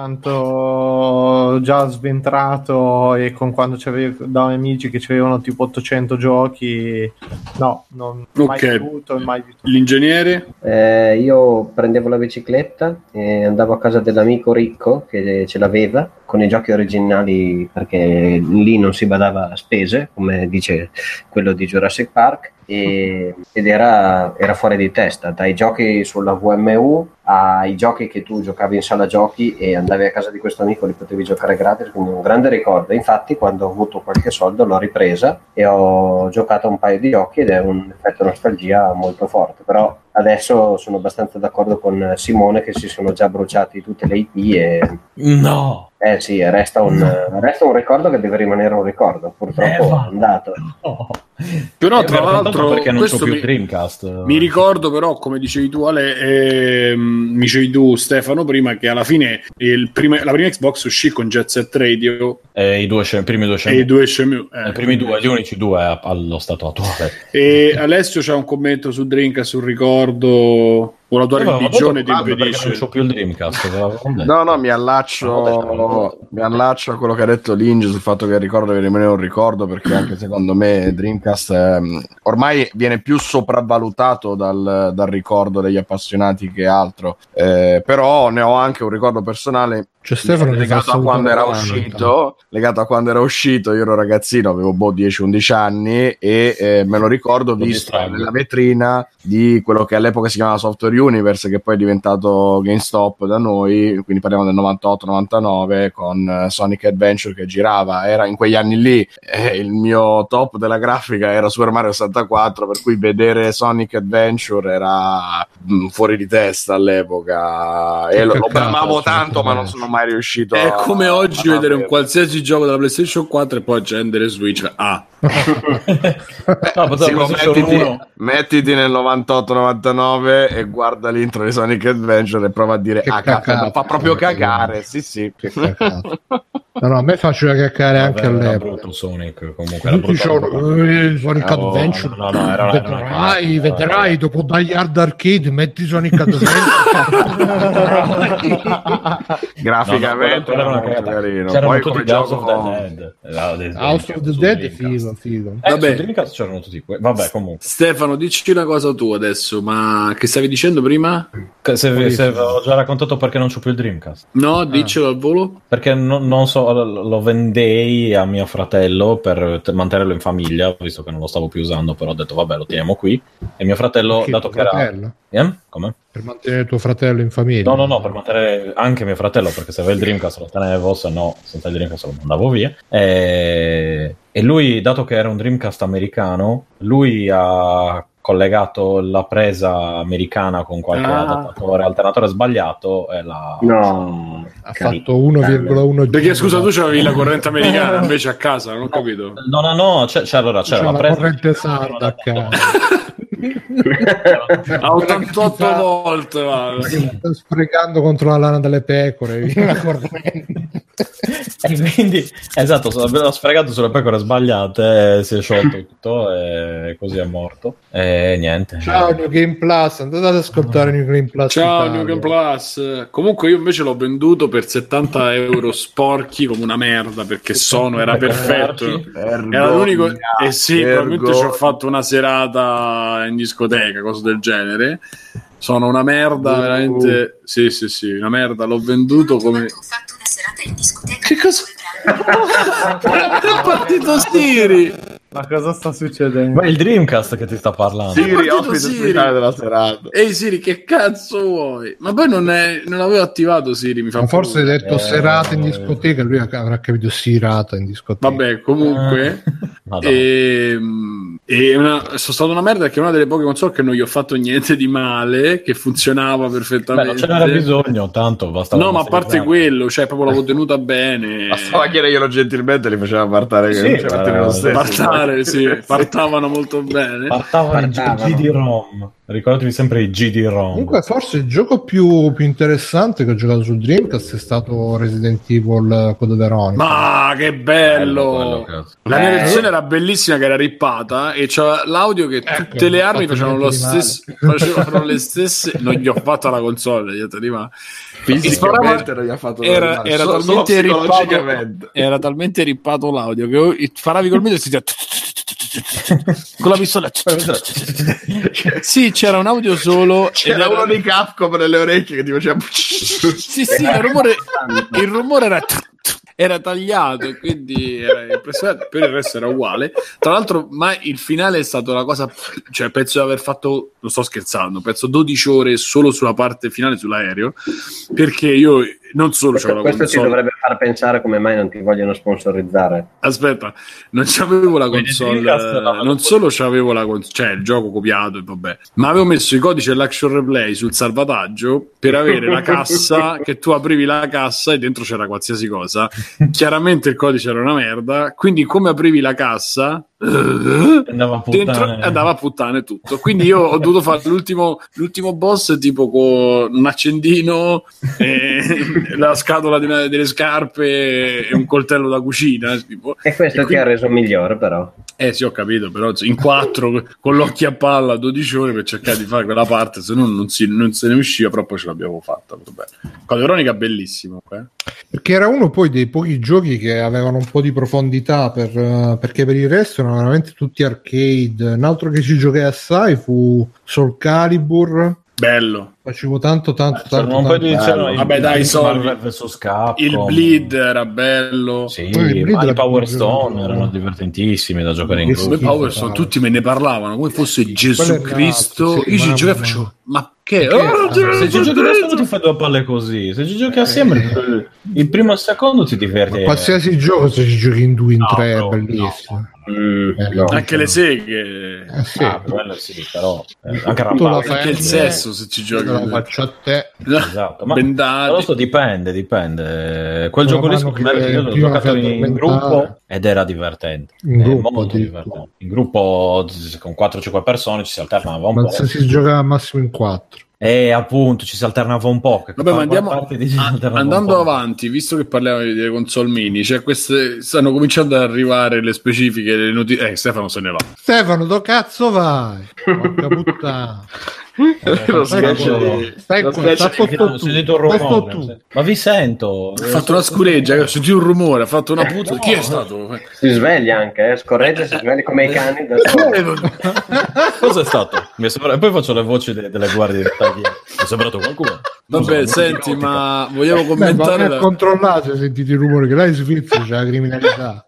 tanto già sventrato, e con quando c'avevo da amici che avevano tipo ottocento giochi, no, non l'ho okay. mai avuto. Mai visto. L'ingegnere? Eh, io prendevo la bicicletta e andavo a casa dell'amico ricco che ce l'aveva con i giochi originali, perché lì non si badava a spese, come dice quello di Jurassic Park, e, ed era, era fuori di testa, dai giochi sulla V M U ai giochi che tu giocavi in sala giochi e andavi a casa di questo amico, li potevi giocare gratis, quindi un grande ricordo. Infatti quando ho avuto qualche soldo l'ho ripresa e ho giocato un paio di giochi ed è un effetto nostalgia molto forte, però adesso sono abbastanza d'accordo con Simone che si sono già bruciati tutte le I P e no eh sì, resta un, no. resta un ricordo che deve rimanere un ricordo, purtroppo eh, è andato. No. Però tra l'altro perché non c'ho più mi, il Dreamcast. Mi ricordo però, come dicevi tu Ale, eh, mi dicevi tu Stefano prima, che alla fine il prima, la prima Xbox uscì con Jet Set Radio e i due i primi due e i due Shenmue, eh, i primi due, gli unici due allo stato attuale. E Alessio c'ha un commento su Dreamcast, sul ricordo o la tua eh, religione ti impedisce. Non c'ho più il Dreamcast. no no mi allaccio mi allaccio a quello che ha detto Linge sul fatto che il ricordo deve rimanere un ricordo, perché anche secondo me Dreamcast ehm, ormai viene più sopravvalutato dal, dal ricordo degli appassionati che altro, eh, però ne ho anche un ricordo personale. C'è Stefano legato a quando era uscito, legato a quando era uscito, io ero ragazzino, avevo boh dieci undici anni e eh, me lo ricordo visto nella vetrina di quello che all'epoca si chiamava Software Universe, che poi è diventato GameStop da noi, quindi parliamo del novantotto novantanove, con Sonic Adventure che girava. Era in quegli anni lì, eh, il mio top della grafica era Super Mario sessantaquattro, per cui vedere Sonic Adventure era mh, fuori di testa all'epoca, e lo, lo bramavo tanto, ma non sono mai riuscito. È a, come oggi a vedere un vedere. qualsiasi gioco della PlayStation quattro e poi accendere Switch. Ah, No, Sì, ma mettiti, mettiti, mettiti nel novantotto novantanove e guarda l'intro di Sonic Adventure e prova a dire Che ah cazzo, cacata. fa proprio cagare. Sì, sì. Che cacata. No, no, a me faceva caccare anche Vabbè, era all'epoca. brutto Sonic, comunque era Tutti brutto. dicevano eh, Sonic No, Adventure. no, no, era- era una vedrai, cazzo, vedrai, era- dopo Die Hard Arcade metti Sonic Adventure. Graficamente No, no, quello- quello era una molto cagata. carino. C'erano Poi tutti come House gioco of the Dead. Era dei- House of the su Dead è Dreamcast. figo, figo. Eh, Vabbè. su Dreamcast c'erano tutti que- Vabbè, comunque. Stefano, dici una cosa tu adesso, ma che stavi dicendo prima? Che Se, se ho già raccontato perché non c'ho più il Dreamcast. No, diccelo al volo. Perché no- non so, lo lo vendei a mio fratello per te- mantenerlo in famiglia, visto che non lo stavo più usando, però ho detto vabbè, lo teniamo qui. E mio fratello, Perché dato tuo che era... fratello? Eh? Come? Per mantenere tuo fratello in famiglia. No, no, no, per mantenere anche mio fratello, perché se aveva il Dreamcast lo tenevo, se no, senza il Dreamcast lo mandavo via. E, e lui, dato che era un Dreamcast americano, lui ha collegato la presa americana con qualche Ah. adattatore, alternatore sbagliato e l'ha... No, Ha Cari- fatto uno virgola uno Perché scusa, tu c'avevi la corrente americana invece a casa, non ho capito. No, no, no, c'è, c'è, allora, c'era C'è la la presa... corrente sarda a casa. A ottantotto volte, va. Sto sprecando contro la lana delle pecore. via la corrente. E quindi, esatto, l'ho sfregato sulle pecore sbagliate, e si è sciolto tutto e così è morto. E niente. Ciao New Game Plus, andate ad ascoltare New Game Plus. Ciao Italia. New Game Plus. Comunque io invece l'ho venduto per settanta euro sporchi come una merda, perché sono era perfetto. Era l'unico, e sì, probabilmente ci ho fatto una serata in discoteca, cose del genere. Sono una merda, Uh. veramente. Sì, sì, sì, una merda. L'ho venduto come. Ho fatto una serata in discoteca. Che cosa? È partito Siri. Ma cosa sta succedendo? Ma è il Dreamcast che ti sta parlando. Siri, partito ospite Siri. speciale della serata. Ehi Siri, che cazzo vuoi? Ma poi non, è, non avevo attivato Siri, mi fa Ma forse hai paura. detto Eh, serata in discoteca, lui avrà capito sirata in discoteca. Vabbè, comunque. Madonna. E, e una, sono stato una merda perché è una delle poche console che non gli ho fatto niente di male, che funzionava Beh, perfettamente. non ce n'era bisogno, tanto bastava. No, ma a parte quello, cioè proprio l'avevo tenuta bene. Bastava chiederglielo gentilmente, li faceva partare che Sì, non c'era eh, lo stesso. Partare, sì, partavano molto bene. Partavano i Partavano. G D-ROM. Ricordatevi sempre i G D-ROM. Comunque forse il gioco più, più interessante che ho giocato sul Dreamcast è stato Resident Evil Code Veronica. Ma che bello! quello, cazzo. La mia Eh. versione era bellissima, che era rippata e c'era l'audio che Ecco, tutte le non ho armi fatto facevano lo niente di male. stesso, facevano le stesse. Non gli ho fatto la console, niente di male. Fisicamente non gli ha fatto era, male, era solo- solo talmente rippato, psicologicamente. era talmente rippato l'audio che sparavi col medio e si sentiva con la pistola. Sì, c'era un audio solo. C'era ed era- uno di Capcom nelle orecchie che ti faceva Sì, sì, il rumore, il rumore era, era tagliato e quindi era impressionante. Per il resto era uguale. Tra l'altro, ma il finale è stato la cosa. Cioè, penso di aver fatto, non sto scherzando, penso dodici ore solo sulla parte finale sull'aereo. Perché io non solo c'avevo la Questo ci console. dovrebbe far pensare come mai non ti vogliono sponsorizzare. Aspetta, non c'avevo la Quindi console, Dreamcast, no, non solo c'avevo la console, cioè il gioco copiato e vabbè, ma avevo messo i codici dell'action replay sul salvataggio per avere la cassa, che tu aprivi la cassa e dentro c'era qualsiasi cosa. Chiaramente il codice era una merda, quindi come aprivi la cassa Andava a puttane. dentro andava a puttane tutto. Quindi io ho dovuto fare l'ultimo, l'ultimo boss tipo con un accendino, e la scatola di una- delle scarpe e un coltello da cucina. Tipo. E questo E ti quindi- ha reso migliore, però. Eh sì, ho capito, però in quattro con l'occhio a palla dodici ore per cercare di fare quella parte, se no non, si, non se ne usciva, però poi ce l'abbiamo fatta. Code Veronica bellissimo. Eh? Perché era uno poi dei pochi giochi che avevano un po' di profondità, per, eh, perché per il resto erano veramente tutti arcade. Un altro che ci giocai assai fu Soul Calibur. Bello. Facevo tanto, tanto, C'erano tanto, un po' di tanto. c'erano i- Vabbè, dai, i soldi. Marvel versus Capcom. Il Bleed era bello. Sì, Poi il Bleed ma i era Power più Stone giocato. erano divertentissimi da giocare in Che gruppo. Come schifo, Power Stone, cavolo. tutti me ne parlavano come fosse Quello Gesù è Cristo. nato, sì, Io ci mamma giocavo e mia. facevo, ma Che oh, se ci giochi da solo ti fai due palle così, se ci giochi assieme il primo e il secondo ti diverti. Ma qualsiasi gioco, se ci giochi in due in no, tre no, è bellissimo. No. Mm, eh, no, anche le seghe, eh, sì. Ah, quello sì, però eh, anche, anche il sesso, se ci giochi lo faccio a te. Esatto, ma bendati. adesso dipende, dipende. Quel Con gioco lì mano che io l'ho prima giocato fai in gruppo ed era divertente. In È gruppo, molto tipo. divertente. In gruppo con quattro o cinque persone ci si alternava un Ma po'. se si gioca al massimo in quattro. E appunto ci si alternava un po'. Che Vabbè, ma andiamo di a, andando avanti, visto che parliamo delle console mini, cioè queste stanno cominciando ad arrivare le specifiche, le notizie. Eh, Stefano se ne va. Stefano, dove cazzo vai? Porca puttana. Lo sketch Stai qua, sta ho sentito un rumore. Ma vi sento. Ha fatto una scureggia, ho sentito un rumore, ha fatto una puzza. Chi è stato? Si sveglia anche, eh? Scorreggia, si sveglia come i cani da solo. Cosa è stato? Mi è sembra... E poi faccio le voci de- delle guardie di Tagli. Mi è sembrato qualcuno. Vabbè, Scusa, senti, ma vogliamo Beh, commentare? ma la... controllato, hai sentito i rumori che là in Svizzera c'è la criminalità.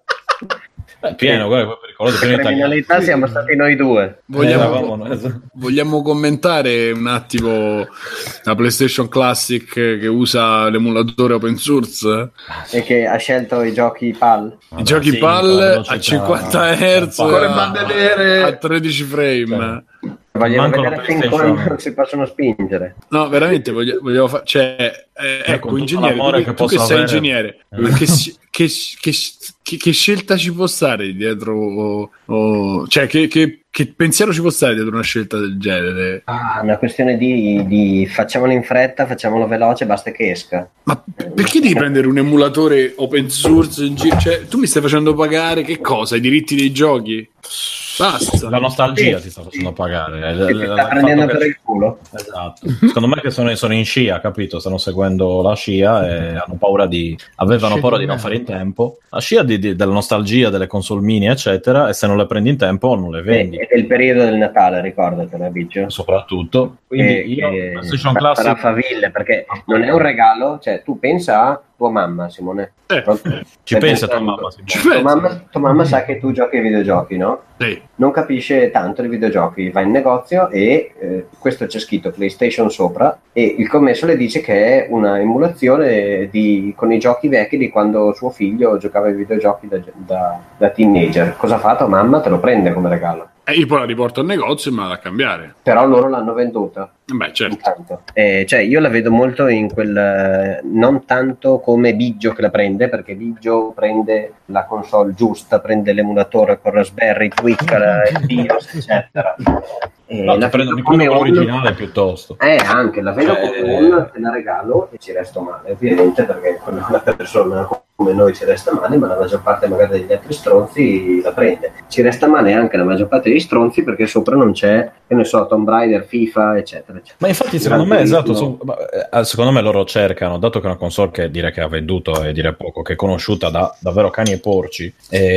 È pieno, guarda, è pericoloso. La criminalità siamo stati noi due. Vogliamo, Eh, vogliamo commentare un attimo la PlayStation Classic che usa l'emulatore open source E che ha scelto i giochi PAL. i giochi sì, PAL a a cinquanta hertz con le bande nere a tredici frame. Vogliamo Manco vedere la fin PlayStation. come si possono spingere. No, veramente voglio, voglio fare. Cioè, eh, ecco, tutto ingegnere, l'amore tu, che tu che posso sei avere. ingegnere, Eh. che, che, che, che, che scelta ci può stare dietro? O, o, cioè, che, che, che pensiero ci può stare dietro una scelta del genere? Ah, una questione di, di facciamolo in fretta, facciamolo veloce, basta che esca. Ma perché devi prendere un emulatore open source in giro? Cioè, tu mi stai facendo pagare che cosa? I diritti dei giochi? Basta. La nostalgia ti sta facendo pagare. Ti sta prendendo per il culo. Esatto. Secondo me che sono, sono in scia, capito? Stanno seguendo la scia e hanno paura di avevano paura di non fare in tempo. La scia di, di, della nostalgia delle console mini, eccetera, e se non le prendi in tempo non le vendi. Ed è il periodo del Natale, ricordatelo, Biggio. Soprattutto. Quindi E- io e PlayStation fa- Classic farà faville, perché non è un regalo, cioè tu pensa a tua mamma, Simone. Eh, ci Stai pensa tua pensando? mamma, Simone. Ci Tua pensa. mamma, tua mamma sa che tu giochi ai videogiochi, no? Sì. Non capisce tanto di videogiochi, va in negozio e eh, questo c'è scritto PlayStation sopra e il commesso le dice che è una emulazione di, con i giochi vecchi di quando suo figlio giocava ai videogiochi da, da, da teenager. Cosa fa tua mamma? Te lo prende come regalo. E io poi la riporto al negozio e me la vado a cambiare. Però loro l'hanno venduta. Beh, certo. Intanto. Eh, cioè io la vedo molto in quel eh, non tanto come Biggio che la prende, perché Biggio prende la console giusta, prende l'emulatore con Raspberry, twicca il BIOS, eccetera. E No, la ti prendo vedo quello come un- originale piuttosto. eh anche la vedo Eh, come un te la regalo e ci resto male, ovviamente, perché una persona come noi ci resta male, ma la maggior parte magari degli altri stronzi la prende. Ci resta male anche la maggior parte degli stronzi perché sopra non c'è, che ne so, Tomb Raider, FIFA, eccetera, eccetera. Ma infatti secondo me, Gran esatto, Turismo. su- ma, eh, secondo me loro cercano, dato che è una console che dire che ha venduto e dire poco, che è conosciuta da davvero cani e porci,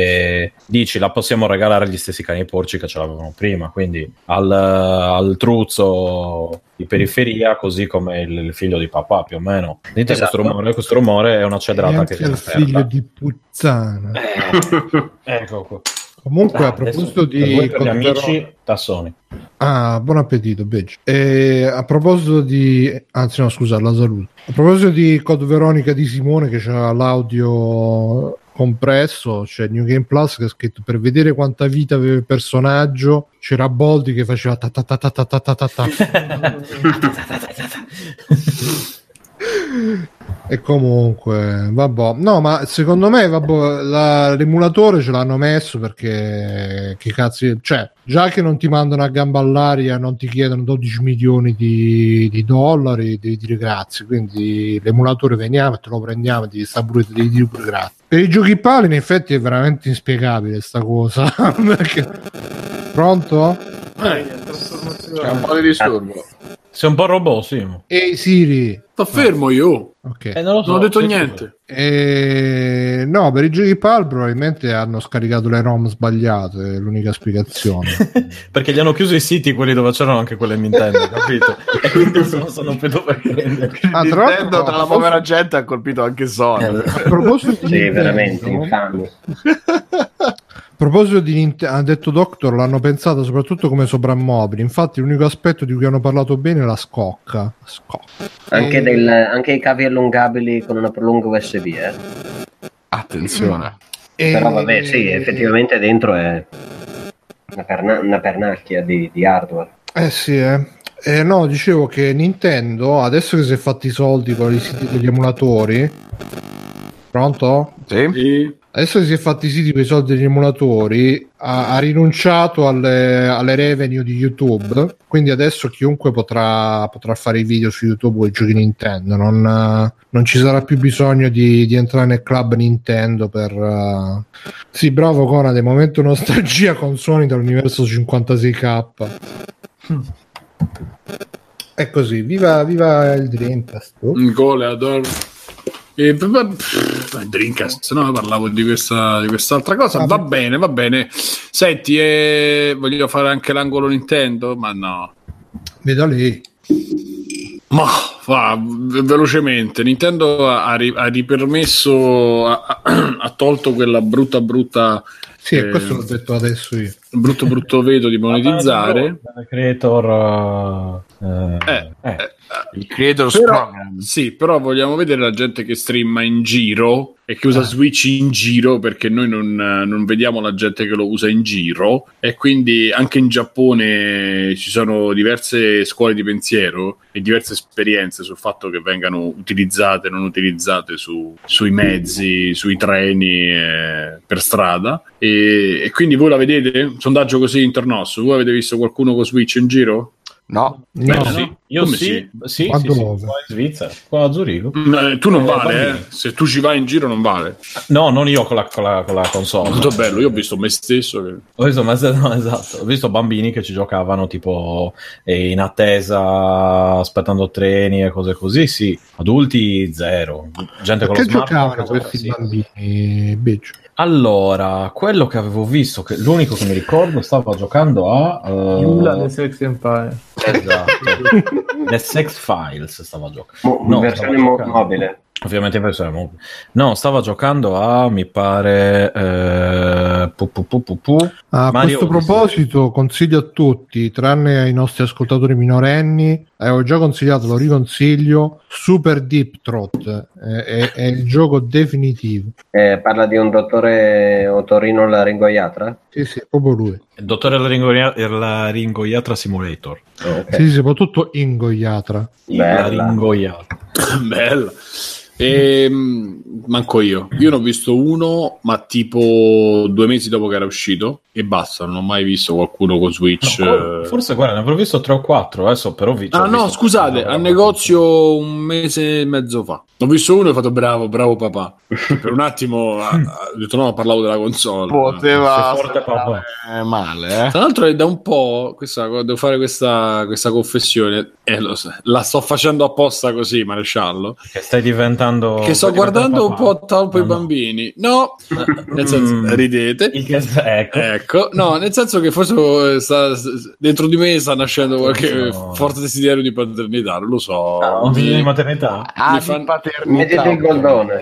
e dici la possiamo regalare agli stessi cani e porci che ce l'avevano prima, quindi al, al truzzo di periferia, così come il, il figlio di papà più o meno. Sentite Esatto. questo rumore, questo rumore è una E cedrata che anche viene il figlio aperta. di puttana. Ecco qua. Comunque, Ah, a proposito adesso, per voi, di per gli Code amici, Veronica- tassoni. Ah, buon appetito, Beggi. E a proposito di, anzi, no, scusa, la salute. A proposito di Code Veronica di Simone, che c'ha l'audio compresso, c'è New Game Plus che ha scritto: per vedere quanta vita aveva il personaggio, c'era Boldi che faceva ta ta ta ta ta ta ta ta ta. E comunque, vabbè, no, ma secondo me, vabbè, la- l'emulatore ce l'hanno messo perché che cazzo, cioè, già che non ti mandano a gamba all'aria, non ti chiedono dodici milioni di, di dollari, devi dire grazie. Quindi l'emulatore veniamo e te lo prendiamo, devi sta pure, devi dire pure grazie. Per i giochi pali, in effetti, è veramente inspiegabile sta cosa. Perché... Pronto? c'è un po' di disturbo. Sei un po' robot, Simo. Ehi Siri. Sto fermo io. Ok. Eh, non lo so, Non ho detto sei tu. niente. Eh, no, per i giochi P A L probabilmente hanno scaricato le ROM sbagliate, è l'unica spiegazione. Perché gli hanno chiuso i siti, quelli dove c'erano anche quelle Nintendo, capito? E quindi non sanno più dove prendere. Ah, tra l'altro, Nintendo, tra la povera gente, ha colpito anche Sony. a proposito di Sì, Nintendo, veramente, infami. proposito di Nint- ha detto Doctor, l'hanno pensato soprattutto come soprammobile. Infatti l'unico aspetto di cui hanno parlato bene è la scocca, la scocca. Anche, E- del, anche i cavi allungabili con una prolunga U S B, eh. Attenzione. e- Però vabbè, sì, effettivamente dentro è una, perna- una pernacchia di, di hardware. Eh sì, eh. Eh, no, dicevo che Nintendo, adesso che si è fatti i soldi con i siti degli emulatori, pronto? Sì? E- Adesso che si è fatti i siti con i soldi degli emulatori, ha, ha rinunciato alle, alle revenue di YouTube, quindi adesso chiunque potrà, potrà fare i video su YouTube con i giochi Nintendo, non, eh, non ci sarà più bisogno di, di entrare nel club Nintendo per... Uh... Sì, bravo Conade, momento nostalgia con suoni dall'universo cinquantasei K. È così, viva, viva il Dreamcast. Oh. Un gol, adoro. E, pff, Dreamcast, se no parlavo di questa di quest'altra cosa. Ah, Va per- bene, va bene. Senti, eh, voglio fare anche l'angolo Nintendo, ma no. Vedo lei. Ma va ve- velocemente. Nintendo ha, ha ri- ha ripermesso, ha, ha- ha tolto quella brutta brutta Sì, eh, questo l'ho detto adesso io. brutto brutto veto di monetizzare. Creator eh, Eh, eh. eh, Il Creators Però- Program. Sì, però vogliamo vedere la gente che streama in giro e che usa Switch in giro, perché noi non, non vediamo la gente che lo usa in giro, e quindi anche in Giappone ci sono diverse scuole di pensiero e diverse esperienze sul fatto che vengano utilizzate, non utilizzate su, sui mezzi, sui treni, eh, per strada, e, e quindi voi la vedete? Un sondaggio così internosso, voi avete visto qualcuno con Switch in giro? No. No, Eh, Sì, sì. io Come sì, sì? sì, sì, Quando sì, dove? qua in Svizzera, qua a Zurigo. Mm, eh, tu non Eh, vale, eh. bambini. Se tu ci vai in giro non vale. No, non io con la, con la, con la console. Molto bello, io ho visto me stesso che... Ho visto, ma no, esatto. Ho visto bambini che ci giocavano tipo eh, in attesa, aspettando treni e cose così. Sì, adulti zero. Gente con lo Perché smartphone giocavano che gioca, questi sì. bambini, bitch? Allora, quello che avevo visto, che l'unico che mi ricordo, stava giocando a uh, Yula The Sex Empire. esatto, The Sex Files stava giocando. Mo- No, versione stavo mo- giocando. mobile. Ovviamente in versione mobile. No, stava giocando a, mi pare, eh, pu, pu, pu, pu, pu, A Mario questo Odyssey. proposito consiglio a tutti, tranne ai nostri ascoltatori minorenni, avevo già consigliato, lo riconsiglio, Super Deep Throat, è, è- è il gioco definitivo. Eh, parla di un dottore otorino laringoiatra? Sì, sì, è proprio lui. Il dottore Laringoia- Laringoiatra Simulator. Oh, ok. Sì, sì, soprattutto Ingoiatra. Bella. Laringoiatra. Bella. E, manco io. Io ne ho visto uno, ma tipo due mesi dopo che era uscito, e basta. Non ho mai visto qualcuno con Switch. No, eh. forse guarda, ne avrò visto tre o quattro adesso, però vi Ah, ho no, visto- scusate, al negozio un mese e mezzo fa. Ho visto uno e ho fatto bravo, bravo papà. Per un attimo ha- ha detto no, parlavo della console. Poteva Sei forte, papà. sembrare male, eh? Tra l'altro è da un po', questa, devo fare questa, questa confessione, e lo so, la sto facendo apposta così, maresciallo, Che stai diventando. che sto stai diventando guardando un papà. po' troppo No, i no. bambini. No, nel senso, Mm. ridete. Il che- Ecco. Ecco, no, nel senso che forse eh, sta- dentro di me sta nascendo qualche No. forte desiderio di paternità, non lo so. Ah, un figlio di maternità. Ah, Mi di fan- paternità. Mettete il goldone.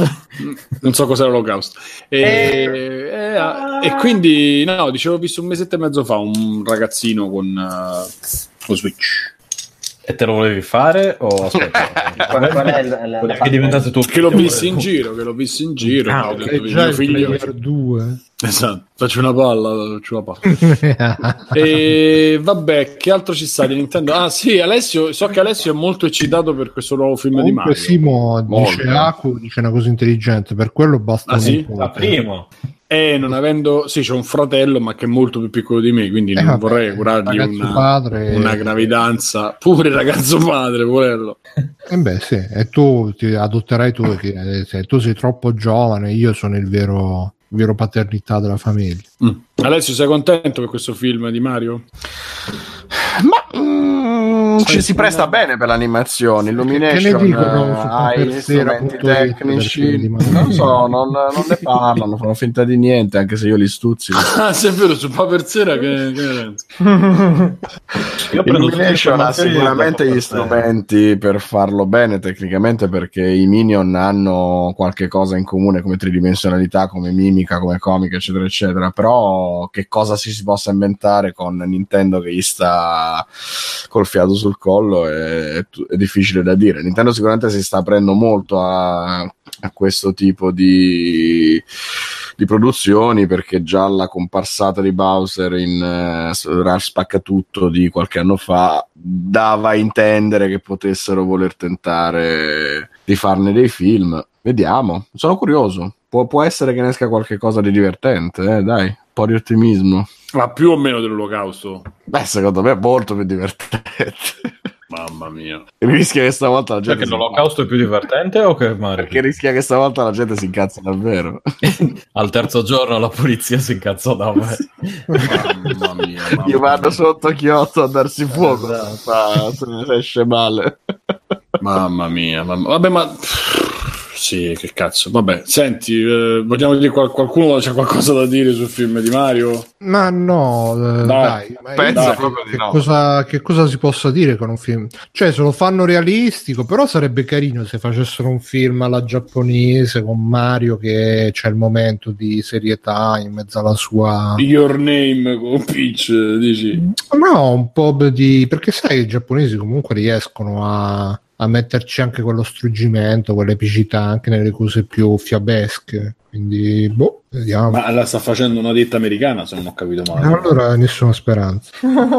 Non so cos'era l'olocausto. E, e, ah, e quindi, no, dicevo, ho visto un mesetto e mezzo fa un ragazzino con, uh, con Switch. E te lo volevi fare o aspetta? Qual- qual è la- la- la- che diventasse tu? Che l'ho visto in giro, che l'ho visto in giro. Ah, ho ok. detto, È già mio il figlio. player due. Esatto, faccio una palla, faccio una palla. E vabbè, che altro ci sta di Nintendo? Ah sì, Alessio, so che Alessio è molto eccitato per questo nuovo film di Comunque Mario. Simo dice Molto. Aku, dice una cosa intelligente, per quello basta Ah, un sì? nipote. La prima. E non avendo, sì, c'è un fratello, ma che è molto più piccolo di me, quindi Eh, non vabbè, vorrei curargli ragazzo una, padre- una gravidanza. Pure ragazzo padre, volerlo. Eh beh sì, e tu ti adotterai tu, perché eh, se tu sei troppo giovane, io sono il vero, il vero paternità della famiglia. Mm. Alessio, sei contento per questo film di Mario? Ma mm, non ci si presta bene per l'animazione. Illumination, che ne dicono hai strumenti tecnici, non so, non, non ne parlano, fanno finta di niente, anche se io li stuzzico. Ah, se è vero, su Paperzera che, che... Illumination ha sicuramente gli strumenti per farlo bene tecnicamente, perché i Minion hanno qualche cosa in comune come tridimensionalità, come mimica, come comica, eccetera eccetera, però che cosa si, si possa inventare con Nintendo che gli sta col fiato sul collo è, è difficile da dire. Nintendo sicuramente si sta aprendo molto a, a questo tipo di, di produzioni, perché già la comparsata di Bowser in uh, Ralph Spaccatutto di qualche anno fa dava a intendere che potessero voler tentare di farne dei film. Vediamo, sono curioso. Può, può essere che ne esca qualche cosa di divertente, eh? Dai, un po' di ottimismo. Ma più o meno dell'Olocausto? Beh, secondo me è molto più divertente. Mamma mia. Rischia che stavolta la gente... Perché l'Olocausto è più divertente o che Mario? Perché rischia che stavolta la gente si incazza davvero. Al terzo giorno la polizia si incazzò da me. Mamma mia. Mamma Gli vanno sotto Kyoto a darsi fuoco. Esatto. Se ne esce male. Mamma mia. Mamma... Vabbè, ma... Sì, che cazzo. Vabbè, senti, eh, vogliamo dire qual- qualcuno c'ha qualcosa da dire sul film di Mario? Ma no, eh, dai, ma penso dai, proprio di che, no. cosa, che cosa si possa dire con un film? Cioè, se lo fanno realistico, però sarebbe carino se facessero un film alla giapponese con Mario che c'è il momento di serietà in mezzo alla sua... Your Name con Peach, dici? No, un po' di... perché sai, i giapponesi comunque riescono a... a metterci anche quello struggimento, quell'epicità anche nelle cose più fiabesche, quindi boh, vediamo. Ma la sta facendo una ditta americana, se non ho capito male. Allora nessuna speranza.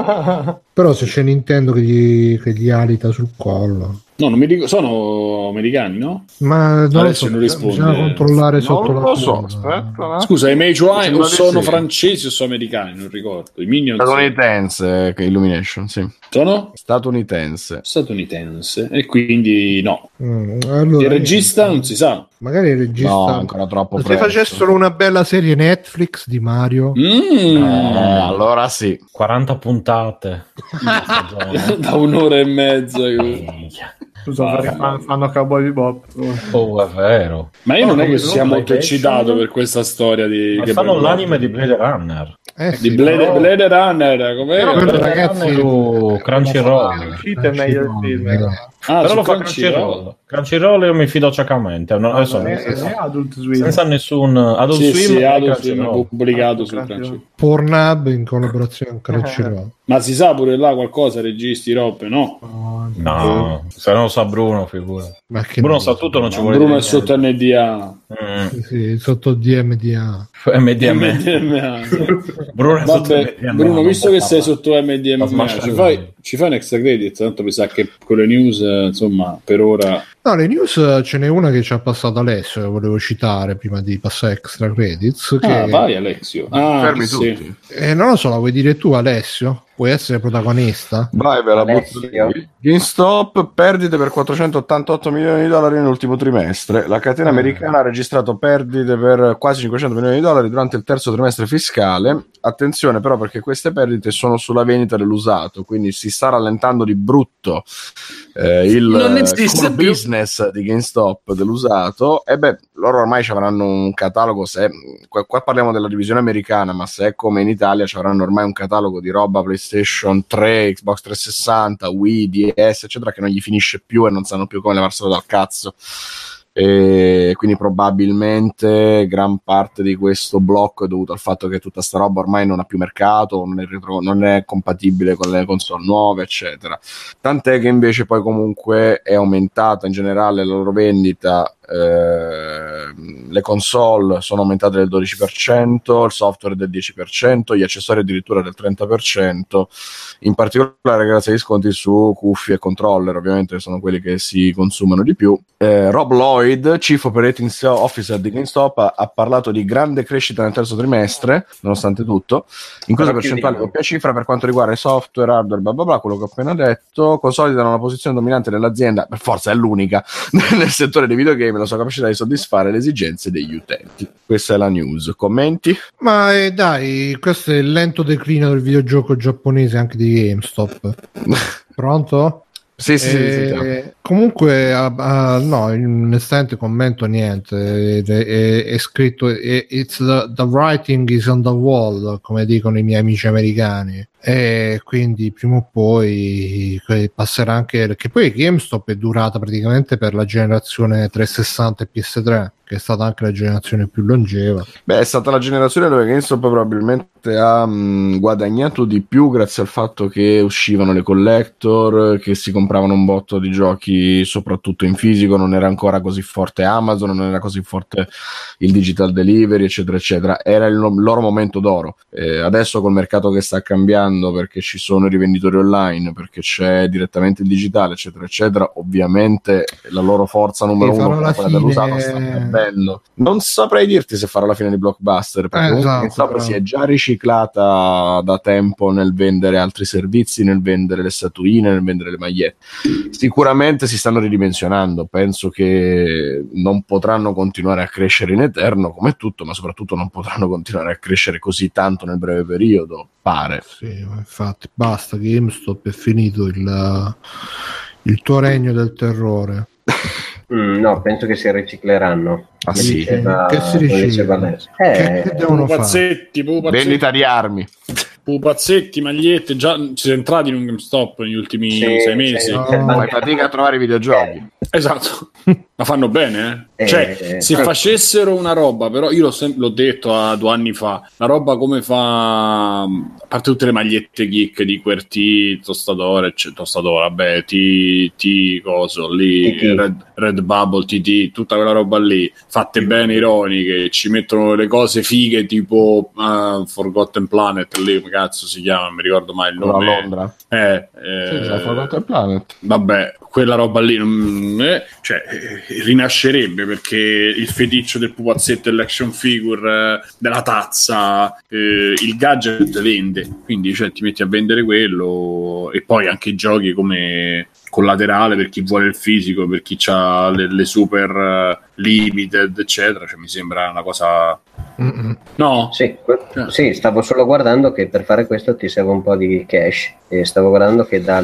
Però se c'è Nintendo che gli, che gli alita sul collo. No, non mi dico, sono americani, no? Ma non lo so, non risponde. bisogna controllare sotto Non la lo so, coda. aspetta. Scusa, i Mage Eye o Sembra di sono sì. francesi o sono americani, non ricordo. I Minions Statunitense, che Illumination, sì. sono Statunitense. statunitense e quindi no. Mm, allora, Il regista non si sa. magari il regista No, ancora troppo se presto. facessero una bella serie Netflix di Mario. Mm. Eh, allora sì. quaranta puntate. Da un'ora e mezza. Scusa, perché fan- fanno Cowboy Bebop. Oh, è vero. Ma io No, non è che come sia no, molto live eccitato action? per questa storia di... Ma che fanno per- l'anime di Blade Runner. Eh sì, di Blade, però- Blade Runner, com'era? Quello, Blade ragazzi, Runner su Crunchyroll. È uscito è meglio il film. Crunchyroll, Ah, Però su lo fa Crunchyroll. Crunchyroll. Crunchyroll io mi fido ciecamente. No, adesso È, è Adult Swim. senza nessun Adult Sì, Swim sì, e Adult Swim Crunchyroll. pubblicato Ah, su Crunchyroll. Crunchyroll. Pornhub in collaborazione con Crunchyroll. Ma si sa pure là qualcosa, registi, robe, no? No, se non lo sa Bruno, figura. Ma che Bruno no. sa tutto, non ci Ma vuole Bruno è dire sotto N D A. niente. Sì, sì, sotto D M D A. Mm. M D M. M D M A. Bruno è sotto Vabbè, M D M A, Bruno, non visto può che sei parlare. sotto M D M A, smasciare ci il fai, mondo. ci fai un extra credit? Tanto mi sa che con le news, eh, insomma, per ora... No, le news ce n'è una che ci ha passato Alessio, che volevo citare prima di passare extra credits. Che... Ah, vai Alessio. Ah, Fermi sì. tutti. Eh, non lo so, la vuoi dire tu Alessio? Puoi essere protagonista? Vai, ve la Alessio. butto lì. GameStop, perdite per quattrocentottantotto milioni di dollari nell'ultimo trimestre. La catena americana ha registrato perdite per quasi cinquecento milioni di dollari durante il terzo trimestre fiscale. Attenzione però, perché queste perdite sono sulla vendita dell'usato, quindi si sta rallentando di brutto eh, il Non esiste core più. business di GameStop dell'usato. E beh, loro ormai ci avranno un catalogo, se qua, qua parliamo della divisione americana, ma se è come in Italia ci avranno ormai un catalogo di roba PlayStation tre, Xbox trecentosessanta, Wii, D S, eccetera, che non gli finisce più e non sanno più come levarselo dal cazzo. E quindi probabilmente gran parte di questo blocco è dovuto al fatto che tutta sta roba ormai non ha più mercato, non è, retro, non è compatibile con le console nuove, eccetera. Tant'è che invece poi comunque è aumentata in generale la loro vendita. Eh, le console sono aumentate del dodici per cento, il software del dieci per cento, gli accessori addirittura del trenta per cento, in particolare grazie agli sconti su cuffie e controller, ovviamente sono quelli che si consumano di più. eh, Rob Lloyd, Chief Operating Officer di GameStop, ha, ha parlato di grande crescita nel terzo trimestre nonostante tutto, in cosa percentuale doppia cifra per quanto riguarda i software, hardware, bla bla bla, quello che ho appena detto. Consolidano una posizione dominante nell'azienda, per forza è l'unica nel settore dei videogame, nella sua capacità di soddisfare le esigenze degli utenti. Questa è la news. Commenti? Ma eh, dai, questo è il lento declino del videogioco giapponese anche di GameStop. Pronto? Sì, sì, eh, sì, sì. Comunque, uh, uh, no, onestamente commento niente. È, è, è scritto: it's the, the writing is on the wall, come dicono i miei amici americani. E quindi prima o poi passerà anche, perché poi GameStop è durata praticamente per la generazione trecentosessanta e P S tre, che è stata anche la generazione più longeva. Beh, è stata la generazione dove GameStop probabilmente ha mh, guadagnato di più grazie al fatto che uscivano le collector, che si compravano un botto di giochi soprattutto in fisico, non era ancora così forte Amazon, non era così forte il digital delivery, eccetera eccetera. Era il loro momento d'oro. Eh, adesso col mercato che sta cambiando, perché ci sono i rivenditori online, perché c'è direttamente il digitale, eccetera eccetera, ovviamente la loro forza numero sì, uno è quella fine... dell'usato, sta bello. Non saprei dirti se farà la fine di Blockbuster, perché eh, esatto, GameStop però... si è già riciclata da tempo nel vendere altri servizi, nel vendere le statuine, nel vendere le magliette. Sicuramente si stanno ridimensionando, penso che non potranno continuare a crescere in eterno come tutto, ma soprattutto non potranno continuare a crescere così tanto nel breve periodo, pare. Sì, infatti basta, GameStop, è finito il, il tuo regno del terrore. Mm, no, penso che si ricicleranno. Ah, sì? Diceva, che si riciclano? eh, che, che devono pupazzetti, fare? pupazzetti, vendita di armi, pupazzetti, magliette. Già ci siamo entrati in un GameStop negli ultimi sì, sei mesi. sì, no. fai fatica a trovare i videogiochi. Esatto, ma fanno bene, eh? Eh, Cioè, eh, se eh. facessero una roba, però io l'ho, sem- l'ho detto a due anni fa, una roba come fa, a parte tutte le magliette geek di Q W E R T, Tostadore, cioè, Tostadore, vabbè, T, T, coso, lì, T T. Red, Red Bubble, T T, tutta quella roba lì, fatte bene, ironiche, ci mettono le cose fighe tipo uh, Forgotten Planet, lì, come cazzo si chiama, non mi ricordo mai il Quello a nome. Londra. Eh, eh, Sì, sì, Forgotten Planet. Vabbè, quella roba lì non, eh, cioè, eh, rinascerebbe, perché il feticcio del pupazzetto, dell'action figure, eh, della tazza, eh, il gadget vende, quindi cioè, ti metti a vendere quello, e poi anche giochi come Collaterale per chi vuole il fisico, per chi ha le, le super uh, limited eccetera, cioè, mi sembra una cosa. Mm-mm. No? Sì, sì, stavo solo guardando che per fare questo ti serve un po' di cash, e stavo guardando che dal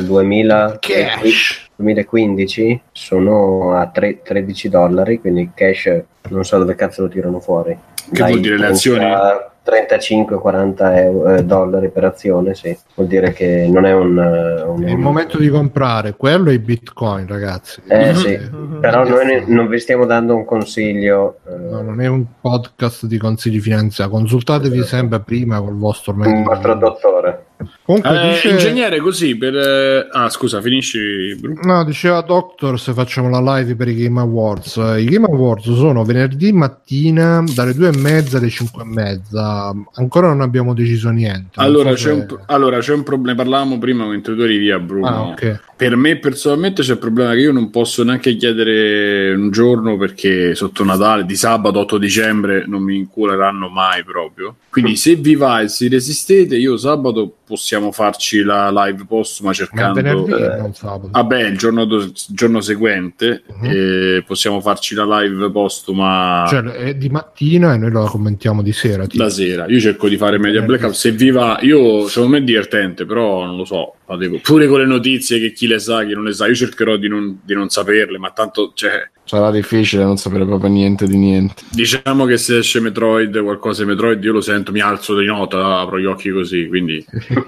duemilaquindici sono a tre, tredici dollari, quindi cash non so dove cazzo lo tirano fuori. Che Dai, vuol dire le azioni? trentacinque quaranta euro, eh, dollari per azione, sì. Vuol dire che non è un, un è il momento di comprare quello e i bitcoin, ragazzi. Eh sì, però noi non vi stiamo dando un consiglio, eh... no, non è un podcast di consigli finanziari, consultatevi sempre prima col vostro il vostro dottore. Comunque eh, dice... ingegnere così per eh... ah scusa finisci Bru. No, diceva Doctor se facciamo la live per i Game Awards. I Game Awards sono venerdì mattina dalle due e mezza alle cinque e mezza, ancora non abbiamo deciso niente. Allora, so c'è, se... un, allora c'è un problema, parlavamo prima mentre tu eri via, Bruno. Ah, okay. Per me personalmente c'è il problema che io non posso neanche chiedere un giorno, perché sotto Natale di sabato otto dicembre non mi inculeranno mai proprio, quindi se vi va e si resistete, io sabato possiamo farci la live postuma cercando, ma venerdì, eh, non sabato. Vabbè, il giorno, do, giorno seguente uh-huh. e possiamo farci la live postuma, cioè è di mattina e noi la commentiamo di sera tipo. La sera, io cerco di fare media blackout, se vi va, io secondo me è divertente, però non lo so, pure con le notizie che chi le sa, chi non le sa, io cercherò di non, di non saperle, ma tanto cioè sarà difficile non sapere proprio niente di niente. Diciamo che se esce Metroid, qualcosa di Metroid, io lo sento, mi alzo di nota, apro gli occhi così, quindi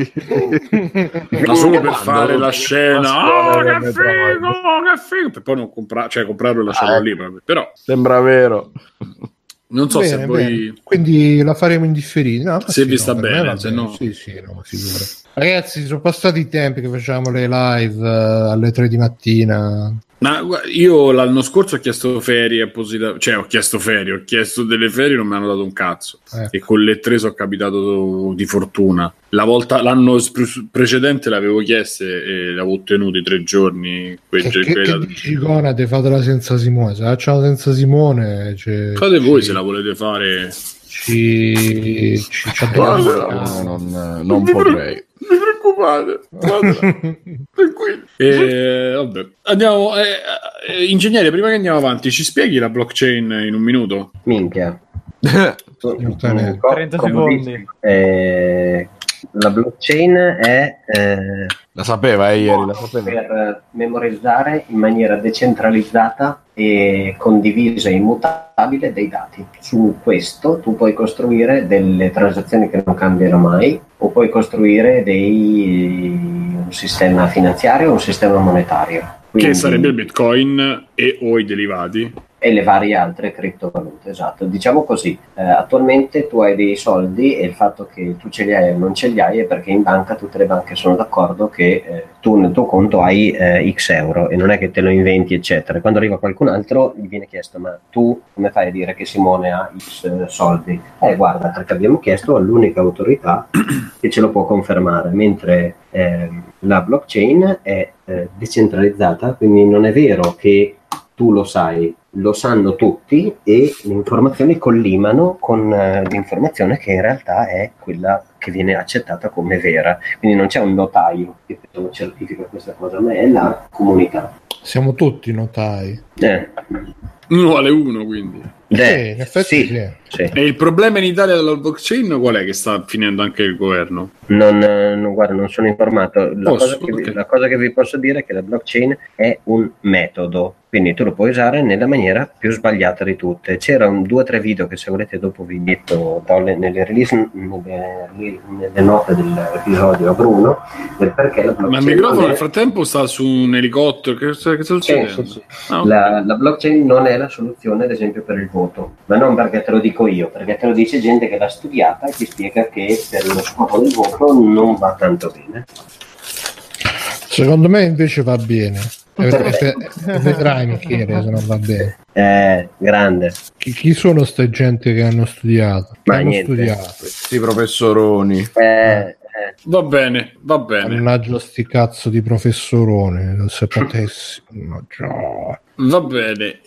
ma solo per fare la scena, oh che figo, che figo, per poi non comprare, cioè comprarlo e lasciarlo ah, lì proprio. Però sembra vero. Non so bene, se voi bene. Quindi la faremo in differita, no, se sì, vi no, sta bene, bene, se no sì, sì, no, sicuro. Ragazzi, sono passati i tempi che facevamo le live uh, alle tre di mattina. Ma io l'anno scorso ho chiesto ferie apposita, cioè ho chiesto ferie, ho chiesto delle ferie, non mi hanno dato un cazzo eh. e con le tre sono capitato di fortuna. La volta l'anno precedente l'avevo chieste e le avevo ottenute tre giorni. Che, che, che dici, Conate, fatela senza Simone, se facciamo senza Simone cioè, fate voi ci, se la volete fare. Ci, ci, ci no, non, non potrei. preoccupate. Tranquilli. E, vabbè. Andiamo, eh, eh, ingegnere, prima che andiamo avanti, ci spieghi la blockchain in un minuto? Minchia. trenta secondi. Eh, la blockchain è eh, la sapeva eh, ieri, la sapeva. per memorizzare in maniera decentralizzata e condivisa e immutabile dei dati. Su questo tu puoi costruire delle transazioni che non cambiano mai, o puoi costruire dei, un sistema finanziario o un sistema monetario. Quindi, che sarebbe il Bitcoin e o i derivati. E le varie altre criptovalute, esatto. Diciamo così, eh, attualmente tu hai dei soldi e il fatto che tu ce li hai o non ce li hai è perché in banca tutte le banche sono d'accordo che eh, tu nel tuo conto hai eh, X euro e non è che te lo inventi, eccetera. Quando arriva qualcun altro gli viene chiesto: ma tu come fai a dire che Simone ha X eh, soldi? Eh guarda, perché abbiamo chiesto all'unica autorità che ce lo può confermare, mentre eh, la blockchain è eh, decentralizzata, quindi non è vero che tu lo sai, lo sanno tutti e le informazioni collimano con uh, l'informazione che in realtà è quella che viene accettata come vera. Quindi non c'è un notaio che certifica questa cosa, ma è la comunità. Siamo tutti notai. Eh. Uno vale uno, quindi. Eh, in effetti sì, sì. Sì. E il problema in Italia della blockchain qual è? Che sta finendo anche il governo? Non, non, guarda, non sono informato. La, Posso, cosa che vi, okay. la cosa che vi posso dire è che la blockchain è un metodo, quindi tu lo puoi usare nella maniera più sbagliata di tutte. C'era un, due o tre video che, se volete, dopo vi metto nelle release, nelle, nelle note dell'episodio a Bruno, del perché la blockchain. Ma il microfono è... nel frattempo sta su un elicottero. Che, che sta succedendo? Sì, sì, sì. Ah, okay. la, la blockchain non è la soluzione, ad esempio, per il voto, ma non perché te lo dico io, perché te lo dice gente che l'ha studiata e ti spiega che per lo scopo del voto non va tanto bene. Secondo me invece va bene. E, e, e vedrai, Michele, se non va bene. Eh, grande. Chi, chi sono ste gente che hanno studiato? Che Ma hanno niente. studiato? Questi professoroni. Eh, eh. Va bene, va bene. Mannaggia sti cazzo di professorone, se potessi. No, già. Va bene.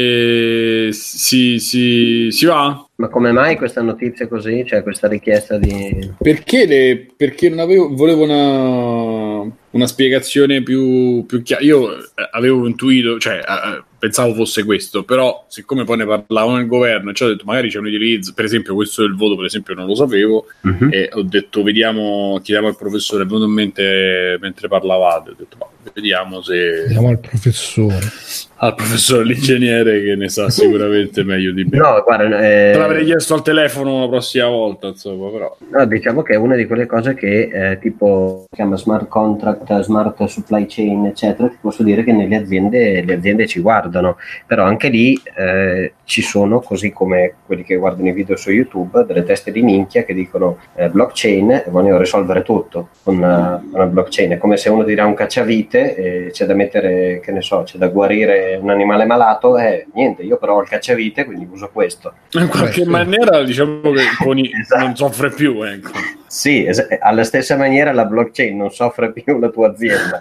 E si, si, si va? Ma come mai questa notizia così? Cioè questa richiesta di... Perché, le, perché non avevo, volevo una, una spiegazione più, più chiara. Io avevo intuito, cioè eh, pensavo fosse questo, però siccome poi ne parlavano nel governo, cioè ho detto magari c'è un utilizzo, per esempio questo del voto, per esempio non lo sapevo, Uh-huh. e ho detto vediamo, chiediamo al professore, è venuto in mente mentre parlavate, ho detto ma vediamo se... Andiamo al professore. Al professore l'ingegnere che ne sa sicuramente meglio di me. No, guarda... Eh... Te l'avrei chiesto al telefono la prossima volta, insomma, però. No, diciamo che è una di quelle cose che eh, tipo si chiama smart contract, smart supply chain, eccetera. Ti posso dire che nelle aziende le aziende ci guardano, però anche lì eh, ci sono, così come quelli che guardano i video su YouTube, delle teste di minchia che dicono eh, blockchain e vogliono risolvere tutto con una, una blockchain. È come se uno dirà un cacciavite e c'è da mettere, che ne so, c'è da guarire un animale malato e eh, niente, io però ho il cacciavite, quindi uso questo. In qualche Beh, sì. maniera diciamo che con i, Esatto. non soffre più, ecco. Sì, es- alla stessa maniera la blockchain non soffre più la tua azienda.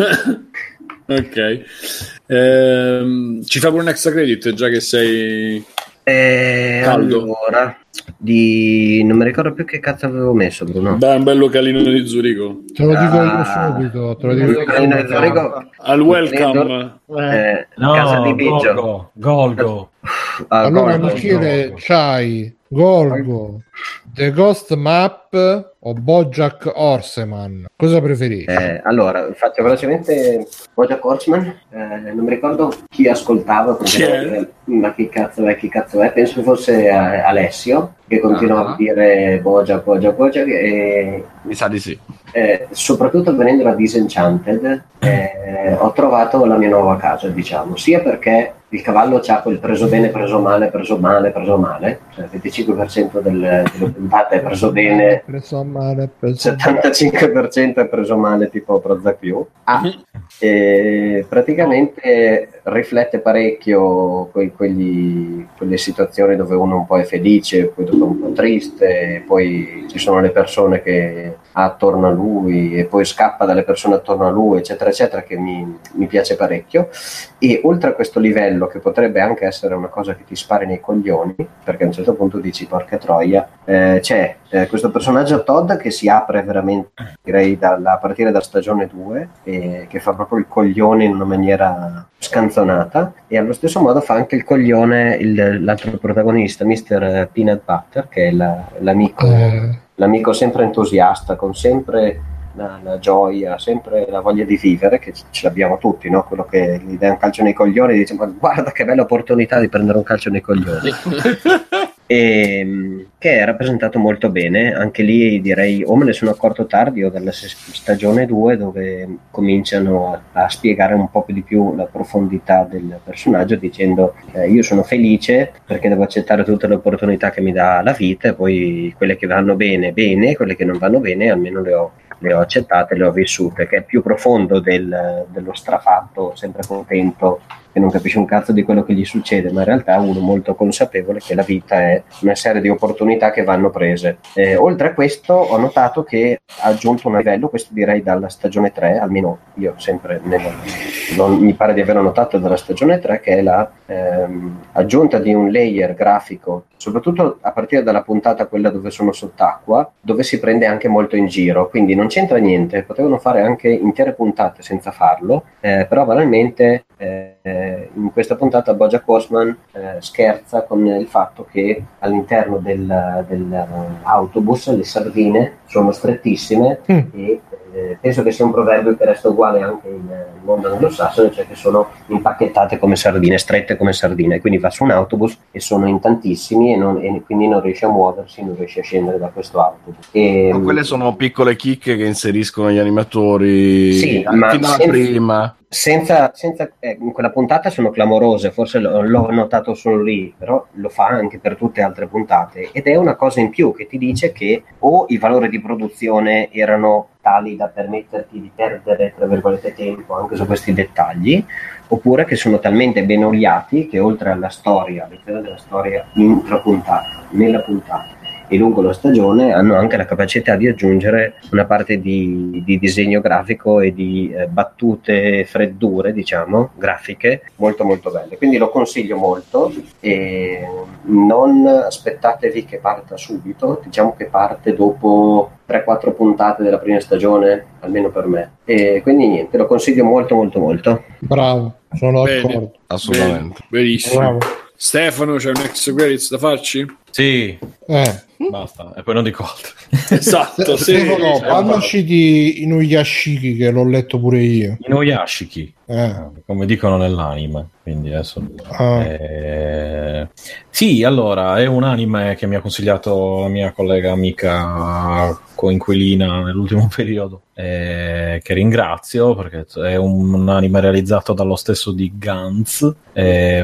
Ok. Ehm, ci fa pure un extra credit già che sei Eh, caldo. allora, di... non mi ricordo più che cazzo avevo messo, Bruno. Dai, un bel localino di Zurigo. Te lo dico io Ah. subito. Te lo dico Il io localino di subito. Zurigo. Al welcome. Eh, No, casa di Biggio. Golgo, Golgo. Ah, Allora, Golgo. Michele, Golgo. c'hai Golgo, The Ghost Map o Bojack Horseman? Cosa preferisci? Eh, allora, faccio velocemente Bojack Horseman. Eh, non mi ricordo chi ascoltava, perché Chi è? devo dire, ma chi cazzo è, chi cazzo è? Penso che fosse eh, Alessio, che continuava Ah. a dire Bojack, Bojack, Bojack, e Mi sa di sì. eh, soprattutto venendo da Disenchanted, eh, ho trovato la mia nuova casa, diciamo, sia perché il cavallo c'ha quel preso bene, preso male, preso male, preso male, cioè il venticinque per cento del, delle puntate è preso bene, Preso male, preso settantacinque per cento è preso male, tipo Prozac più. Ah, e praticamente riflette parecchio que- quegli, quelle situazioni dove uno un po' è felice, poi dopo un po' triste, poi ci sono le persone che ha attorno a lui e poi scappa dalle persone attorno a lui, eccetera eccetera, che mi, mi piace parecchio. E oltre a questo livello, che potrebbe anche essere una cosa che ti spari nei coglioni, perché a un certo punto dici porca troia, eh, c'è eh, questo personaggio Todd che si apre veramente, direi, dalla, a partire da stagione due, e che fa proprio il coglione in una maniera scanzonata, e allo stesso modo fa anche il coglione il, l'altro protagonista, mister Peanut Butter, che è la, l'amico, Eh. l'amico sempre entusiasta, con sempre la, la gioia, sempre la voglia di vivere, che ce l'abbiamo tutti, no? Quello che gli dà un calcio nei coglioni e dice: ma guarda che bella opportunità di prendere un calcio nei coglioni. E, che è rappresentato molto bene anche lì, direi, o me ne sono accorto tardi o dalla stagione due, dove cominciano a, a spiegare un po' più di più la profondità del personaggio, dicendo eh, io sono felice perché devo accettare tutte le opportunità che mi dà la vita, e poi quelle che vanno bene bene, quelle che non vanno bene almeno le ho, le ho accettate, le ho vissute, che è più profondo del, dello strafatto sempre contento che non capisce un cazzo di quello che gli succede, ma in realtà uno molto consapevole che la vita è una serie di opportunità che vanno prese. Eh, oltre a questo ho notato che ha aggiunto un livello, questo direi dalla stagione tre, almeno io sempre nella, non mi pare di averlo notato dalla stagione tre, che è la ehm, aggiunta di un layer grafico, soprattutto a partire dalla puntata quella dove sono sott'acqua, dove si prende anche molto in giro, quindi non c'entra niente, potevano fare anche intere puntate senza farlo, eh, però banalmente eh, in questa puntata Bojack Horseman eh, scherza con il fatto che all'interno del, dell'autobus le sardine sono strettissime mm. e eh, penso che sia un proverbio che resta uguale anche in uh, mondo anglosassone, cioè che sono impacchettate come sardine, strette come sardine, quindi va su un autobus e sono in tantissimi e, non, e quindi non riesce a muoversi, non riesce a scendere da questo autobus. E, ma quelle sono piccole chicche che inseriscono gli animatori, sì, fino alla senza, prima. Senza, senza eh, in quella puntata sono clamorose, forse l'ho, l'ho notato solo lì, però lo fa anche per tutte le altre puntate, ed è una cosa in più che ti dice che o i valori di produzione erano tali da permetterti di perdere, tra virgolette, tempo anche su questi dettagli, oppure che sono talmente ben oliati che oltre alla storia, all'interno della storia intrapuntata, nella puntata e lungo la stagione, hanno anche la capacità di aggiungere una parte di, di disegno grafico e di eh, battute freddure, diciamo, grafiche molto molto belle, quindi lo consiglio molto e non aspettatevi che parta subito, diciamo che parte dopo tre quattro puntate della prima stagione, almeno per me, e quindi niente, lo consiglio molto molto molto. Bravo, sono Bene, d'accordo, assolutamente. Bene, benissimo. Bravo. Stefano, c'è un ex credits da farci? Sì, Eh. basta, e poi non dico altro. Esatto, sì. Stefano, parlaci di Inuyashiki, che l'ho letto pure io. Inuyashiki, Eh. come dicono nell'anime, quindi adesso Ah. eh... sì, allora è un anime che mi ha consigliato la mia collega amica coinquilina nell'ultimo periodo, eh, che ringrazio perché è un, un anime realizzato dallo stesso di Gantz, eh,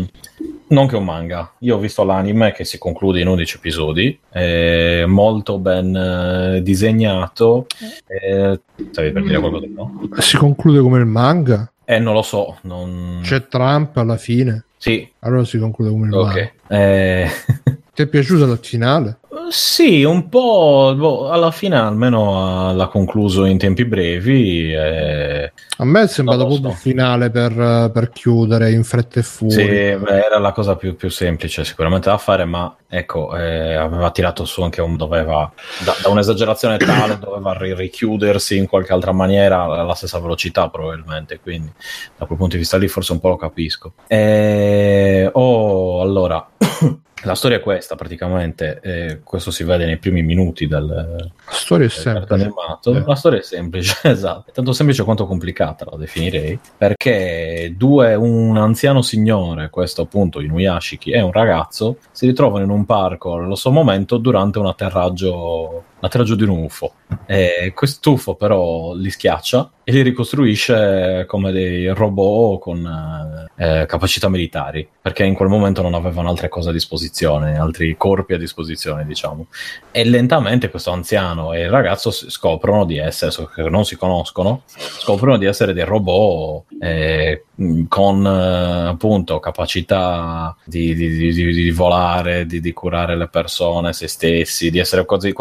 non che un manga. Io ho visto l'anime che si conclude in undici episodi, è molto ben eh, disegnato, eh, stavi per dire qualcosa, no? Si conclude come il manga? Eh, non lo so, non... C'è Trump alla fine? Sì. Allora si conclude come il Ok. manga. Eh... Ti è piaciuto il finale? Sì, un po', boh, alla fine almeno l'ha concluso in tempi brevi. E... A me è sembrato Non lo proprio so. il finale per, per chiudere in fretta e furia. Sì, beh, era la cosa più, più semplice sicuramente da fare, ma ecco, eh, aveva tirato su anche un doveva, da, da un'esagerazione tale, doveva ri- richiudersi in qualche altra maniera alla stessa velocità probabilmente, quindi da quel punto di vista lì forse un po' lo capisco. E, oh, allora... La storia è questa praticamente, eh, questo si vede nei primi minuti del, La storia è del cartone semplice. animato. Eh. La storia è semplice, esatto, è tanto semplice quanto complicata, la definirei, perché due, un anziano signore, questo appunto Inuyashiki, e un ragazzo si ritrovano in un parco allo stesso momento durante un atterraggio, l'atterraggio di un U F O. E questo U F O però li schiaccia e li ricostruisce come dei robot con eh, capacità militari, perché in quel momento non avevano altre cose a disposizione, altri corpi a disposizione, diciamo. E lentamente questo anziano e il ragazzo scoprono di essere, che non si conoscono, scoprono di essere dei robot eh, con eh, appunto capacità di, di, di, di volare, di, di curare le persone, se stessi, di essere quasi, quasi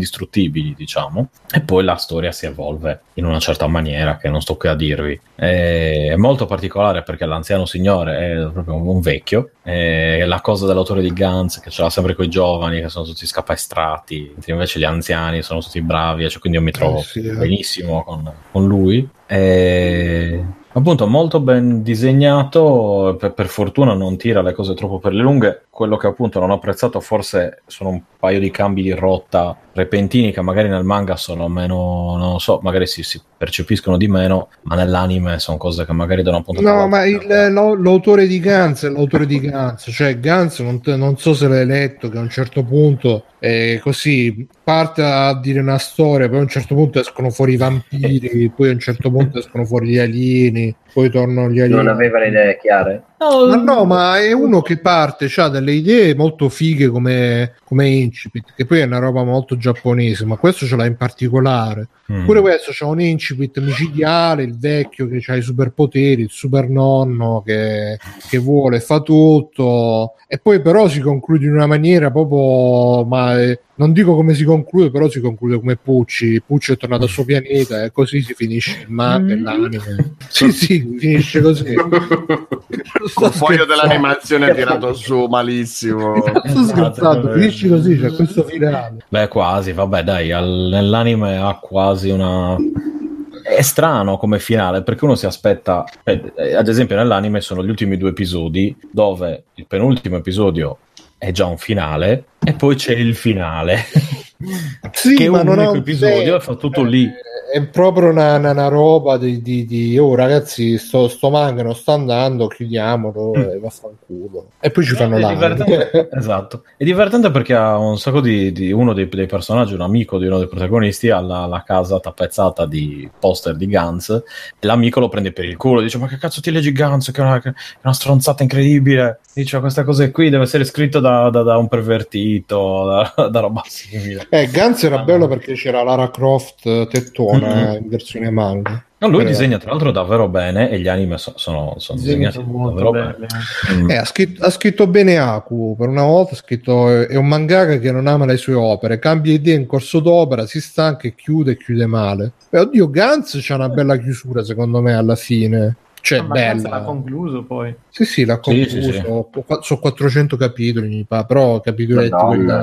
indistruttibili, diciamo, e poi la storia si evolve in una certa maniera che non sto qui a dirvi. È molto particolare perché l'anziano signore è proprio un vecchio, e la cosa dell'autore di Gantz che ce l'ha sempre con i giovani che sono tutti scappaestrati, invece gli anziani sono tutti bravi, cioè, quindi io mi trovo eh sì, eh. benissimo con, con lui. E appunto molto ben disegnato, per, per fortuna non tira le cose troppo per le lunghe. Quello che appunto non ho apprezzato forse sono un paio di cambi di rotta repentini che magari nel manga sono meno, non lo so, magari si, si percepiscono di meno, ma nell'anime sono cose che magari da una puntata No, ma il, lo- l'autore di Gantz è l'autore di Gantz, cioè Gantz non, te- non so se l'hai letto, che a un certo punto è così, parte a dire una storia, poi a un certo punto escono fuori i vampiri, poi a un certo punto escono fuori gli alieni, poi tornano gli alieni. Non aveva le idee chiare? Ma no, ma è uno che parte, ha delle idee molto fighe come, come incipit, che poi è una roba molto giapponese, ma questo ce l'ha in particolare. Mm. Pure questo c'ha un incipit micidiale, il vecchio che ha i superpoteri, il super nonno che, che vuole, fa tutto, e poi però si conclude in una maniera proprio, ma eh, non dico come si conclude, però si conclude come Pucci. Pucci è tornato al suo pianeta e così si finisce il manga e l'anime. Sì, sì, finisce così. Col foglio dell'animazione tirato su malissimo. Sto scherzando, finisci così, c'è questo finale. Beh, quasi, vabbè, dai, al, nell'anime ha quasi una... È strano come finale, perché uno si aspetta, eh, ad esempio nell'anime sono gli ultimi due episodi dove il penultimo episodio è già un finale e poi c'è il finale. Sì, che è ma un non unico ha episodio e fa tutto lì. È proprio una, una, una roba di, di, di oh ragazzi, sto, sto manga non sta andando, chiudiamolo mm. e vaffanculo. E poi ci fanno l'anime. Esatto. È divertente perché ha un sacco di, di uno dei, dei personaggi, un amico di uno dei protagonisti, ha la, la casa tappezzata di poster di Gantz e l'amico lo prende per il culo, dice ma che cazzo ti leggi Gantz, che è una, che è una stronzata incredibile, dice queste cose qui deve essere scritto da, da, da un pervertito, da, da roba simile. Eh, Gantz era ah, bello perché c'era Lara Croft tettona mm-hmm. in versione manga. No, lui disegna tra l'altro davvero bene e gli anime so, sono, sono disegnati davvero bene. bene. Eh, ha, scritto, ha scritto bene Aku, per una volta ha scritto, è un mangaka che non ama le sue opere, cambia idea in corso d'opera, si stanca e chiude e chiude male. E oddio, Gantz c'ha una bella chiusura secondo me alla fine. Cioè, ma bella. l'ha concluso poi. Sì, sì, l'ha concluso. Sì, sì, sì. Sono quattrocento capitoli, mi pare, però capitoletti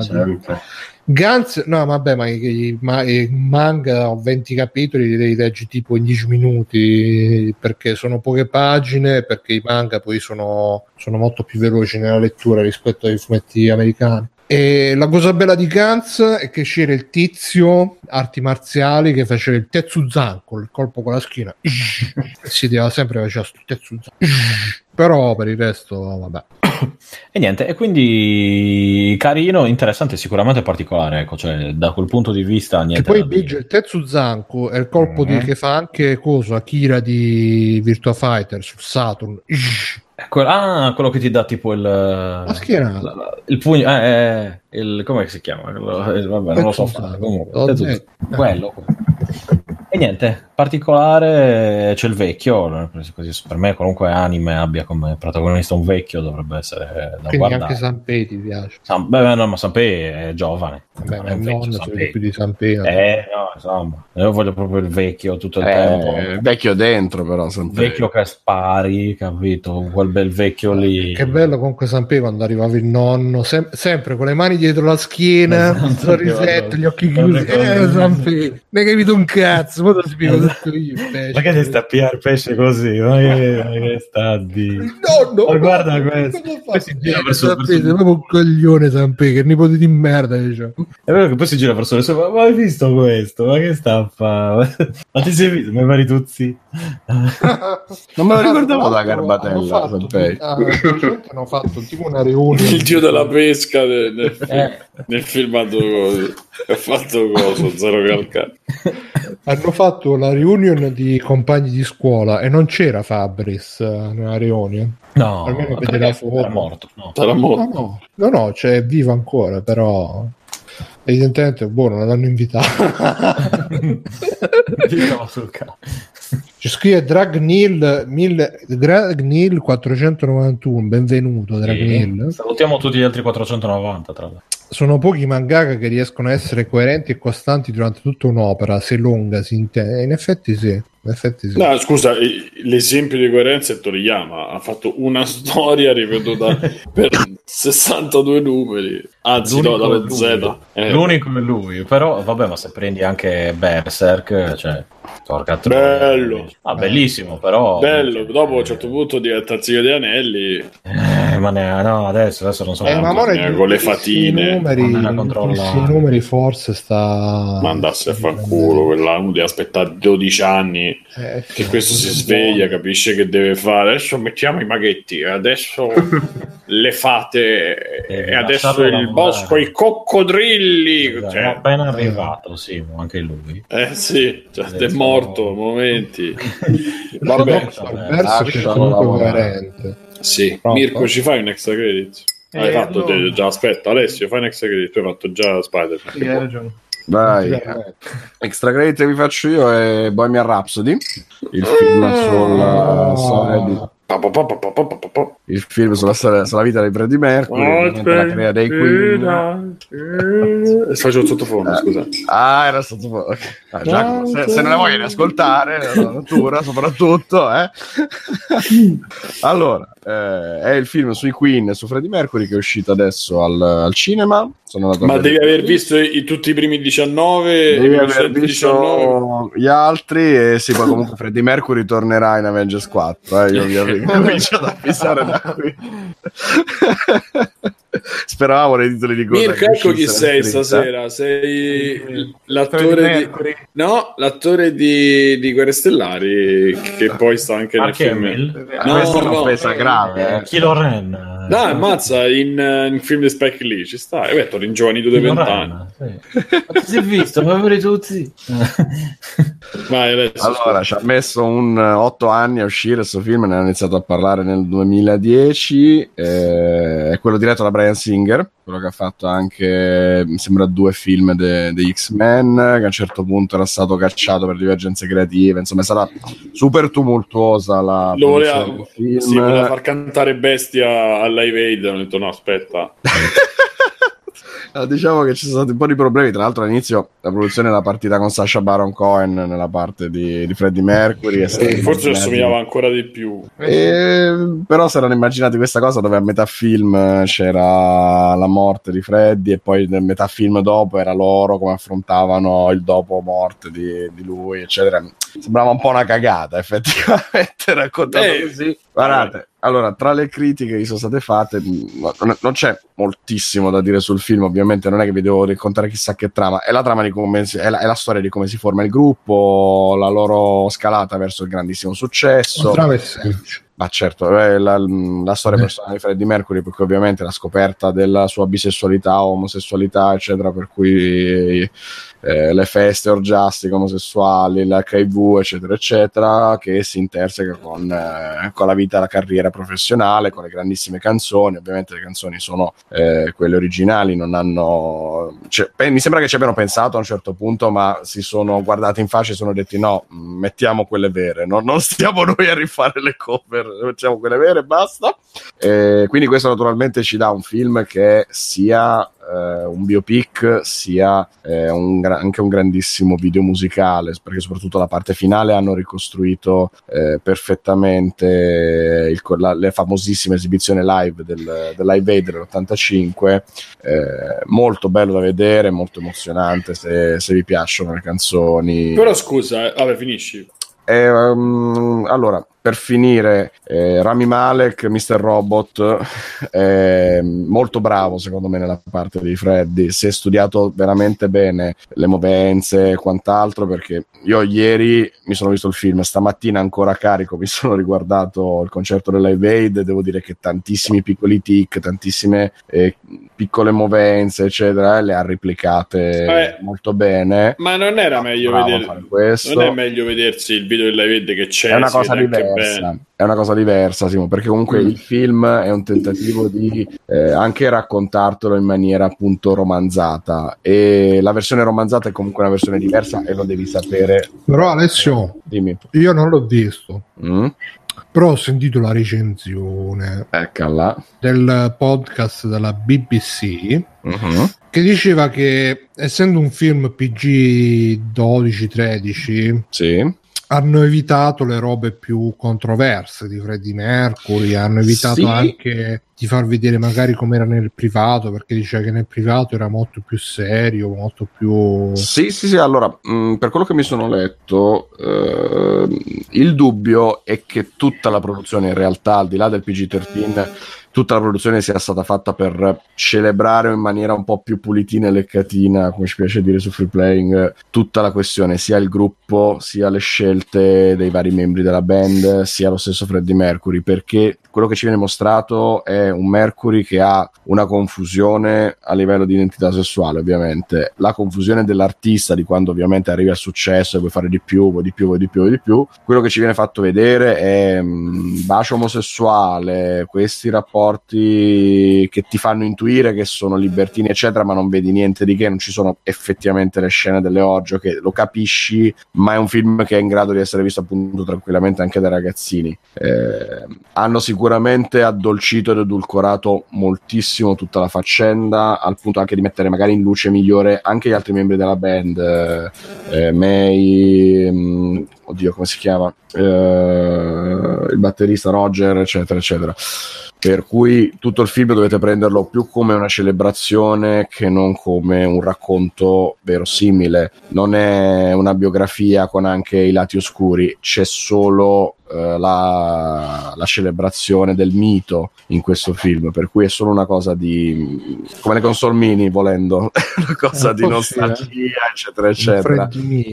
Gantz, no, vabbè, ma i, ma i manga ho venti capitoli, li devi leggere tipo in dieci minuti perché sono poche pagine, perché i manga poi sono, sono molto più veloci nella lettura rispetto ai fumetti americani. E la cosa bella di Gantz è che c'era il tizio arti marziali che faceva il Tetsuzanko, il colpo con la schiena, si deve sempre faceva sto Tetsuzanko, però per il resto vabbè. E niente, e quindi carino, interessante, sicuramente particolare, ecco, cioè da quel punto di vista niente. Che poi Big, il Tetsuzanko è il colpo mm-hmm. di, che fa anche cosa Akira di Virtua Fighter su Saturn. Que- ah, quello che ti dà tipo il la schiena, la, la, il pugno, eh, eh, il come si chiama? Eh, vabbè, non lo so fare. Comunque, eh. quello. E niente, particolare c'è il vecchio, per me comunque anime abbia come protagonista un vecchio dovrebbe essere da quindi guardare. Anche Sanpei ti piace? San, beh, no, ma Sanpei è giovane. Beh, non è un vecchio Sanpei. Più di Sanpei. Eh, no, insomma, io voglio proprio il vecchio tutto il eh, tempo. Il vecchio dentro però, Sanpei. Vecchio che spari, capito? Quel bel vecchio lì. Che bello comunque Sanpei quando arrivava il nonno, sem- sempre con le mani dietro la schiena, il sorrisetto, gli occhi chiusi. Eh, Sanpei, ne hai capito un cazzo. Ma te spiego tutto io, ma che ti sta a pigliare pesce così? Ma che, ma che sta di... No, no, ma guarda questo. Poi si gira verso, Sanpei, verso... proprio un coglione Sanpei, che nipote di merda, diciamo. È vero che poi si gira verso le sue, ma, ma hai visto questo? Ma che sta a fare? Ma ti sei visto? Mi pari tuzzi? Non me lo ricordavo da Garbatella. Hanno fatto, ah, hanno fatto tipo una riunione. Il dio della pesca nel, nel, eh. nel filmato ha fatto cosa? Zero calcato. Hanno fatto la reunion di compagni di scuola e non c'era Fabris nella reunion. No, almeno vede la foto. Era morto. No. Era morto. No, no, no, no, cioè è vivo ancora, però evidentemente boh, non l'hanno invitato. sul cazzo. Ci scrive Dragnil Dragnil quattrocentonovantuno, benvenuto Dragnil. Sì. Salutiamo tutti gli altri quattrocentonovanta tra l'altro. sono pochi mangaka che riescono a essere coerenti e costanti durante tutta un'opera, se lunga si intende. In effetti sì, in effetti sì. No, scusa, l'esempio di coerenza è Toriyama, ha fatto una storia ripetuta per sessantadue numeri, anzi no, dalle Z. Eh. L'unico è lui, però vabbè, ma se prendi anche Berserk, cioè porca troia. Bello. Ah, bellissimo, però bello, dopo a un certo punto diventa il Signore degli Anelli. Eh, ma ne, no, adesso, adesso non so eh, ma eh, con le fatine. Numeri, i numeri forse sta... Ma andasse a far culo, quella uno deve aspettare dodici anni eh, che questo si sveglia, capisce che deve fare. Adesso mettiamo i maghetti, adesso le fate e adesso il bosco, i coccodrilli. Esatto, cioè, è appena arrivato, sì, anche lui. Eh sì, cioè, è morto, momenti. Vabbè, verso che è comunque coerente. Sì, Pronto? Mirko, ci fai un extra credit? Hai eh, fatto no. te, già, aspetta, Alessio, fai un extra credit, tu hai fatto già Spider. Sì, hai ragione. Vai, extra credit che vi faccio io è Bohemian Rhapsody, il film oh. sulla storia di... il film sulla, storia, sulla vita di Freddie Mercury, oh, la carriera dei Queen. Faccio il sottofondo, scusa. Ah, era sottofondo. Okay. Ah, Giacomo, se, se non la voglio ascoltare, la natura soprattutto, eh. Allora, eh, è il film sui Queen, su Freddie Mercury, che è uscito adesso al, al cinema. Sono andato Ma devi aver visto i, tutti i primi diciannove, devi aver visto diciannove. Gli altri, e sì, poi comunque Freddie Mercury tornerà in Avengers quattro. Eh, io vi comincio ad avvisare da qui. Speravamo nei titoli di coda. Mirko, ecco chi sei scritta. Stasera. Sei l'attore di... No, l'attore di, di Guerre Stellari, che poi sta anche nel film. No, questa è un'offesa grave. Eh. Kylo Ren. No, ammazza, in, in film di Spike Lee ci sta. E beh, t'ho ringiovanito dei vent'anni. Sì. Ma ti sei visto? Ma per tutti. Vai, adesso, allora, scusa. Ci ha messo un otto anni a uscire questo film, ne ha iniziato a parlare nel duemiladieci. Eh, è quello diretto da Bryan Singer, quello che ha fatto anche, mi sembra, due film degli X-Men, che a un certo punto era stato cacciato per divergenze creative. Insomma, è stata super tumultuosa la lo voleva, film. Sì, voleva far cantare Bestia al Live Aid. Ho detto no, aspetta. No, diciamo che ci sono stati un po' di problemi. Tra l'altro all'inizio la produzione era partita con Sacha Baron Cohen nella parte di, di Freddie Mercury, e sì, forse assomigliava ancora di più, e, però si erano immaginati questa cosa dove a metà film c'era la morte di Freddie e poi nel metà film dopo era loro come affrontavano il dopo morte di, di lui, eccetera. Sembrava un po' una cagata effettivamente raccontato eh, così. Guardate, allora, tra le critiche che sono state fatte, non c'è moltissimo da dire sul film, ovviamente non è che vi devo raccontare chissà che trama, è la trama di come si, è, la, è la storia di come si forma il gruppo, la loro scalata verso il grandissimo successo. La trama è semplice. Ma certo, è la, la storia personale di Freddie Mercury, perché ovviamente la scoperta della sua bisessualità, omosessualità, eccetera, per cui eh, le feste orgiastiche omosessuali, l'H I V, eccetera, eccetera, che si interseca con, eh, con la vita e la carriera professionale, con le grandissime canzoni. Ovviamente le canzoni sono eh, quelle originali, non hanno... Cioè, mi sembra che ci abbiano pensato a un certo punto, ma si sono guardati in faccia e sono detti no, mettiamo quelle vere, no? Non stiamo noi a rifare le cover, facciamo quelle vere e basta. E quindi questo naturalmente ci dà un film che sia eh, un biopic sia eh, un, anche un grandissimo video musicale, perché soprattutto la parte finale hanno ricostruito eh, perfettamente il, la, le famosissime esibizioni live del, del Live Aid dell'ottantacinque. Eh, molto bello da vedere, molto emozionante se, se vi piacciono le canzoni. Però scusa, eh, vabbè, finisci. Eh, um, allora, per finire, eh, Rami Malek, mister Robot, è molto bravo secondo me nella parte di Freddie. Si è studiato veramente bene le movenze e quant'altro, perché io ieri mi sono visto il film, stamattina ancora carico mi sono riguardato il concerto del Live Aid e devo dire che tantissimi piccoli tic, tantissime eh, piccole movenze eccetera eh, le ha replicate Vabbè, molto bene. Ma non era meglio vedere questo. Non è meglio vedersi il video del Live Aid che c'è, è una cosa diversa. È una cosa diversa, Simo, perché comunque mm. il film è un tentativo di eh, anche raccontartelo in maniera appunto romanzata, e la versione romanzata è comunque una versione diversa e lo devi sapere. Però Alessio, dimmi. Io non l'ho visto, mm? però ho sentito la recensione Eccola. del podcast della B B C, uh-huh. che diceva che essendo un film P G dodici tredici Sì. hanno evitato le robe più controverse di Freddie Mercury, hanno evitato Sì. anche di far vedere magari com'era nel privato, perché diceva che nel privato era molto più serio, molto più... Sì, sì, sì, allora, mh, per quello che mi sono letto, eh, il dubbio è che tutta la produzione, in realtà, al di là del P G tredici, tutta la produzione sia stata fatta per celebrare in maniera un po' più pulitina e leccatina, come ci piace dire su Free Playing, tutta la questione, sia il gruppo, sia le scelte dei vari membri della band, sia lo stesso Freddie Mercury, perché quello che ci viene mostrato è un Mercury che ha una confusione a livello di identità sessuale, ovviamente, la confusione dell'artista di quando ovviamente arrivi al successo e vuoi fare di più, vuoi di più, vuoi di più, vuoi di più. Quello che ci viene fatto vedere è mh, bacio omosessuale, questi rapporti che ti fanno intuire che sono libertini eccetera, ma non vedi niente di che, non ci sono effettivamente le scene delle orge, che lo capisci, ma è un film che è in grado di essere visto appunto tranquillamente anche dai ragazzini. Eh, hanno sicuramente addolcito ed edulcorato moltissimo tutta la faccenda, al punto anche di mettere magari in luce migliore anche gli altri membri della band, eh, May, mh, oddio come si chiama, eh, il batterista Roger, eccetera eccetera. Per cui tutto il film dovete prenderlo più come una celebrazione che non come un racconto verosimile. Non è una biografia con anche i lati oscuri, c'è solo uh, la, la celebrazione del mito in questo film, per cui è solo una cosa di, come le console mini volendo, una cosa un di po' nostalgia, sì, eh? eccetera eccetera.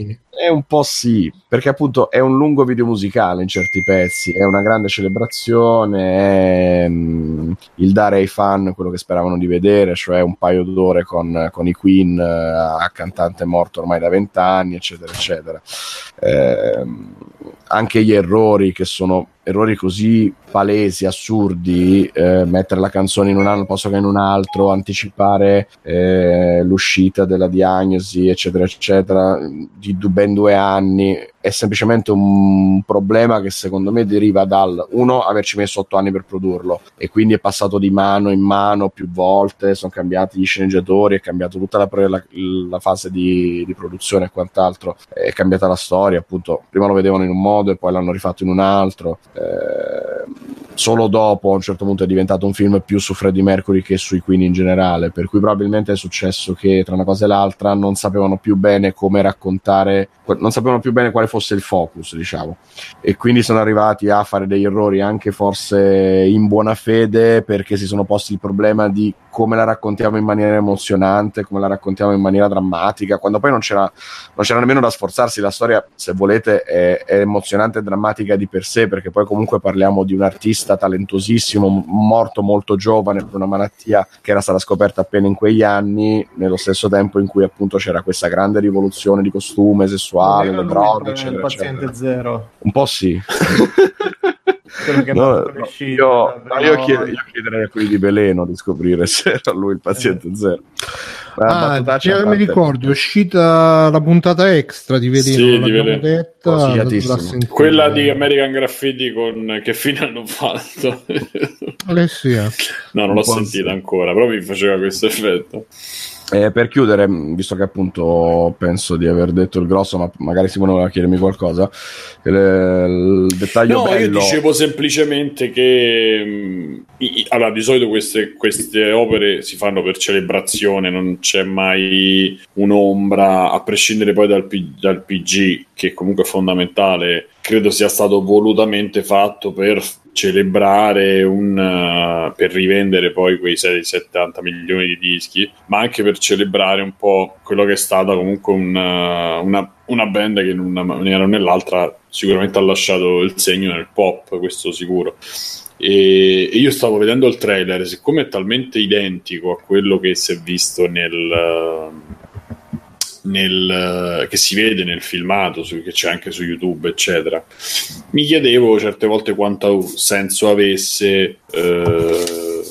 È un po' sì, perché appunto è un lungo video musicale in certi pezzi, è una grande celebrazione, è mh, il dare ai fan quello che speravano di vedere, cioè un paio d'ore con, con i Queen, uh, a cantante morto ormai da vent'anni, eccetera eccetera. Eh, anche gli errori, che sono errori così palesi, assurdi, eh, mettere la canzone in un anno al posto che in un altro, anticipare eh, l'uscita della diagnosi, eccetera eccetera, di ben due anni, è semplicemente un problema che secondo me deriva dal, uno, averci messo otto anni per produrlo e quindi è passato di mano in mano più volte, sono cambiati gli sceneggiatori, è cambiato tutta la, la, la fase di, di produzione e quant'altro, è cambiata la storia, appunto prima lo vedevano in un modo e poi l'hanno rifatto in un altro. Eh, solo dopo a un certo punto è diventato un film più su Freddie Mercury che sui Queen in generale, per cui probabilmente è successo che tra una cosa e l'altra non sapevano più bene come raccontare, non sapevano più bene quale fosse il focus, diciamo, e quindi sono arrivati a fare degli errori anche forse in buona fede, perché si sono posti il problema di come la raccontiamo in maniera emozionante, come la raccontiamo in maniera drammatica, quando poi non c'era, non c'era nemmeno da sforzarsi. La storia, se volete, è, è emozionante e drammatica di per sé, perché poi comunque parliamo di un artista talentosissimo, morto molto giovane per una malattia che era stata scoperta appena in quegli anni, nello stesso tempo in cui appunto c'era questa grande rivoluzione di costume sessuale, le droghe, eccetera, il paziente eccetera. zero. Un po' sì. Che no, no, no, io, no, io, chied- io chiederei a quelli di Veleno di scoprire se era lui il paziente eh. zero. Ah, cioè, mi ricordo, è uscita la puntata extra di Veleno, sì, non l'abbiamo detta, quella di American Graffiti, con che fine hanno fatto? Eh sì, eh. No, non l'ho sentita ancora, però mi faceva questo effetto. Eh, per chiudere, visto che appunto penso di aver detto il grosso, ma magari Simone voleva chiedermi qualcosa, il, il dettaglio no, bello... io dicevo semplicemente che mh, i, allora di solito queste, queste opere si fanno per celebrazione, non c'è mai un'ombra, a prescindere poi dal, P, dal P G, che comunque è fondamentale. Credo sia stato volutamente fatto per celebrare un uh, per rivendere poi quei sei settanta milioni di dischi, ma anche per celebrare un po' quello che è stata comunque un, uh, una, una band che in una maniera o nell'altra sicuramente ha lasciato il segno nel pop, questo sicuro. E, e io stavo vedendo il trailer, siccome è talmente identico a quello che si è visto nel uh, Nel, che si vede nel filmato su, che c'è anche su YouTube eccetera, mi chiedevo certe volte quanto senso avesse eh,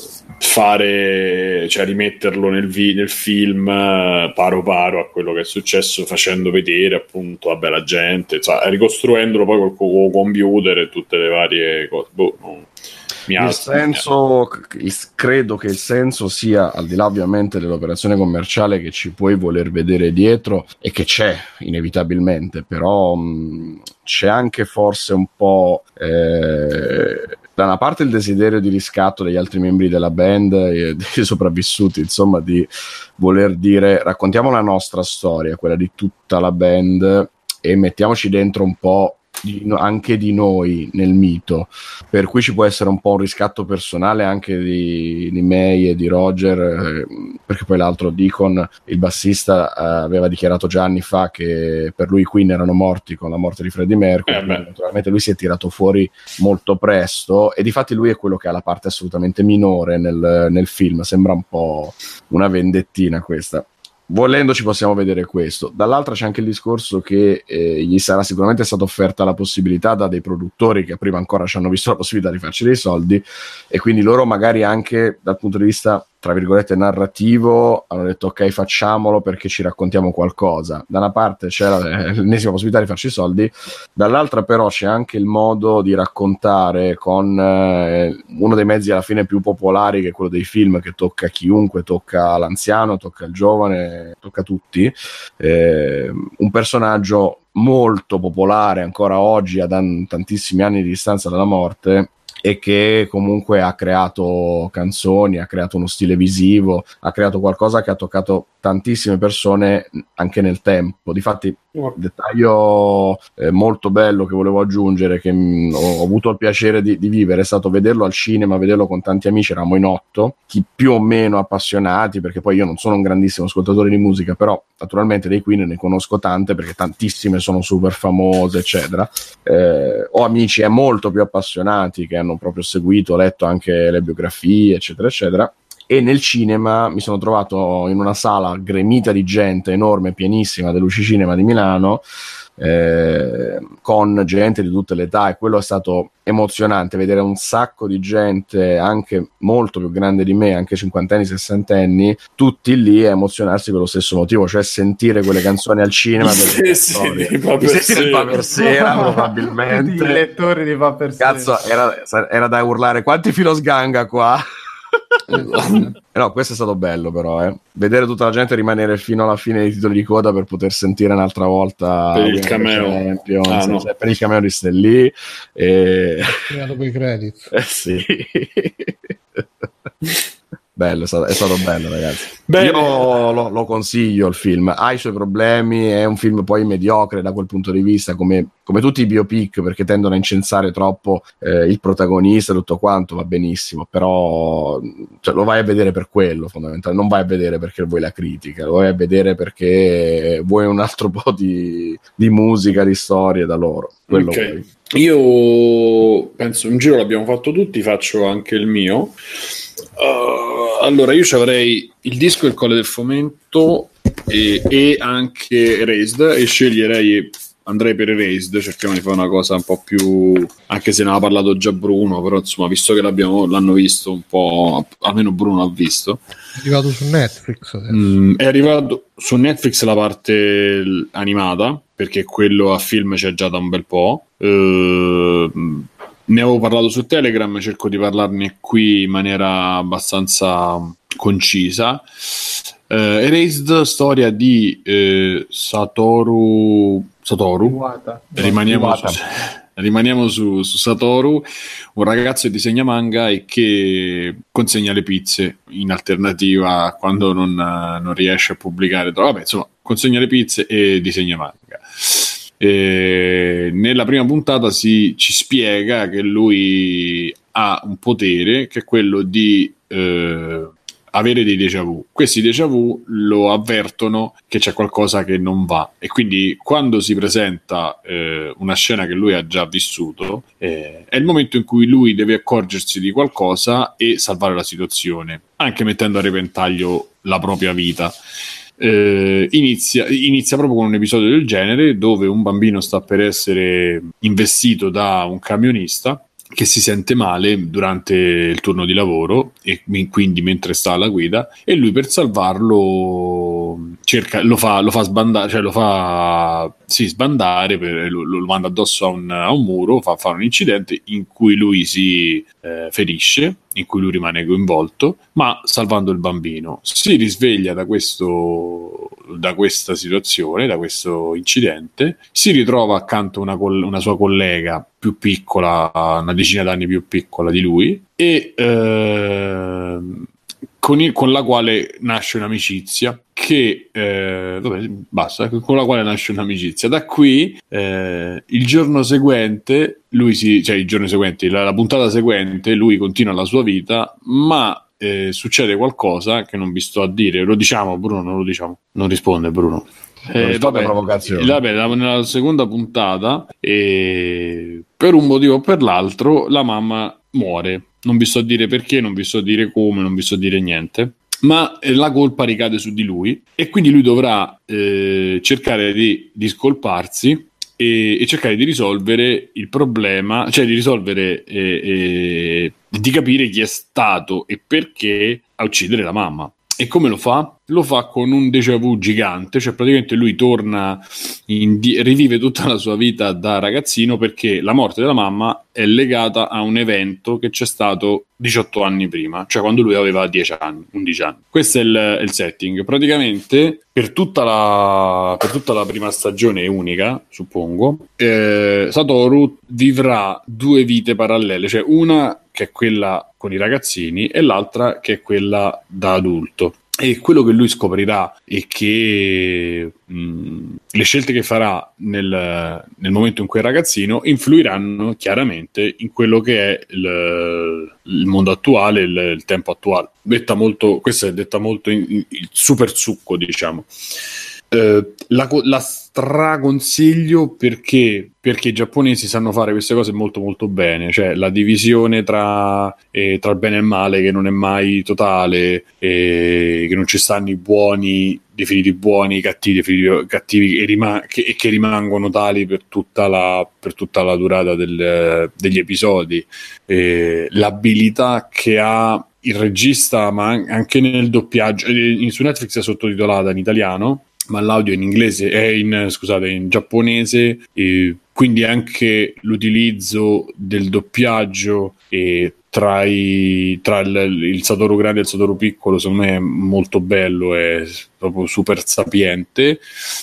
fare, cioè rimetterlo nel, vi, nel film eh, paro paro a quello che è successo, facendo vedere appunto vabbè la gente, cioè, ricostruendolo poi col, col computer e tutte le varie cose. Boh, no. Mi il alzo, senso, il- credo che il senso sia, al di là ovviamente dell'operazione commerciale che ci puoi voler vedere dietro e che c'è inevitabilmente, però mh, c'è anche forse un po' eh, da una parte il desiderio di riscatto degli altri membri della band e dei sopravvissuti, insomma, di voler dire raccontiamo la nostra storia, quella di tutta la band, e mettiamoci dentro un po' di, anche di noi nel mito, per cui ci può essere un po' un riscatto personale anche di, di May e di Roger, eh, perché poi l'altro Deacon, il bassista, eh, aveva dichiarato già anni fa che per lui i Queen erano morti con la morte di Freddie Mercury, eh naturalmente lui si è tirato fuori molto presto e difatti lui è quello che ha la parte assolutamente minore nel, nel film, sembra un po' una vendettina questa. Volendo ci possiamo vedere questo. Dall'altra c'è anche il discorso che eh, gli sarà sicuramente stata offerta la possibilità da dei produttori che prima ancora ci hanno visto la possibilità di farci dei soldi, e quindi loro magari anche dal punto di vista tra virgolette narrativo hanno detto ok, facciamolo perché ci raccontiamo qualcosa. Da una parte c'è la, l'ennesima possibilità di farci i soldi, dall'altra però c'è anche il modo di raccontare con eh, uno dei mezzi alla fine più popolari, che è quello dei film, che tocca chiunque, tocca l'anziano, tocca il giovane, tocca tutti, eh, un personaggio molto popolare ancora oggi a dan- tantissimi anni di distanza dalla morte, e che comunque ha creato canzoni, ha creato uno stile visivo, ha creato qualcosa che ha toccato tantissime persone anche nel tempo. Difatti, un dettaglio eh, molto bello che volevo aggiungere, che mh, ho avuto il piacere di, di vivere, è stato vederlo al cinema, vederlo con tanti amici, eravamo in otto, chi più o meno appassionati, perché poi io non sono un grandissimo ascoltatore di musica, però naturalmente dei Queen ne conosco tante, perché tantissime sono super famose, eccetera. Eh, ho amici eh, molto più appassionati che hanno proprio seguito, letto anche le biografie, eccetera, eccetera. E nel cinema mi sono trovato in una sala gremita di gente, enorme, pienissima, dell'U C Cinema di Milano, eh, con gente di tutte le età, e quello è stato emozionante, vedere un sacco di gente anche molto più grande di me, anche cinquantenni, sessantenni, tutti lì a emozionarsi per lo stesso motivo, cioè sentire quelle canzoni al cinema. I stessi di Paper Sera, probabilmente. I lettori di Paper Sera. Cazzo, era, era da urlare quanti filosganga qua. No, questo è stato bello però, eh. Vedere tutta la gente rimanere fino alla fine dei titoli di coda per poter sentire un'altra volta per il cameo, ah, no. per il cameo di Stellì e dopo i credits. Eh, sì. Bello, è stato, è stato bello, ragazzi. Bene. Io lo, lo consiglio il film, ha i suoi problemi, è un film poi mediocre da quel punto di vista, come, come tutti i biopic, perché tendono a incensare troppo eh, il protagonista e tutto quanto, va benissimo, però cioè, lo vai a vedere per quello, fondamentalmente, non vai a vedere perché vuoi la critica, lo vai a vedere perché vuoi un altro po' di, di musica, di storie da loro. Quello okay. vuoi. Io penso un giro l'abbiamo fatto tutti, faccio anche il mio. Uh, allora io ci avrei il disco Il Colle del Fomento e, e anche Erased, e sceglierei, andrei per Erased, cerchiamo di fare una cosa un po' più, anche se ne aveva parlato già Bruno, però insomma visto che l'abbiamo, l'hanno visto un po', almeno Bruno ha visto, è arrivato su Netflix mm, è arrivato su Netflix la parte animata, perché quello a film c'è già da un bel po'. uh, Ne avevo parlato su Telegram, cerco di parlarne qui in maniera abbastanza concisa. Uh, Erased, storia di uh, Satoru Satoru Iwata. rimaniamo, Iwata. Su, rimaniamo su, su Satoru, un ragazzo che disegna manga e che consegna le pizze in alternativa quando non, non riesce a pubblicare. Vabbè, insomma, consegna le pizze e disegna manga. E nella prima puntata si ci spiega che lui ha un potere che è quello di eh, avere dei déjà vu. Questi déjà vu lo avvertono che c'è qualcosa che non va, e quindi quando si presenta eh, una scena che lui ha già vissuto eh, è il momento in cui lui deve accorgersi di qualcosa e salvare la situazione, anche mettendo a repentaglio la propria vita. Eh, inizia, inizia proprio con un episodio del genere, dove un bambino sta per essere investito da un camionista che si sente male durante il turno di lavoro, e quindi mentre sta alla guida, e lui per salvarlo lo cerca, lo fa, lo fa sbandare, cioè lo fa sì, sbandare, per, lo, lo manda addosso a un, a un muro, fa, fa un incidente in cui lui si eh, ferisce, in cui lui rimane coinvolto, ma salvando il bambino. Si risveglia da questo da questa situazione, da questo incidente, si ritrova accanto una, coll- una sua collega più piccola, una decina d'anni più piccola di lui, e eh, con, il, con la quale nasce un'amicizia che eh, vabbè, basta, con la quale nasce un'amicizia. Da qui eh, il giorno seguente lui si, cioè il giorno seguente, la, la puntata seguente, lui continua la sua vita, ma eh, succede qualcosa che non vi sto a dire. Lo diciamo, Bruno? Non lo diciamo? Non risponde Bruno. Eh, vabbè, vabbè, la, nella seconda puntata, eh, per un motivo o per l'altro, la mamma muore. Non vi sto a dire perché, non vi sto a dire come, non vi sto a dire niente. Ma eh, la colpa ricade su di lui e quindi lui dovrà eh, cercare di, di scolparsi e, e cercare di risolvere il problema, cioè di risolvere e eh, eh, di capire chi è stato e perché a uccidere la mamma. E come lo fa? Lo fa con un déjà vu gigante, cioè praticamente lui torna, in di- rivive tutta la sua vita da ragazzino, perché la morte della mamma è legata a un evento che c'è stato diciotto anni prima, cioè quando lui aveva dieci anni, undici anni. Questo è il, il setting. Praticamente per tutta la, per tutta la prima stagione unica, suppongo, eh, Satoru vivrà due vite parallele, cioè una che è quella con i ragazzini e l'altra che è quella da adulto. E quello che lui scoprirà è che mh, le scelte che farà nel, nel momento in cui è ragazzino influiranno chiaramente in quello che è il, il mondo attuale, il, il tempo attuale. Detta molto, questo è detta molto in, in, il super succo, diciamo. Uh, la, la straconsiglio perché perché i giapponesi sanno fare queste cose molto molto bene, cioè la divisione tra, eh, tra il bene e il male che non è mai totale, eh, che non ci stanno i buoni definiti buoni, i cattivi definiti cattivi e, rima- che, che rimangono tali per tutta la, per tutta la durata del, degli episodi, eh, l'abilità che ha il regista, ma anche nel doppiaggio, eh, su Netflix è sottotitolata in italiano, ma l'audio in inglese è in, scusate, in giapponese, e quindi anche l'utilizzo del doppiaggio e tra, i, tra il, il Satoru grande e il Satoru piccolo secondo me è molto bello, è proprio super sapiente.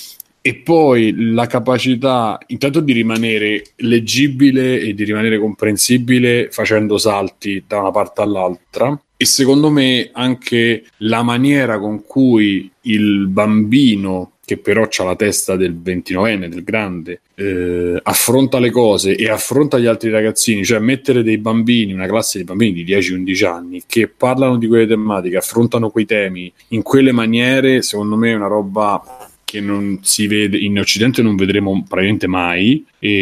E poi la capacità intanto di rimanere leggibile e di rimanere comprensibile facendo salti da una parte all'altra, e secondo me anche la maniera con cui il bambino, che però ha la testa del ventinovenne, del grande, eh, affronta le cose e affronta gli altri ragazzini, cioè mettere dei bambini, una classe di bambini di dieci undici anni che parlano di quelle tematiche, affrontano quei temi in quelle maniere, secondo me è una roba che non si vede in Occidente, non vedremo praticamente mai,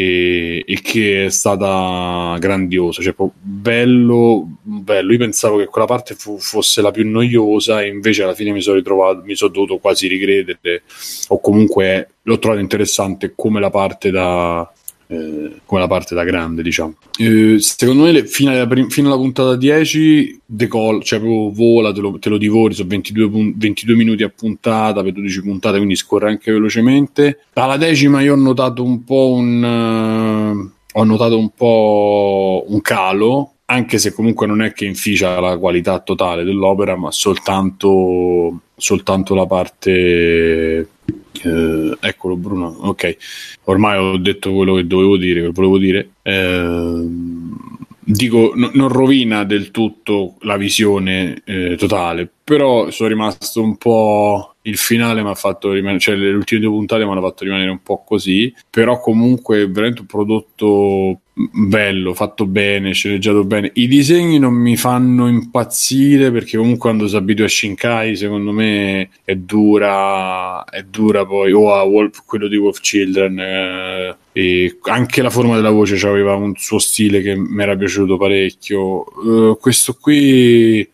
e, e che è stata grandiosa, cioè bello, bello. Io pensavo che quella parte fu, fosse la più noiosa e invece alla fine mi sono ritrovato, mi sono dovuto quasi ricredere, o comunque l'ho trovato interessante come la parte da eh, come la parte da grande, diciamo. Eh, secondo me le, fino, alla prim- fino alla puntata dieci decolla, cioè proprio vola, te lo, te lo divori, sono ventidue, ventidue minuti a puntata per dodici puntate, quindi scorre anche velocemente. Alla decima io ho notato un po' un uh, ho notato un po' un calo, anche se comunque non è che inficia la qualità totale dell'opera, ma soltanto soltanto la parte eh, eccolo Bruno, ok, ormai ho detto quello che dovevo dire, che volevo dire. Eh, dico, no, non rovina del tutto la visione eh, totale, però sono rimasto un po', il finale mi ha fatto rimanere, cioè le ultime due puntate mi hanno fatto rimanere un po' così, però comunque è veramente un prodotto bello, fatto bene, sceneggiato bene. I disegni non mi fanno impazzire perché comunque quando si abitua a Shinkai secondo me è dura, è dura poi, o a Wolf, quello di Wolf Children, eh, e anche la forma della voce aveva un suo stile che mi era piaciuto parecchio. Uh, questo qui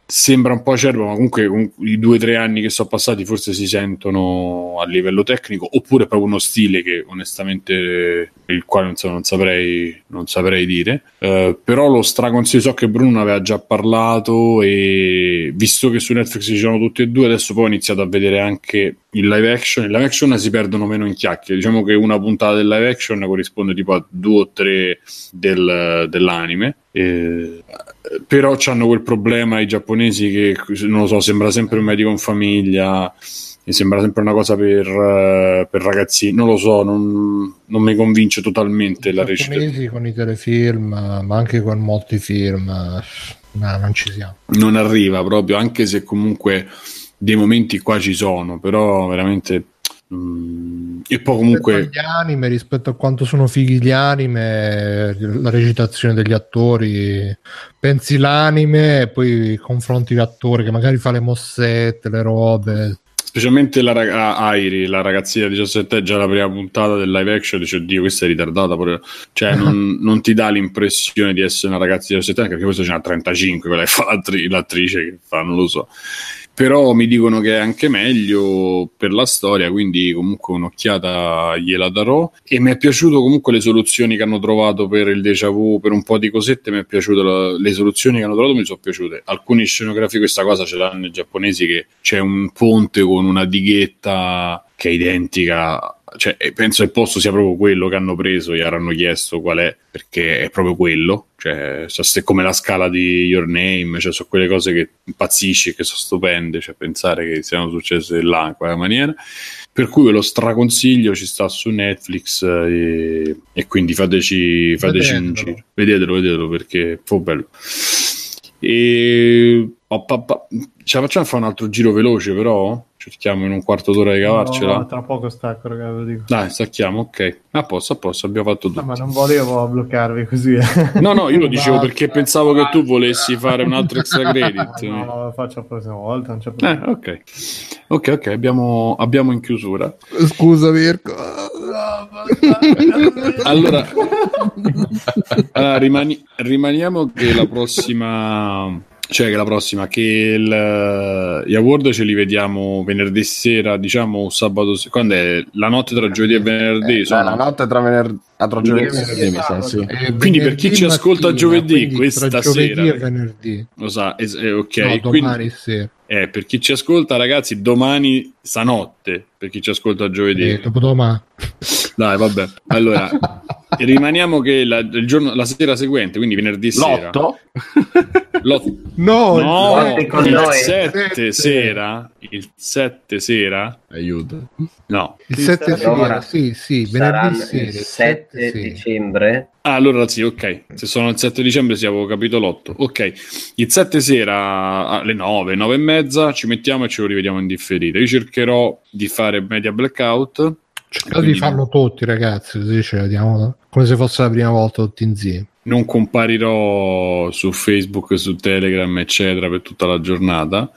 sembra un po' acerbo, ma comunque, comunque i due o tre anni che sono passati forse si sentono a livello tecnico, oppure proprio uno stile che onestamente il quale non, so, non saprei non saprei dire, uh, però lo straconsiglio. So che Bruno aveva già parlato, e visto che su Netflix ci sono tutti e due, adesso poi ho iniziato a vedere anche il live action. Il live action si perdono meno in chiacchiere, diciamo che una puntata del live action corrisponde tipo a due o tre del, dell'anime, eh, però c'hanno quel problema i giapponesi che, non lo so, sembra sempre un medico in famiglia, mi sembra sempre una cosa per, uh, per ragazzini, non lo so, non, non mi convince totalmente. I la recita con i telefilm, ma anche con molti film, no, non ci siamo, non arriva proprio, anche se comunque dei momenti qua ci sono, però veramente mm, e poi comunque rispetto agli anime, rispetto a quanto sono fighi gli anime, la recitazione degli attori, pensi l'anime e poi confronti l'attore che magari fa le mossette, le robe. Specialmente la rag- Airi, la ragazzina di diciassette, già la prima puntata del live action dice oddio questa è ritardata pure. Cioè non, non ti dà l'impressione di essere una ragazza di diciassette anni, perché questo ce n'ha trentacinque, quella che fa l'attri- l'attrice che fa, non lo so. Però mi dicono che è anche meglio per la storia, quindi comunque un'occhiata gliela darò. E mi è piaciuto comunque le soluzioni che hanno trovato per il déjà vu, per un po' di cosette mi è piaciuto la, le soluzioni che hanno trovato mi sono piaciute. Alcune scenografie, questa cosa ce l'hanno i giapponesi, che c'è un ponte con una dighetta che è identica, cioè penso il posto sia proprio quello che hanno preso, gli avranno chiesto qual è, perché è proprio quello, cioè se come la scala di Your Name, cioè sono quelle cose che impazzisci, che sono stupende, cioè pensare che siano successe là in quella maniera, per cui ve lo straconsiglio, ci sta su Netflix, e, e quindi fateci, fateci un giro, vedetelo, vedetelo perché fu bello. E oh, pa, pa, ce la facciamo a fare un altro giro veloce, però cerchiamo in un quarto d'ora di cavarcela. No, tra poco stacco, ragazzi, lo dico. Dai, stacchiamo, ok. A posto, a posto, abbiamo fatto tutto. No, ma non volevo bloccarvi così. No, no, io lo dicevo perché pensavo che tu volessi fare un altro extra credit. No, no, lo faccio la prossima volta, non c'è problema. Eh, ok. Ok, ok, abbiamo, abbiamo in chiusura. Scusa Mirko. Allora, allora rimani- rimaniamo che la prossima... Cioè che la prossima, che il, gli award ce li vediamo venerdì sera, diciamo sabato, quando è la notte tra giovedì e venerdì? Eh, sono... la notte tra venerdì, tra giovedì e venerdì, mi sa, sì. Eh, quindi per chi ci mattina, ascolta giovedì, questa tra giovedì sera, e venerdì, lo sa, è, è ok. no, quindi, domani sera. eh, per chi ci ascolta, ragazzi, domani stanotte, per chi ci ascolta giovedì. Eh, dopodomani. Dai, vabbè. Allora, rimaniamo che la, il giorno, la sera seguente, quindi venerdì sera. L'otto? L'otto. No, No, il con il noi. sette sera, il sette sera, Aiuto. no. il sette Allora, sera, sì, sì, Saranno venerdì sera, il sette sera. dicembre. Ah, allora sì, ok. Se sono il sette dicembre, sì, avevo capito l'otto. Ok, il sette sera alle nove, nove e mezza ci mettiamo e ce lo rivediamo in differita. Io cercherò di fare media blackout. Cercate di farlo tutti, ragazzi, così ce la vediamo come se fosse la prima volta tutti insieme. Non comparirò su Facebook, su Telegram, eccetera, per tutta la giornata.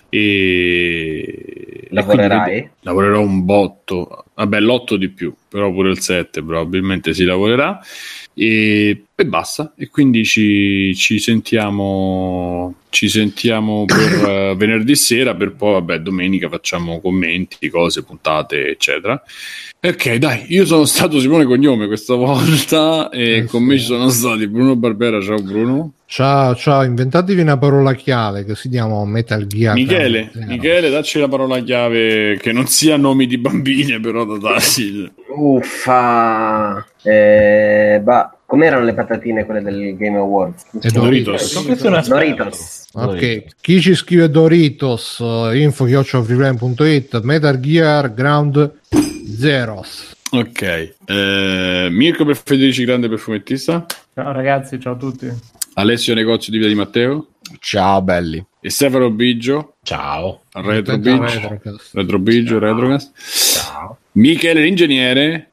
E Lavorerai? e lavorerò un botto. Vabbè, l'otto di più, però pure il sette probabilmente si lavorerà. E, e basta. E quindi ci, ci sentiamo. Ci sentiamo per uh, venerdì sera, per poi, vabbè, domenica facciamo commenti, cose, puntate, eccetera. Ok, dai, io sono stato Simone Cognome questa volta e eh con sì. me ci sono stati Bruno Barbera. Ciao Bruno. Ciao, ciao, inventatevi una parola chiave così diamo Metal Gear. Michele, Michele, dacci la parola chiave che non sia nomi di bambine, però da darsi. Uffa. Eh, bah, com'erano le patatine quelle del Game Awards? E Doritos. Doritos. Doritos. Ok, chi ci scrive Doritos, uh, info chiocciola freeplane punto it, Metal Gear Ground Zeroes. Ok, eh, Mirko per Federici, grande perfumettista. Ciao ragazzi, ciao a tutti. Alessio Negozio di Via di Matteo. Ciao belli. E Stefano Biggio. Ciao. Retro Aspetta, Biggio. Retrocast. Retro Biggio, Retrocast. Ciao. Michele l'ingegnere.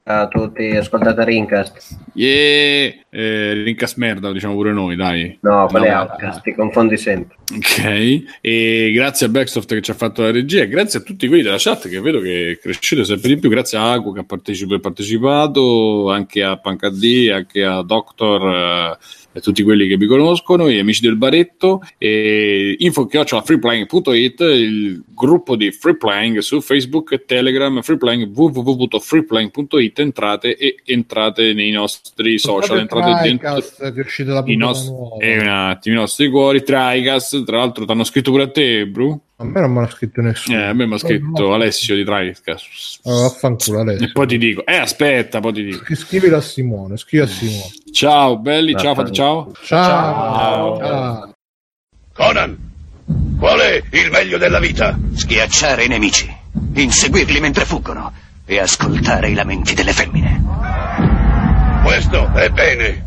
Ciao a tutti, ascoltate Rincast. Yeah! Eh, Rincast merda, diciamo pure noi, dai. No, quello è No, Outcast, ti confondi sempre. Ok, e grazie a Backsoft che ci ha fatto la regia, e grazie a tutti quelli della chat che vedo che crescete sempre di più, grazie a Agu che ha partecipato, partecipato anche a Pancadì, anche a Doctor eh, e tutti quelli che vi conoscono, gli amici del baretto, e info chiocciola freeplaying punto it, il gruppo di Freeplaying su Facebook, Telegram, Freeplaying, w w w punto freeplaying punto it, entrate e entrate nei nostri social, entrate dentro Tricast, che è uscita la i puntata nostri, nuova. eh, un attimo, i nostri cuori, Tricast, tra l'altro ti hanno scritto pure a te, Bru? A me non me l'ha scritto nessuno. Eh, a me mi ha scritto no. Alessio di Tricast. Allora, vaffanculo Alessio. E poi ti dico, eh aspetta, poi ti dico. Sch- Scrivilo a Simone, scrivi a Simone. Ciao belli, ciao, fate ciao. Ciao. Ciao. Conan, qual è il meglio della vita? Schiacciare i nemici, inseguirli mentre fuggono e ascoltare i lamenti delle femmine. Questo è bene.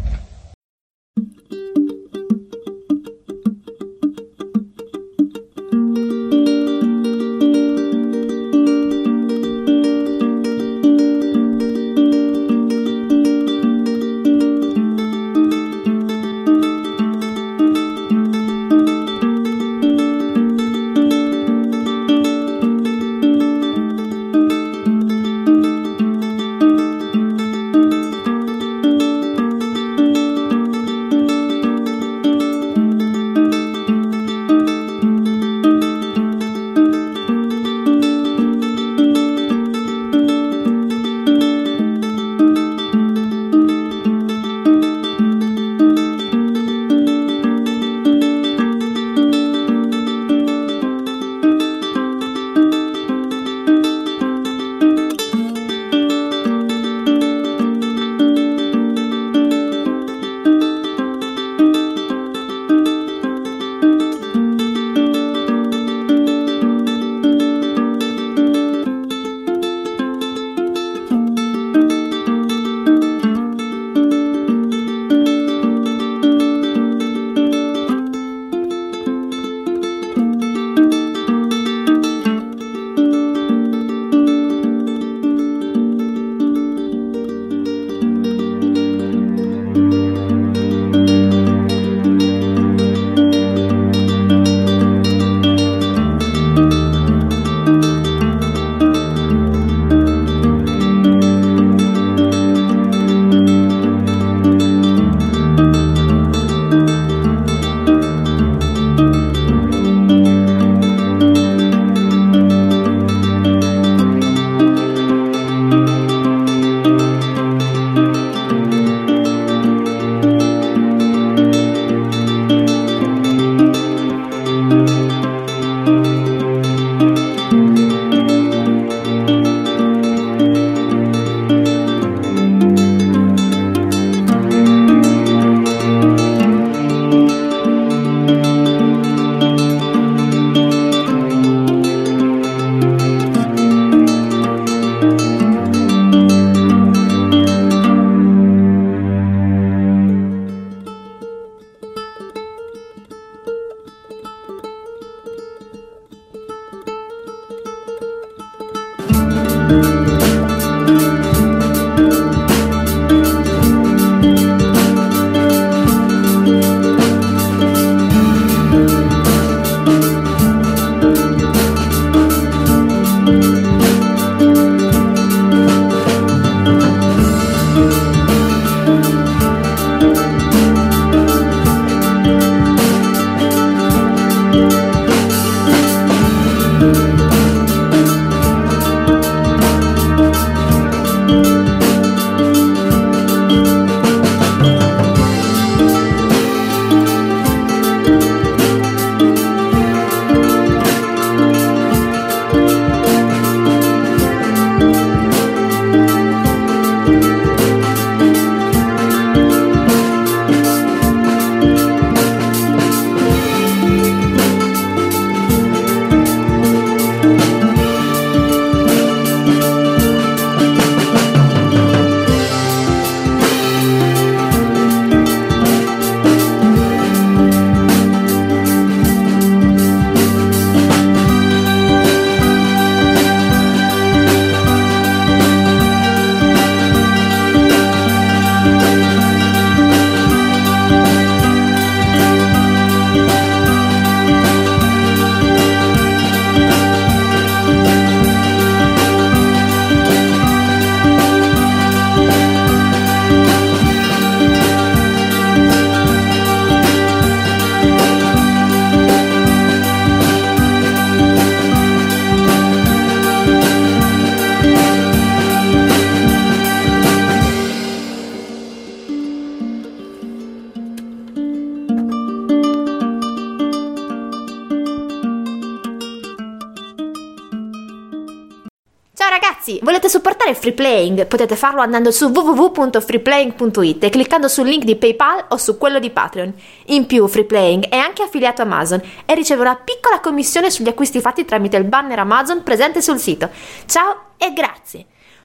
Ragazzi, volete supportare Free Playing? Potete farlo andando su w w w punto free playing punto i t e cliccando sul link di PayPal o su quello di Patreon. In più, Free Playing è anche affiliato a Amazon e riceve una piccola commissione sugli acquisti fatti tramite il banner Amazon presente sul sito. Ciao e grazie!